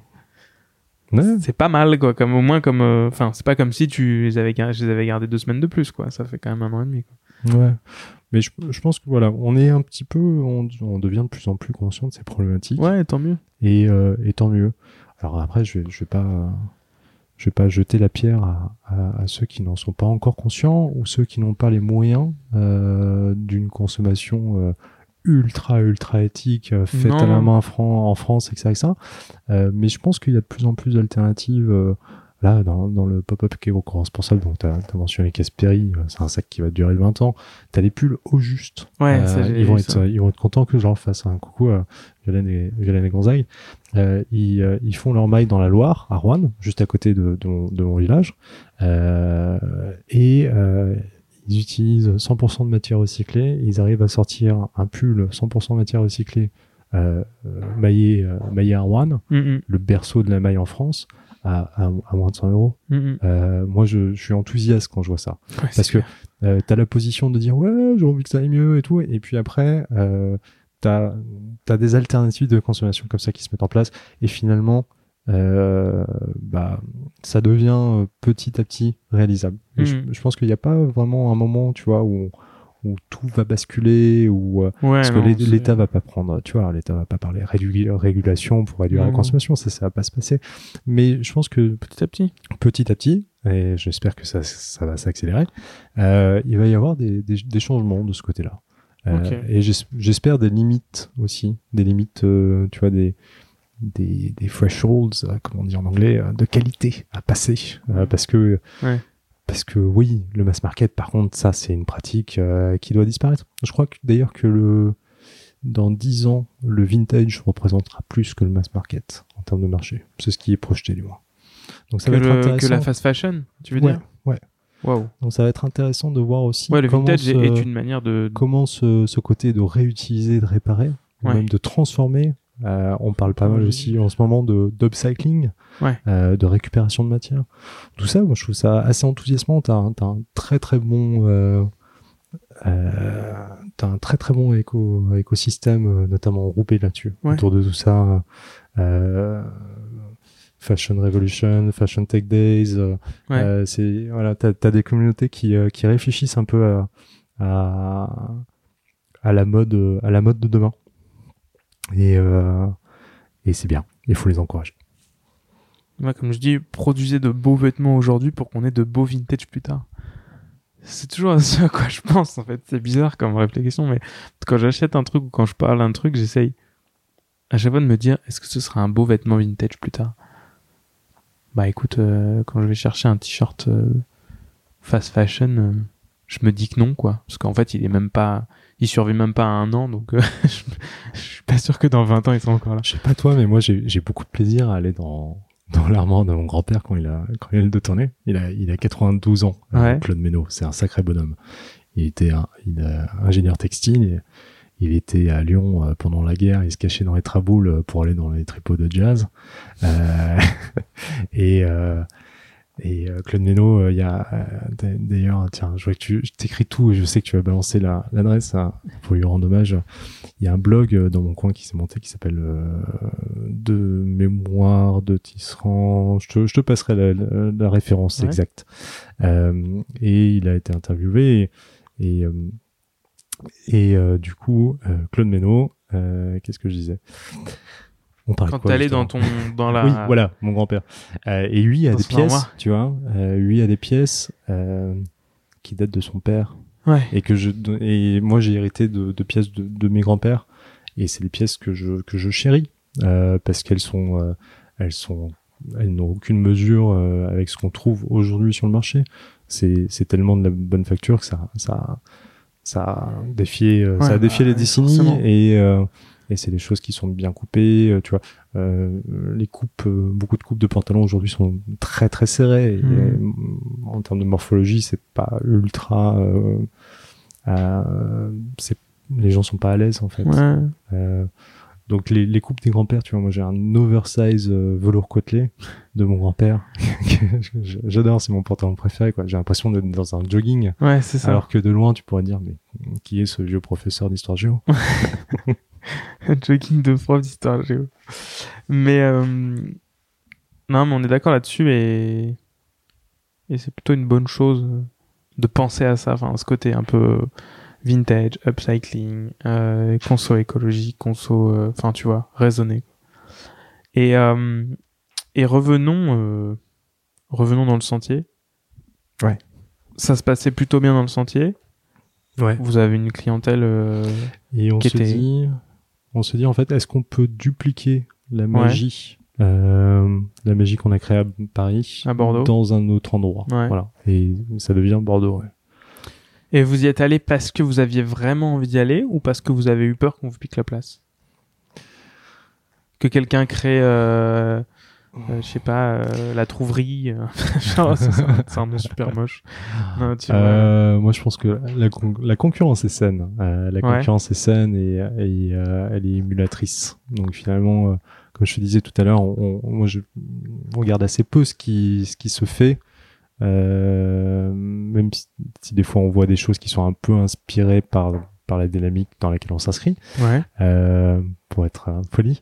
S1: pas mal, quoi, comme au moins comme, enfin, c'est pas comme si je les avais gardées 2 semaines de plus, quoi, ça fait quand même 1 an et demi, quoi.
S2: Ouais. Mais je pense que voilà, on est un petit peu, on devient de plus en plus conscient de ces problématiques.
S1: Ouais, tant mieux.
S2: Et tant mieux. Alors après, je vais pas jeter la pierre à ceux qui n'en sont pas encore conscients ou ceux qui n'ont pas les moyens d'une consommation ultra éthique faite à la main en France, etc. Mais je pense qu'il y a de plus en plus d'alternatives. Là, dans le pop-up éco-responsable, donc t'as mentionné Casperi, c'est un sac qui va durer 20 ans. T'as les pulls au juste.
S1: Ouais,
S2: ils vont être contents que je leur fasse un coucou à Violaine et Gonzague. Ils font leur maille dans la Loire, à Roanne, juste à côté de mon village. Ils utilisent 100% de matière recyclée. Ils arrivent à sortir un pull 100% matière recyclée, maillé à Roanne, le berceau de la maille en France, à moins de 100 euros. Moi, je suis enthousiaste quand je vois ça.
S1: Ouais,
S2: parce que t'as la position de dire ouais, j'ai envie que ça aille mieux et tout, et puis après t'as des alternatives de consommation comme ça qui se mettent en place, et finalement ça devient petit à petit réalisable. Et je pense qu'il n'y a pas vraiment un moment, tu vois, où tout va basculer, parce que l'État va pas prendre, tu vois, l'État va pas parler régulation pour réduire la consommation, ça va pas se passer. Mais je pense que petit à petit, et j'espère que ça va s'accélérer, il va y avoir des changements de ce côté-là. Et j'espère des limites aussi, tu vois, des thresholds, comment on dit en anglais, de qualité à passer, parce que oui, le mass market, par contre, ça, c'est une pratique qui doit disparaître. Je crois d'ailleurs que dans 10 ans, le vintage représentera plus que le mass market en termes de marché. C'est ce qui est projeté, du moins. Donc ça va être intéressant.
S1: Que la fast fashion, tu veux dire ?
S2: Ouais.
S1: Wow.
S2: Donc ça va être intéressant de voir aussi
S1: le vintage est une manière de...
S2: Comment ce côté de réutiliser, de réparer, ou même de transformer. On parle pas mal aussi en ce moment d'upcycling, de récupération de matière. Tout ça, moi, je trouve ça assez enthousiasmant. T'as un très très bon écosystème, notamment groupé là-dessus, autour de tout ça. Fashion Revolution, Fashion Tech Days. T'as des communautés qui réfléchissent un peu à la mode de demain. Et c'est bien, il faut les encourager.
S1: Moi, comme je dis, produisez de beaux vêtements aujourd'hui pour qu'on ait de beaux vintage plus tard. C'est toujours ce à quoi je pense, en fait. C'est bizarre comme réflexion, mais quand j'achète un truc ou quand je parle d'un truc, j'essaye à chaque fois de me dire, est-ce que ce sera un beau vêtement vintage plus tard ? Bah écoute, quand je vais chercher un t-shirt fast fashion, je me dis que non, quoi. Parce qu'en fait, il survit même pas à 1 an, donc je suis pas sûr que dans 20 ans, il sera encore là.
S2: Je sais pas toi, mais moi, j'ai beaucoup de plaisir à aller dans l'armoire de mon grand-père quand il a le tourné. Il a 92 ans, Claude Ménaud. C'est un sacré bonhomme. Il a ingénieur textile, et il était à Lyon pendant la guerre, il se cachait dans les traboules pour aller dans les tripots de jazz. Et Claude Ménaud, il y a d'ailleurs, tiens, je vois que je t'écris tout et je sais que tu vas balancer l'adresse hein, pour lui rendre hommage. Il y a un blog dans mon coin qui s'est monté qui s'appelle De mémoire de Tisserand. Je te passerai la référence exacte. Et il a été interviewé et du coup, Claude Ménaud, qu'est-ce que je disais? On parlait
S1: quand
S2: de quoi,
S1: t'allais
S2: justement
S1: dans la...
S2: Oui, voilà, mon grand-père. Et lui a
S1: Dans
S2: des
S1: ce
S2: pièces,
S1: manoir.
S2: tu vois. Lui a des pièces qui datent de son père
S1: Ouais.
S2: et moi j'ai hérité de pièces de mes grands-pères et c'est des pièces que je chéris parce qu'elles elles n'ont aucune mesure avec ce qu'on trouve aujourd'hui sur le marché. C'est tellement de la bonne facture que ça a défié les décennies
S1: forcément.
S2: et c'est des choses qui sont bien coupées, tu vois. Les coupes, beaucoup de coupes de pantalons aujourd'hui sont très très serrées. Et, en termes de morphologie, c'est pas ultra. Les gens sont pas à l'aise en fait.
S1: Ouais.
S2: Donc les coupes des grands-pères, tu vois, moi j'ai un oversize velours côtelé de mon grand-père. J'adore, c'est mon pantalon préféré, quoi. J'ai l'impression d'être dans un jogging.
S1: Ouais, c'est ça.
S2: Alors que de loin, tu pourrais dire, mais qui est ce vieux professeur d'histoire géo?
S1: Jogging de prof d'histoire géo. Mais non, mais on est d'accord là-dessus et c'est plutôt une bonne chose de penser à ça, enfin, ce côté un peu vintage, upcycling, conso écologique, conso, enfin, tu vois, raisonné. Et revenons dans le sentier.
S2: Ouais.
S1: Ça se passait plutôt bien dans le sentier.
S2: Ouais.
S1: Vous avez une clientèle
S2: et on se dit en fait, est-ce qu'on peut dupliquer la magie, la magie qu'on a créée à Paris,
S1: à Bordeaux,
S2: dans un autre endroit.
S1: Ouais.
S2: Voilà. Et ça devient Bordeaux. Ouais.
S1: Et vous y êtes allé parce que vous aviez vraiment envie d'y aller ou parce que vous avez eu peur qu'on vous pique la place? Que quelqu'un crée, je sais pas, la trouverie. Genre, c'est un nom super moche. Non,
S2: moi, je pense que la concurrence est saine. La concurrence est saine et elle est émulatrice. Donc finalement, comme je te disais tout à l'heure, moi, je regarde assez peu ce qui se fait. Même si des fois on voit des choses qui sont un peu inspirées par la dynamique dans laquelle on s'inscrit, pour être poli.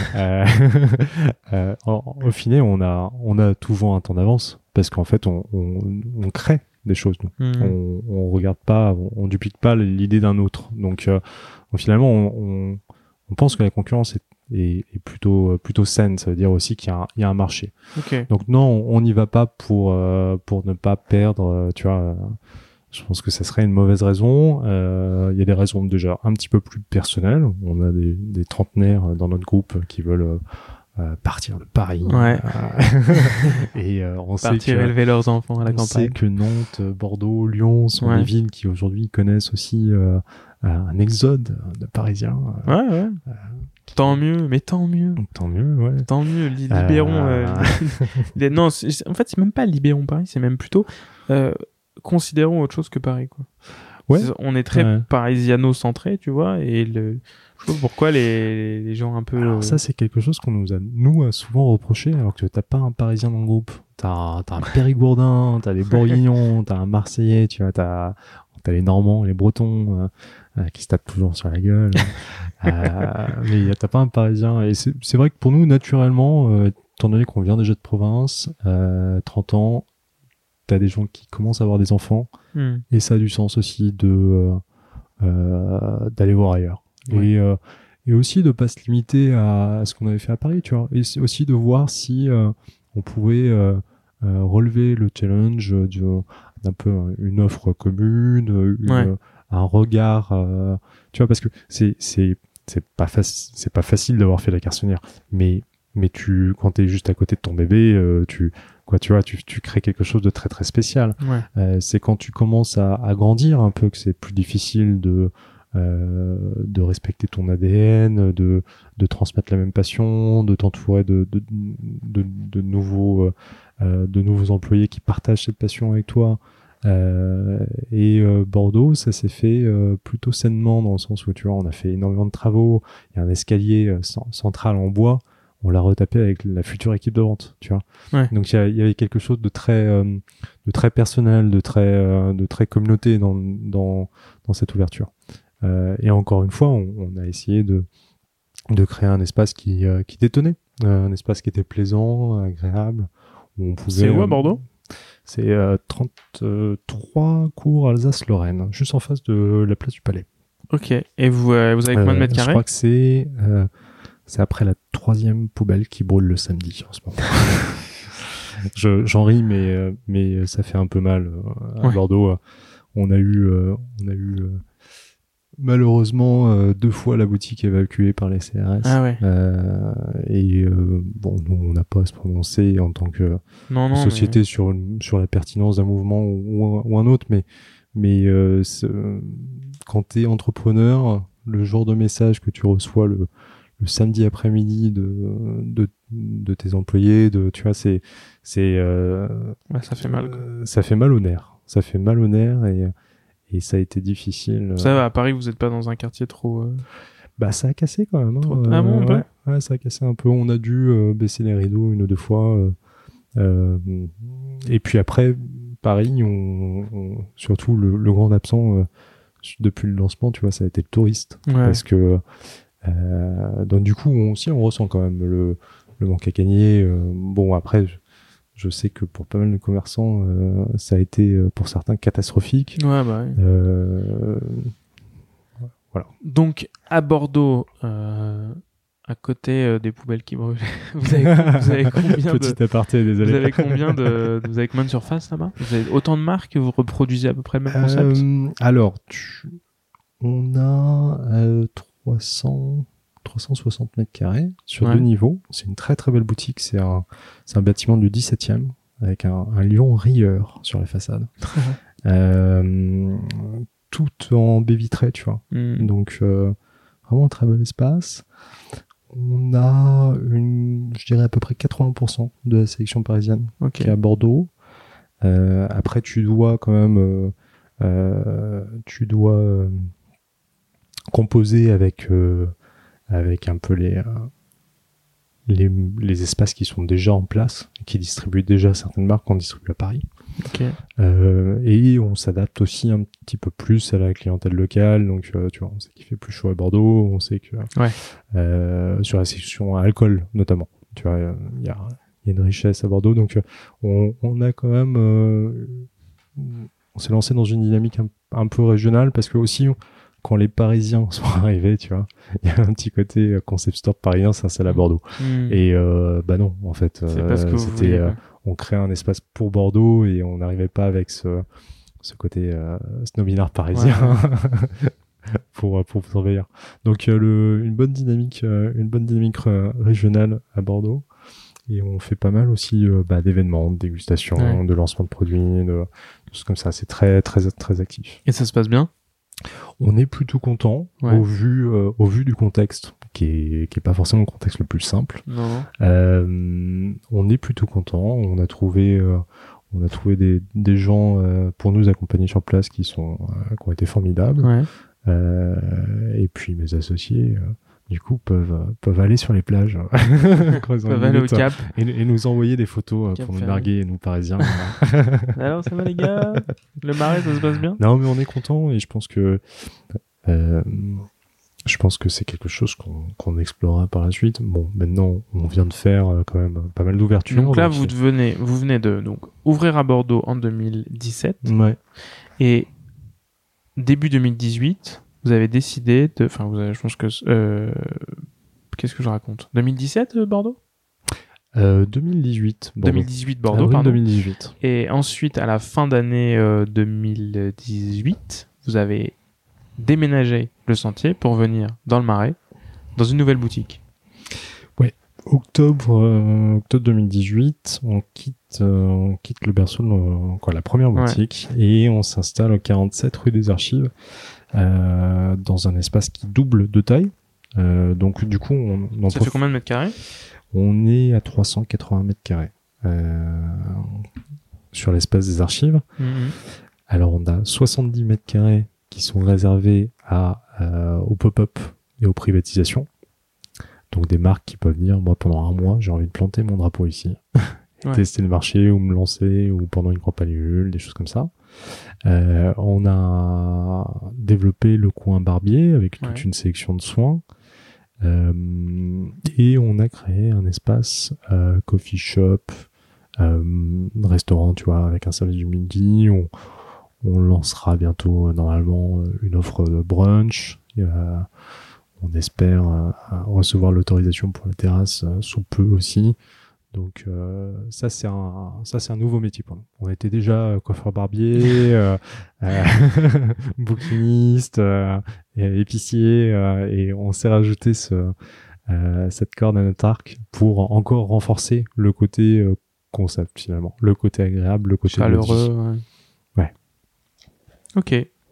S2: Au final, on a souvent un temps d'avance parce qu'en fait on crée des choses. Nous. On regarde pas, on duplique pas l'idée d'un autre. Donc finalement on pense que la concurrence est plutôt saine. Ça veut dire aussi qu'il y a un marché.
S1: Okay.
S2: Donc non, on n'y va pas pour ne pas perdre, tu vois. Je pense que ça serait une mauvaise raison. Il y a des raisons déjà un petit peu plus personnelles. On a des trentenaires dans notre groupe qui veulent partir de Paris.
S1: Ouais.
S2: Et on
S1: partir
S2: sait que
S1: élever leurs enfants à la campagne.
S2: On sait que Nantes, Bordeaux, Lyon sont des villes qui aujourd'hui connaissent aussi un exode de Parisiens.
S1: Ouais. Tant mieux, mais tant mieux.
S2: Tant mieux, ouais.
S1: Tant mieux, libérons. Non, en fait, c'est même pas libérons Paris, c'est même plutôt considérons autre chose que Paris, quoi.
S2: Ouais.
S1: On est très parisiano-centré, tu vois, et je sais pas pourquoi les gens un peu...
S2: Alors ça, c'est quelque chose qu'on nous a souvent reproché, alors que t'as pas un Parisien dans le groupe. T'as un Périgourdin, t'as des Bourguignons, t'as un Marseillais, tu vois, t'as les Normands, les Bretons, qui se tapent toujours sur la gueule. Mais t'as pas un Parisien. Et c'est vrai que pour nous, naturellement, étant donné qu'on vient déjà de province, 30 ans, t'as des gens qui commencent à avoir des enfants, et ça a du sens aussi d'aller voir ailleurs. Ouais. Et aussi de pas se limiter à ce qu'on avait fait à Paris, tu vois. Et c'est aussi de voir si on pouvait relever le challenge d'un peu une offre commune, un regard, tu vois, parce que c'est pas facile d'avoir fait la garçonnière, mais quand t'es juste à côté de ton bébé, tu crées quelque chose de très très spécial.
S1: Ouais.
S2: C'est quand tu commences à grandir un peu que c'est plus difficile de respecter ton ADN, de transmettre la même passion, de t'entourer de nouveaux employés qui partagent cette passion avec toi. Bordeaux, ça s'est fait plutôt sainement dans le sens où, tu vois, on a fait énormément de travaux. Il y a un escalier central en bois. on l'a retapé avec la future équipe de vente, tu vois.
S1: Ouais.
S2: Donc il y avait quelque chose de très personnel, de très communauté dans cette ouverture. Et encore une fois, on a essayé de créer un espace qui détonnait, un espace qui était plaisant, agréable. Où on pouvait,
S1: C'est où à Bordeaux ?
S2: C'est 33 cours Alsace-Lorraine, juste en face de la place du Palais.
S1: Ok. Et vous avez combien de mètres
S2: Je
S1: carrés ?
S2: crois que c'est après la 3e poubelle qui brûle le samedi en ce moment. J'en ris, mais ça fait un peu mal à Bordeaux. On a eu malheureusement 2 fois la boutique évacuée par les CRS.
S1: Ah ouais.
S2: Bon, nous, on n'a pas à se prononcer en tant que société sur la pertinence d'un mouvement ou un autre, mais quand t'es entrepreneur, le genre de message que tu reçois le samedi après-midi de tes employés, tu vois, ça
S1: fait mal.
S2: Ça fait mal aux nerfs. Ça fait mal aux nerfs et ça a été difficile.
S1: Ça va, à Paris, vous n'êtes pas dans un quartier trop...
S2: Bah, ça a cassé quand même. Hein.
S1: Ah bon,
S2: ouais, ça a cassé un peu. On a dû baisser les rideaux 1 ou 2 fois. Et puis après, Paris, surtout le grand absent depuis le lancement, tu vois, ça a été le touriste.
S1: Ouais.
S2: Parce que donc du coup, on ressent quand même le manque à gagner. Bon, après... Je sais que pour pas mal de commerçants, ça a été pour certains catastrophique.
S1: Ouais, bah oui.
S2: Voilà.
S1: Donc, à Bordeaux, à côté des poubelles qui brûlent, vous avez combien
S2: Petit aparté, désolé.
S1: Vous avez combien de surface là-bas ? Vous avez autant de marques, vous reproduisez à peu près le même concept ?
S2: Alors, on a 360 mètres carrés sur 2 niveaux. C'est une très très belle boutique. C'est un bâtiment du 17e avec un lion rieur sur la façade. Tout en baie vitrée, tu vois. Donc, vraiment un très bel espace. On a je dirais à peu près 80% de la sélection parisienne qui est à Bordeaux. Après, tu dois quand même composer avec un peu les espaces qui sont déjà en place, qui distribuent déjà certaines marques qu'on distribue à Paris. Et on s'adapte aussi un petit peu plus à la clientèle locale. Donc, tu vois, on sait qu'il fait plus chaud à Bordeaux, on sait que sur la section alcool notamment, tu vois, il y a une richesse à Bordeaux. Donc, on a quand même, on s'est lancé dans une dynamique un peu régionale parce que aussi quand les Parisiens sont arrivés, tu vois, il y a un petit côté concept store parisien s'installe à Bordeaux. Et bah non, en fait, c'était on crée un espace pour Bordeaux et on n'arrivait pas avec ce côté snobinard parisien pour vous envahir. Donc une bonne dynamique régionale à Bordeaux. Et on fait pas mal aussi d'événements, de dégustations, de lancement de produits, de choses comme ça. C'est très très très actif.
S1: Et ça se passe bien ?
S2: On est plutôt content au vu du contexte qui est pas forcément le contexte le plus simple.
S1: Non.
S2: On est plutôt content. On a trouvé des gens pour nous accompagner sur place qui ont été formidables.
S1: Ouais.
S2: Et puis mes associés du coup peuvent aller sur les plages
S1: peuvent aller au Cap
S2: et nous envoyer des photos pour nous narguer, nous Parisiens.
S1: Alors ça va les gars, le Marais ça se passe bien?
S2: Non mais on est content et je pense que c'est quelque chose qu'on explorera par la suite. Bon, maintenant on vient de faire quand même pas mal d'ouvertures.
S1: Donc là vous venez de ouvrir à Bordeaux en 2017.
S2: Ouais.
S1: Et début 2018 vous avez décidé de... Enfin, je pense que... qu'est-ce que je raconte? 2017, Bordeaux
S2: 2018. Bordeaux.
S1: 2018, Bordeaux,
S2: Avril
S1: pardon.
S2: 2018.
S1: Et ensuite, à la fin d'année 2018, vous avez déménagé le sentier pour venir dans le Marais, dans une nouvelle boutique.
S2: Ouais. Octobre 2018, on quitte le berceau de la première boutique et on s'installe au 47 rue des Archives. Dans un espace qui double de taille. Donc du coup,
S1: ça fait combien de mètres carrés?
S2: On est à 380 mètres carrés sur l'espace des Archives. Alors on a 70 mètres carrés qui sont réservés au pop-up et aux privatisations. Donc des marques qui peuvent dire, moi pendant un mois, j'ai envie de planter mon drapeau ici, tester le marché ou me lancer, ou pendant une campagne, des choses comme ça. On a développé le coin barbier avec toute une sélection de soins. Et on a créé un espace coffee shop, restaurant, tu vois, avec un service du midi. On lancera bientôt normalement une offre de brunch. On espère recevoir l'autorisation pour la terrasse sous peu aussi. Donc ça c'est un nouveau métier pour nous. On était déjà coiffeur barbier, bouquiniste, épicier, et on s'est rajouté cette corde à notre arc pour encore renforcer le côté concept finalement, le côté agréable, le côté
S1: chaleureux. Ouais. Ok.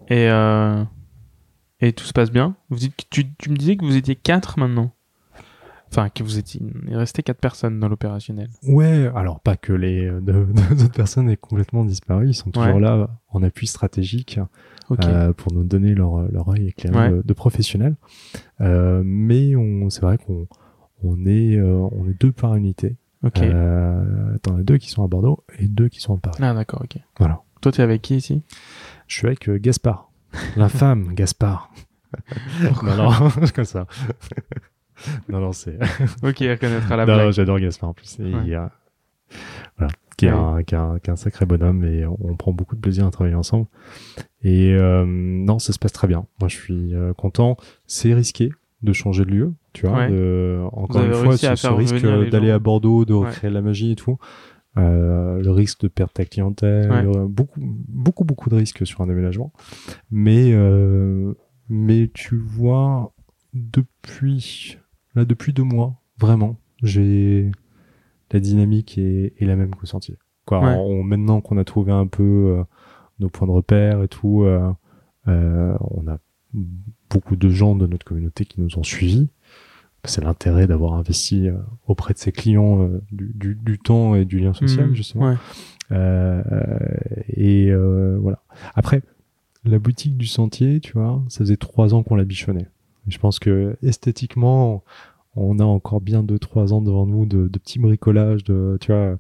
S1: Et tout se passe bien. Tu me disais que vous étiez 4 maintenant. Enfin, il restait 4 personnes dans l'opérationnel.
S2: Ouais, alors pas que les deux autres personnes aient complètement disparu, ils sont toujours là en appui stratégique pour nous donner leur œil éclairé de professionnels. Mais c'est vrai qu'on est 2 par unité.
S1: Okay.
S2: T'en as 2 qui sont à Bordeaux et 2 qui sont à Paris.
S1: Ah d'accord, ok.
S2: Voilà.
S1: Toi, t'es avec qui ici ?
S2: Je suis avec Gaspard, l'infâme Gaspard. Non, comme ça. Non, c'est...
S1: Ok, à reconnaître à la blague.
S2: Non, j'adore Gaspard en plus. Qui est un sacré bonhomme et on prend beaucoup de plaisir à travailler ensemble. Et non, ça se passe très bien. Moi, je suis content. C'est risqué de changer de lieu, tu vois. Encore une fois, ce risque d'aller à Bordeaux, de recréer la magie et tout. Le risque de perdre ta clientèle, beaucoup de risques sur un déménagement. Mais tu vois, depuis 2 mois, vraiment, la dynamique est la même qu'au sentier. Maintenant qu'on a trouvé un peu nos points de repère et tout, on a beaucoup de gens de notre communauté qui nous ont suivis. C'est l'intérêt d'avoir investi auprès de ses clients du temps et du lien social, justement. Voilà. Après, la boutique du sentier, tu vois, ça faisait 3 ans qu'on la bichonnait. Je pense que esthétiquement, on a encore bien 2-3 ans devant nous de petits bricolages, de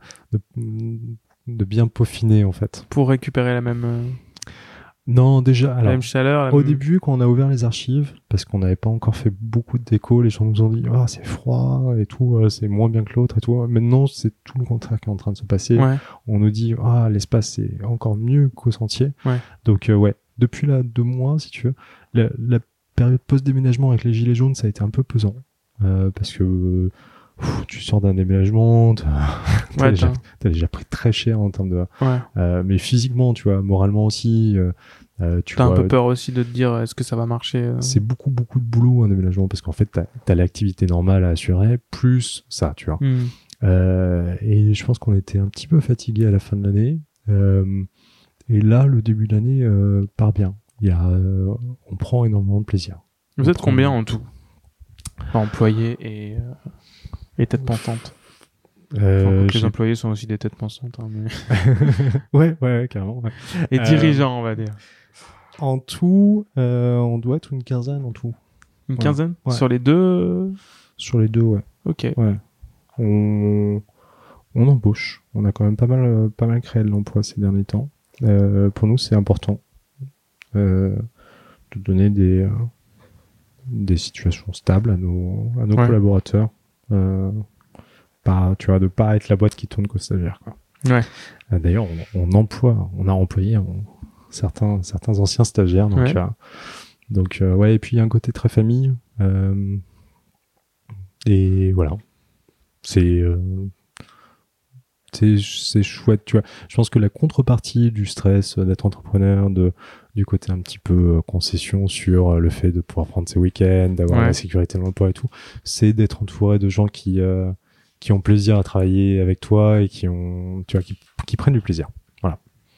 S2: bien peaufiner en fait.
S1: Pour récupérer la même...
S2: Non, déjà,
S1: la même chaleur.
S2: Au début, quand on a ouvert les archives, parce qu'on n'avait pas encore fait beaucoup de déco, les gens nous ont dit « c'est froid et tout, c'est moins bien que l'autre et tout ». Maintenant, c'est tout le contraire qui est en train de se passer. On nous dit « l'espace, c'est encore mieux qu'au sentier ». Donc, depuis 2 mois, si tu veux, la période post-déménagement avec les gilets jaunes, ça a été un peu pesant. Parce que tu sors d'un déménagement, t'as déjà pris très cher en termes de... mais physiquement, tu vois, moralement aussi...
S1: t'as un peu peur aussi de te dire est-ce que ça va marcher
S2: C'est beaucoup de boulot un déménagement, parce qu'en fait, t'as l'activité normale à assurer, plus ça, tu vois. Et je pense qu'on était un petit peu fatigués à la fin de l'année. Et là, le début de l'année part bien. On prend énormément de plaisir.
S1: Vous êtes combien en tout ? Employés et têtes pensantes. Les employés sont aussi des têtes pensantes. Mais...
S2: ouais, carrément. Ouais.
S1: Et dirigeants, on va dire.
S2: En tout, on doit être une quinzaine en tout.
S1: Une quinzaine ? Sur les 2
S2: Sur les 2, ouais.
S1: Ok.
S2: Ouais. On embauche. On a quand même pas mal créé de l'emploi ces derniers temps. Pour nous, c'est important de donner des situations stables à nos collaborateurs. De pas être la boîte qui tourne qu'aux stagiaires, quoi. D'ailleurs, on a employé certains anciens stagiaires, donc et puis il y a un côté très famille, et voilà, c'est chouette, tu vois. Je pense que la contrepartie du stress d'être entrepreneur, du côté un petit peu concession sur le fait de pouvoir prendre ses week-ends, d'avoir la sécurité de l'emploi et tout, c'est d'être entouré de gens qui ont plaisir à travailler avec toi et qui prennent du plaisir. Voilà.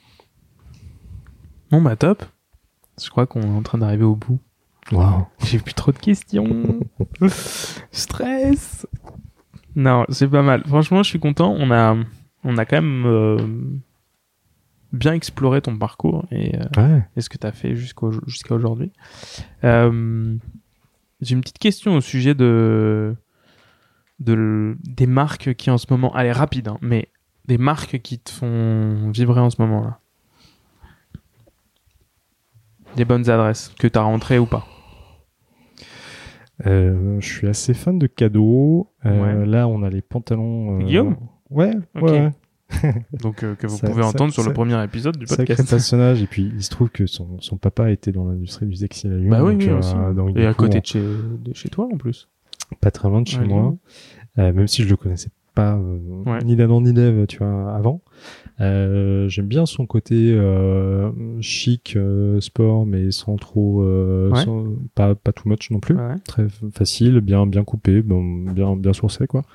S1: Bon bah top. Je crois qu'on est en train d'arriver au bout.
S2: Wow.
S1: J'ai plus trop de questions. Stress. Non, c'est pas mal. Franchement, je suis content. On a quand même bien exploré ton parcours et ce que tu as fait jusqu'à aujourd'hui. J'ai une petite question au sujet de des marques qui en ce moment... Allez, rapide, hein, mais des marques qui te font vibrer en ce moment-là. Des bonnes adresses que tu as rentrées ou pas.
S2: Je suis assez fan de cadeaux. Là, on a les pantalons...
S1: Guillaume ?
S2: Ouais,
S1: Ok.
S2: ouais.
S1: Donc, que vous pouvez entendre sur le premier épisode du podcast.
S2: Sacré personnage. Et puis, il se trouve que son papa était dans l'industrie du textile à Lyon.
S1: Bah oui,
S2: donc,
S1: oui, aussi.
S2: donc,
S1: Et à
S2: coup,
S1: côté de chez toi, en plus.
S2: Pas très loin de chez moi. Même si je le connaissais pas ni d'Adam ni d'Ève, tu vois, avant. J'aime bien son côté chic, sport, mais sans trop... pas too much non plus.
S1: Ouais.
S2: Très facile, bien coupé, bien sourcé, quoi.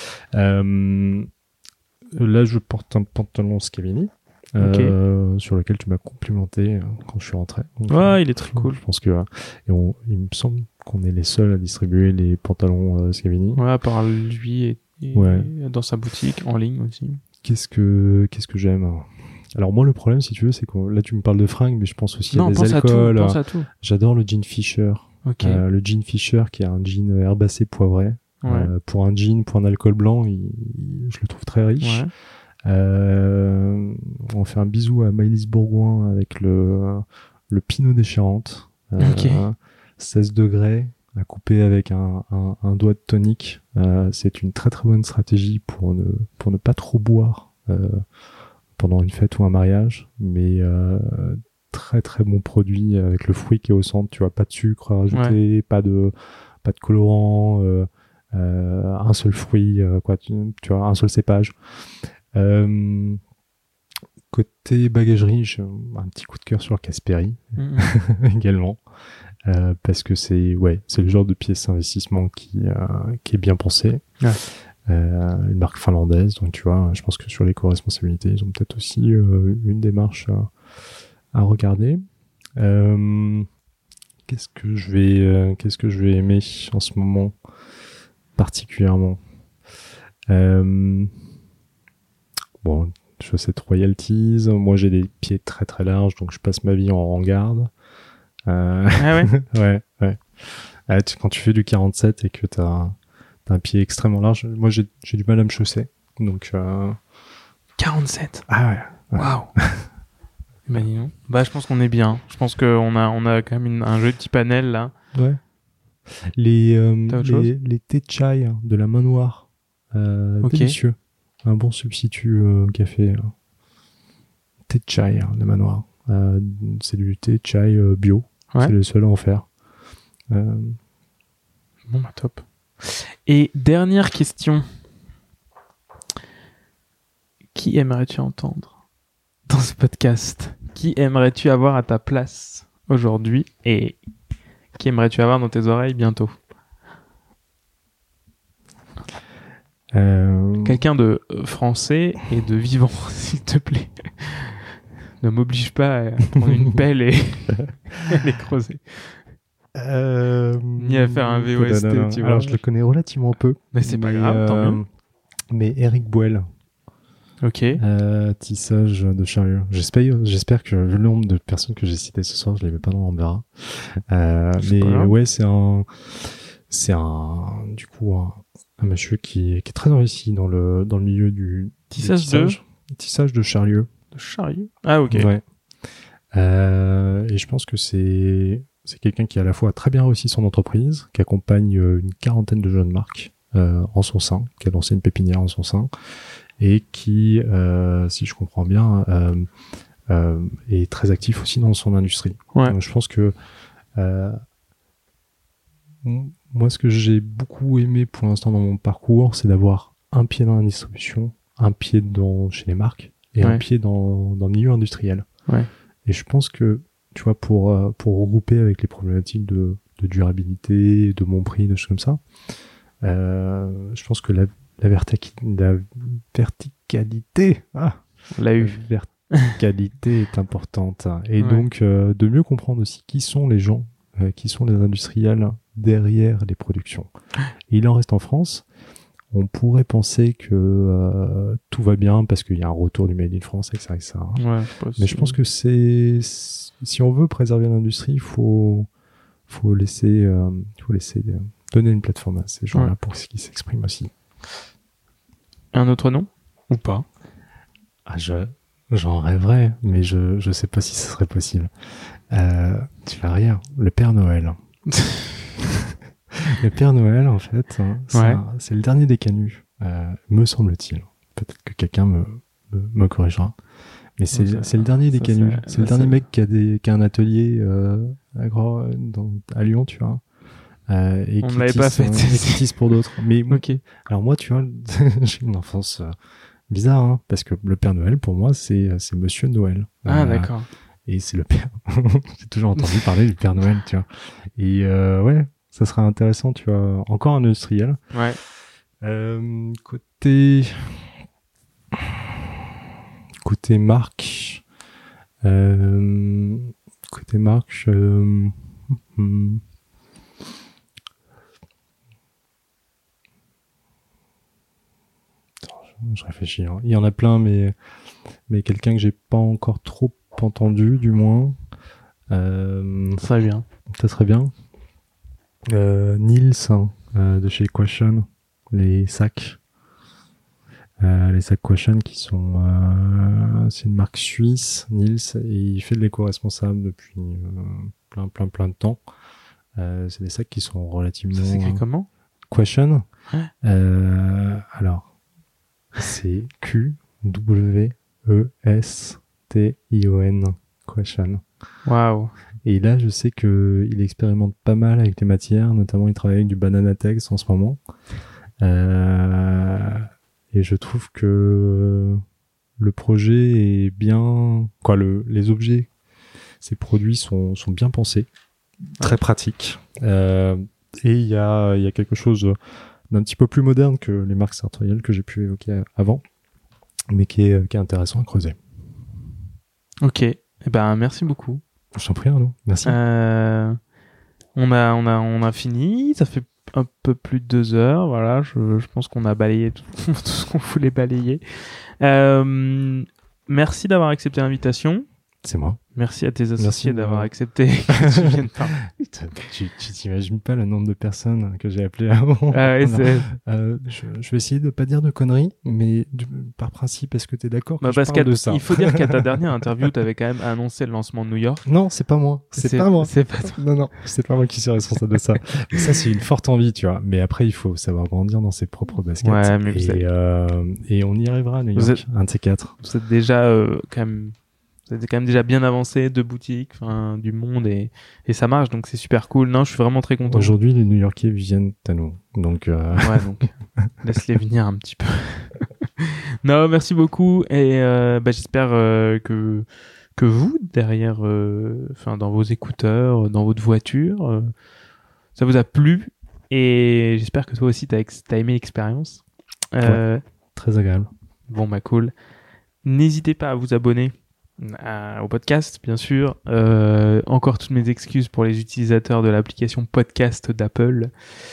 S2: Là, je porte un pantalon Scavini, sur lequel tu m'as complimenté quand je suis rentré. Donc,
S1: il est très cool.
S2: Je pense que il me semble qu'on est les seuls à distribuer les pantalons Scavini.
S1: Ouais, à part lui et dans sa boutique, en ligne aussi.
S2: Qu'est-ce que j'aime. Alors moi, le problème, si tu veux, c'est que là, tu me parles de fringues, mais je pense aussi à des alcools.
S1: Pense à tout.
S2: J'adore le jean Fisher. Le jean Fisher, qui est un jean herbacé poivré. Pour un jean, pour un alcool blanc, je le trouve très riche. On fait un bisou à Maëlys Bourgoin avec le Pinot des Charentes. 16 degrés à couper avec un doigt de tonique. C'est une très très bonne stratégie pour ne pas trop boire pendant une fête ou un mariage, mais très très bon produit avec le fruit qui est au centre. Tu vois, pas de sucre à rajouter, pas de colorant. Un seul fruit, tu vois, un seul cépage. Côté bagagerie, j'ai un petit coup de cœur sur le Casperi également, parce que c'est le genre de pièce d'investissement qui est bien pensé. Une marque finlandaise, donc tu vois, je pense que sur l'éco-responsabilité, ils ont peut-être aussi une démarche à regarder. Qu'est-ce que je vais aimer en ce moment particulièrement? Chaussettes royalties. Moi, j'ai des pieds très très larges, donc je passe ma vie en garde.
S1: Ah ouais?
S2: Ouais. Quand tu fais du 47 et que t'as un pied extrêmement large, moi j'ai du mal à me chausser. Donc
S1: 47.
S2: Ah ouais.
S1: Waouh. Je pense qu'on est bien. Je pense qu'on a quand même un joli panel là.
S2: Ouais. Les thé chai de la main noire, délicieux. Un bon substitut café. Thé chai de main noire. C'est du thé chai bio. C'est le seul à en faire.
S1: Bon, top. Et dernière question. Qui aimerais-tu entendre dans ce podcast? Qui aimerais-tu avoir à ta place aujourd'hui? Et qui aimerais-tu avoir dans tes oreilles bientôt? Quelqu'un de français et de vivant, s'il te plaît. Ne m'oblige pas à prendre une pelle et les creuser. Ni à faire un VOST, tu vois.
S2: Alors, je le connais relativement peu.
S1: Mais c'est pas grave, tant mieux.
S2: Mais Eric Bouel.
S1: Ok.
S2: Tissage de Charlieu. J'espère que le nombre de personnes que j'ai citées ce soir, je les mets pas dans l'embarras. Mais ouais, c'est un monsieur qui est très investi dans le milieu du tissage de Charlieu.
S1: De Charlieu. Ah, ok.
S2: Ouais. Et je pense que c'est quelqu'un qui à la fois a très bien réussi son entreprise, qui accompagne une quarantaine de jeunes marques en son sein, qui a lancé une pépinière en son sein, et qui, si je comprends bien, est très actif aussi dans son industrie.
S1: Ouais.
S2: Donc, je pense que moi, ce que j'ai beaucoup aimé pour l'instant dans mon parcours, c'est d'avoir un pied dans la distribution, un pied chez les marques et un pied dans le milieu industriel.
S1: Ouais.
S2: Et je pense que, tu vois, pour regrouper avec les problématiques de durabilité, de bon prix, de choses comme ça, je pense que la verticalité, verticalité est importante. Et donc, de mieux comprendre aussi qui sont les gens, qui sont les industriels derrière les productions. Et il en reste en France. On pourrait penser que tout va bien parce qu'il y a un retour du Made in France, etc.
S1: Ouais,
S2: mais je pense que si on veut préserver l'industrie, il faut laisser donner une plateforme à ces gens-là pour qu'ils s'expriment aussi.
S1: Un autre nom ou pas?
S2: J'en rêverais, mais je sais pas si ce serait possible. Tu vas rire. Le Père Noël. Le Père Noël, en fait, c'est le dernier des canuts, me semble-t-il. Peut-être que quelqu'un me corrigera. Mais c'est le dernier des canuts. C'est le dernier mec qui a un atelier à Lyon, tu vois. Et
S1: on ne l'avait pas fait.
S2: Qui tisse pour d'autres. Mais
S1: okay.
S2: Alors moi, tu vois, j'ai une enfance bizarre, hein, parce que le Père Noël, pour moi, c'est Monsieur Noël.
S1: Ah, d'accord.
S2: Et c'est le Père. J'ai toujours entendu parler du Père Noël, tu vois. Et ouais, ça serait intéressant, tu vois. Encore un industriel.
S1: Ouais.
S2: Côté marque. Je réfléchis. Hein. Il y en a plein, mais quelqu'un que j'ai pas encore trop entendu, du moins.
S1: Ça serait bien.
S2: Ça serait bien. Nils, de chez Question, les sacs. Les sacs Question qui sont... c'est une marque suisse, Nils, et il fait de l'éco-responsable depuis plein de temps. C'est des sacs qui sont relativement...
S1: Ça s'écrit comment?
S2: Question. Alors, c'est Q-W-E-S-T-I-O-N. Question.
S1: Waouh.
S2: Et là, je sais qu'il expérimente pas mal avec les matières, notamment il travaille avec du Banana Tex en ce moment. Et je trouve que le projet est bien... les objets, ces produits sont bien pensés, très pratiques. Et il y a quelque chose d'un petit peu plus moderne que les marques sartoriales que j'ai pu évoquer avant, mais qui est intéressant à creuser.
S1: Ok, eh ben merci beaucoup.
S2: Je t'en prie, Arnaud. Merci.
S1: On a fini, ça fait un peu plus de 2 heures, voilà, je pense qu'on a balayé tout ce qu'on voulait balayer. Merci d'avoir accepté l'invitation.
S2: C'est moi.
S1: Merci à tes associés d'avoir accepté que tu viennes parler.
S2: Tu t'imagines pas le nombre de personnes que j'ai appelées avant. Je vais essayer de pas dire de conneries, mais par principe, est-ce que tu es d'accord que je parle de ça?
S1: Il faut dire qu'à ta dernière interview, tu avais quand même annoncé le lancement de New York.
S2: Non, c'est pas moi. C'est pas moi.
S1: C'est pas toi.
S2: Non, c'est pas moi qui suis responsable de ça. Et ça, c'est une forte envie, tu vois. Mais après, il faut savoir grandir dans ses propres baskets.
S1: Ouais, mais
S2: et on y arrivera à New York, un de ces quatre.
S1: Vous êtes déjà vous êtes quand même déjà bien avancé, 2 boutiques, du monde et ça marche, donc c'est super cool. Non, je suis vraiment très content.
S2: Aujourd'hui, les New-Yorkais viennent à nous, donc.
S1: Ouais, donc laisse-les venir un petit peu. Non, merci beaucoup et j'espère que vous derrière, dans vos écouteurs, dans votre voiture, ça vous a plu et j'espère que toi aussi t'as aimé l'expérience.
S2: Ouais, très agréable.
S1: Bon, cool. N'hésitez pas à vous abonner au podcast, bien sûr. Encore toutes mes excuses pour les utilisateurs de l'application podcast d'Apple.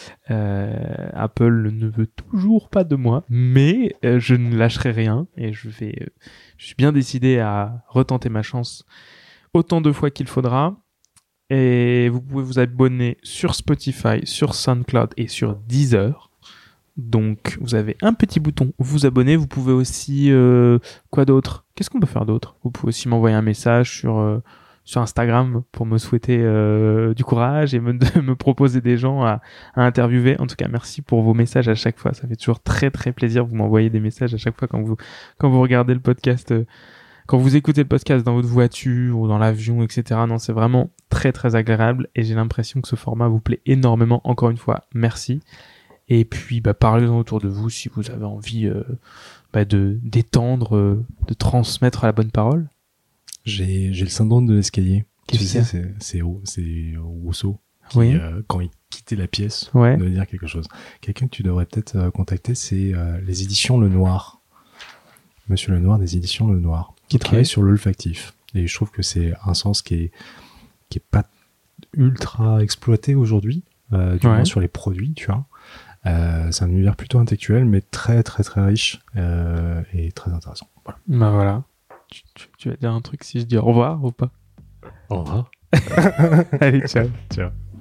S1: Apple ne veut toujours pas de moi, mais je ne lâcherai rien et je suis bien décidé à retenter ma chance autant de fois qu'il faudra. Et vous pouvez vous abonner sur Spotify, sur SoundCloud et sur Deezer. Donc, vous avez un petit bouton vous abonner. Vous pouvez aussi... quoi d'autre? Qu'est-ce qu'on peut faire d'autre? Vous pouvez aussi m'envoyer un message sur Instagram pour me souhaiter du courage et me proposer des gens à interviewer. En tout cas, merci pour vos messages à chaque fois. Ça fait toujours très, très plaisir. Vous m'envoyez des messages à chaque fois quand vous regardez le podcast, quand vous écoutez le podcast dans votre voiture ou dans l'avion, etc. Non, c'est vraiment très, très agréable et j'ai l'impression que ce format vous plaît énormément. Encore une fois, merci. Et puis, parlez-en autour de vous si vous avez envie de d'étendre, de transmettre la bonne parole.
S2: J'ai le syndrome de l'escalier.
S1: Qu'est-ce que c'est?
S2: C'est Rousseau qui,
S1: oui.
S2: Quand il quittait la pièce,
S1: ouais.
S2: devait dire quelque chose. Quelqu'un que tu devrais peut-être contacter, c'est les éditions Le Noir. Monsieur Le Noir des éditions Le Noir, qui travaille sur l'olfactif. Et je trouve que c'est un sens qui est pas ultra exploité aujourd'hui, du moins sur les produits, tu vois. C'est un univers plutôt intellectuel, mais très très très riche et très intéressant. Voilà.
S1: Voilà. Tu vas dire un truc si je dis au revoir ou pas?
S2: Au revoir.
S1: Allez, ciao.
S2: Ciao.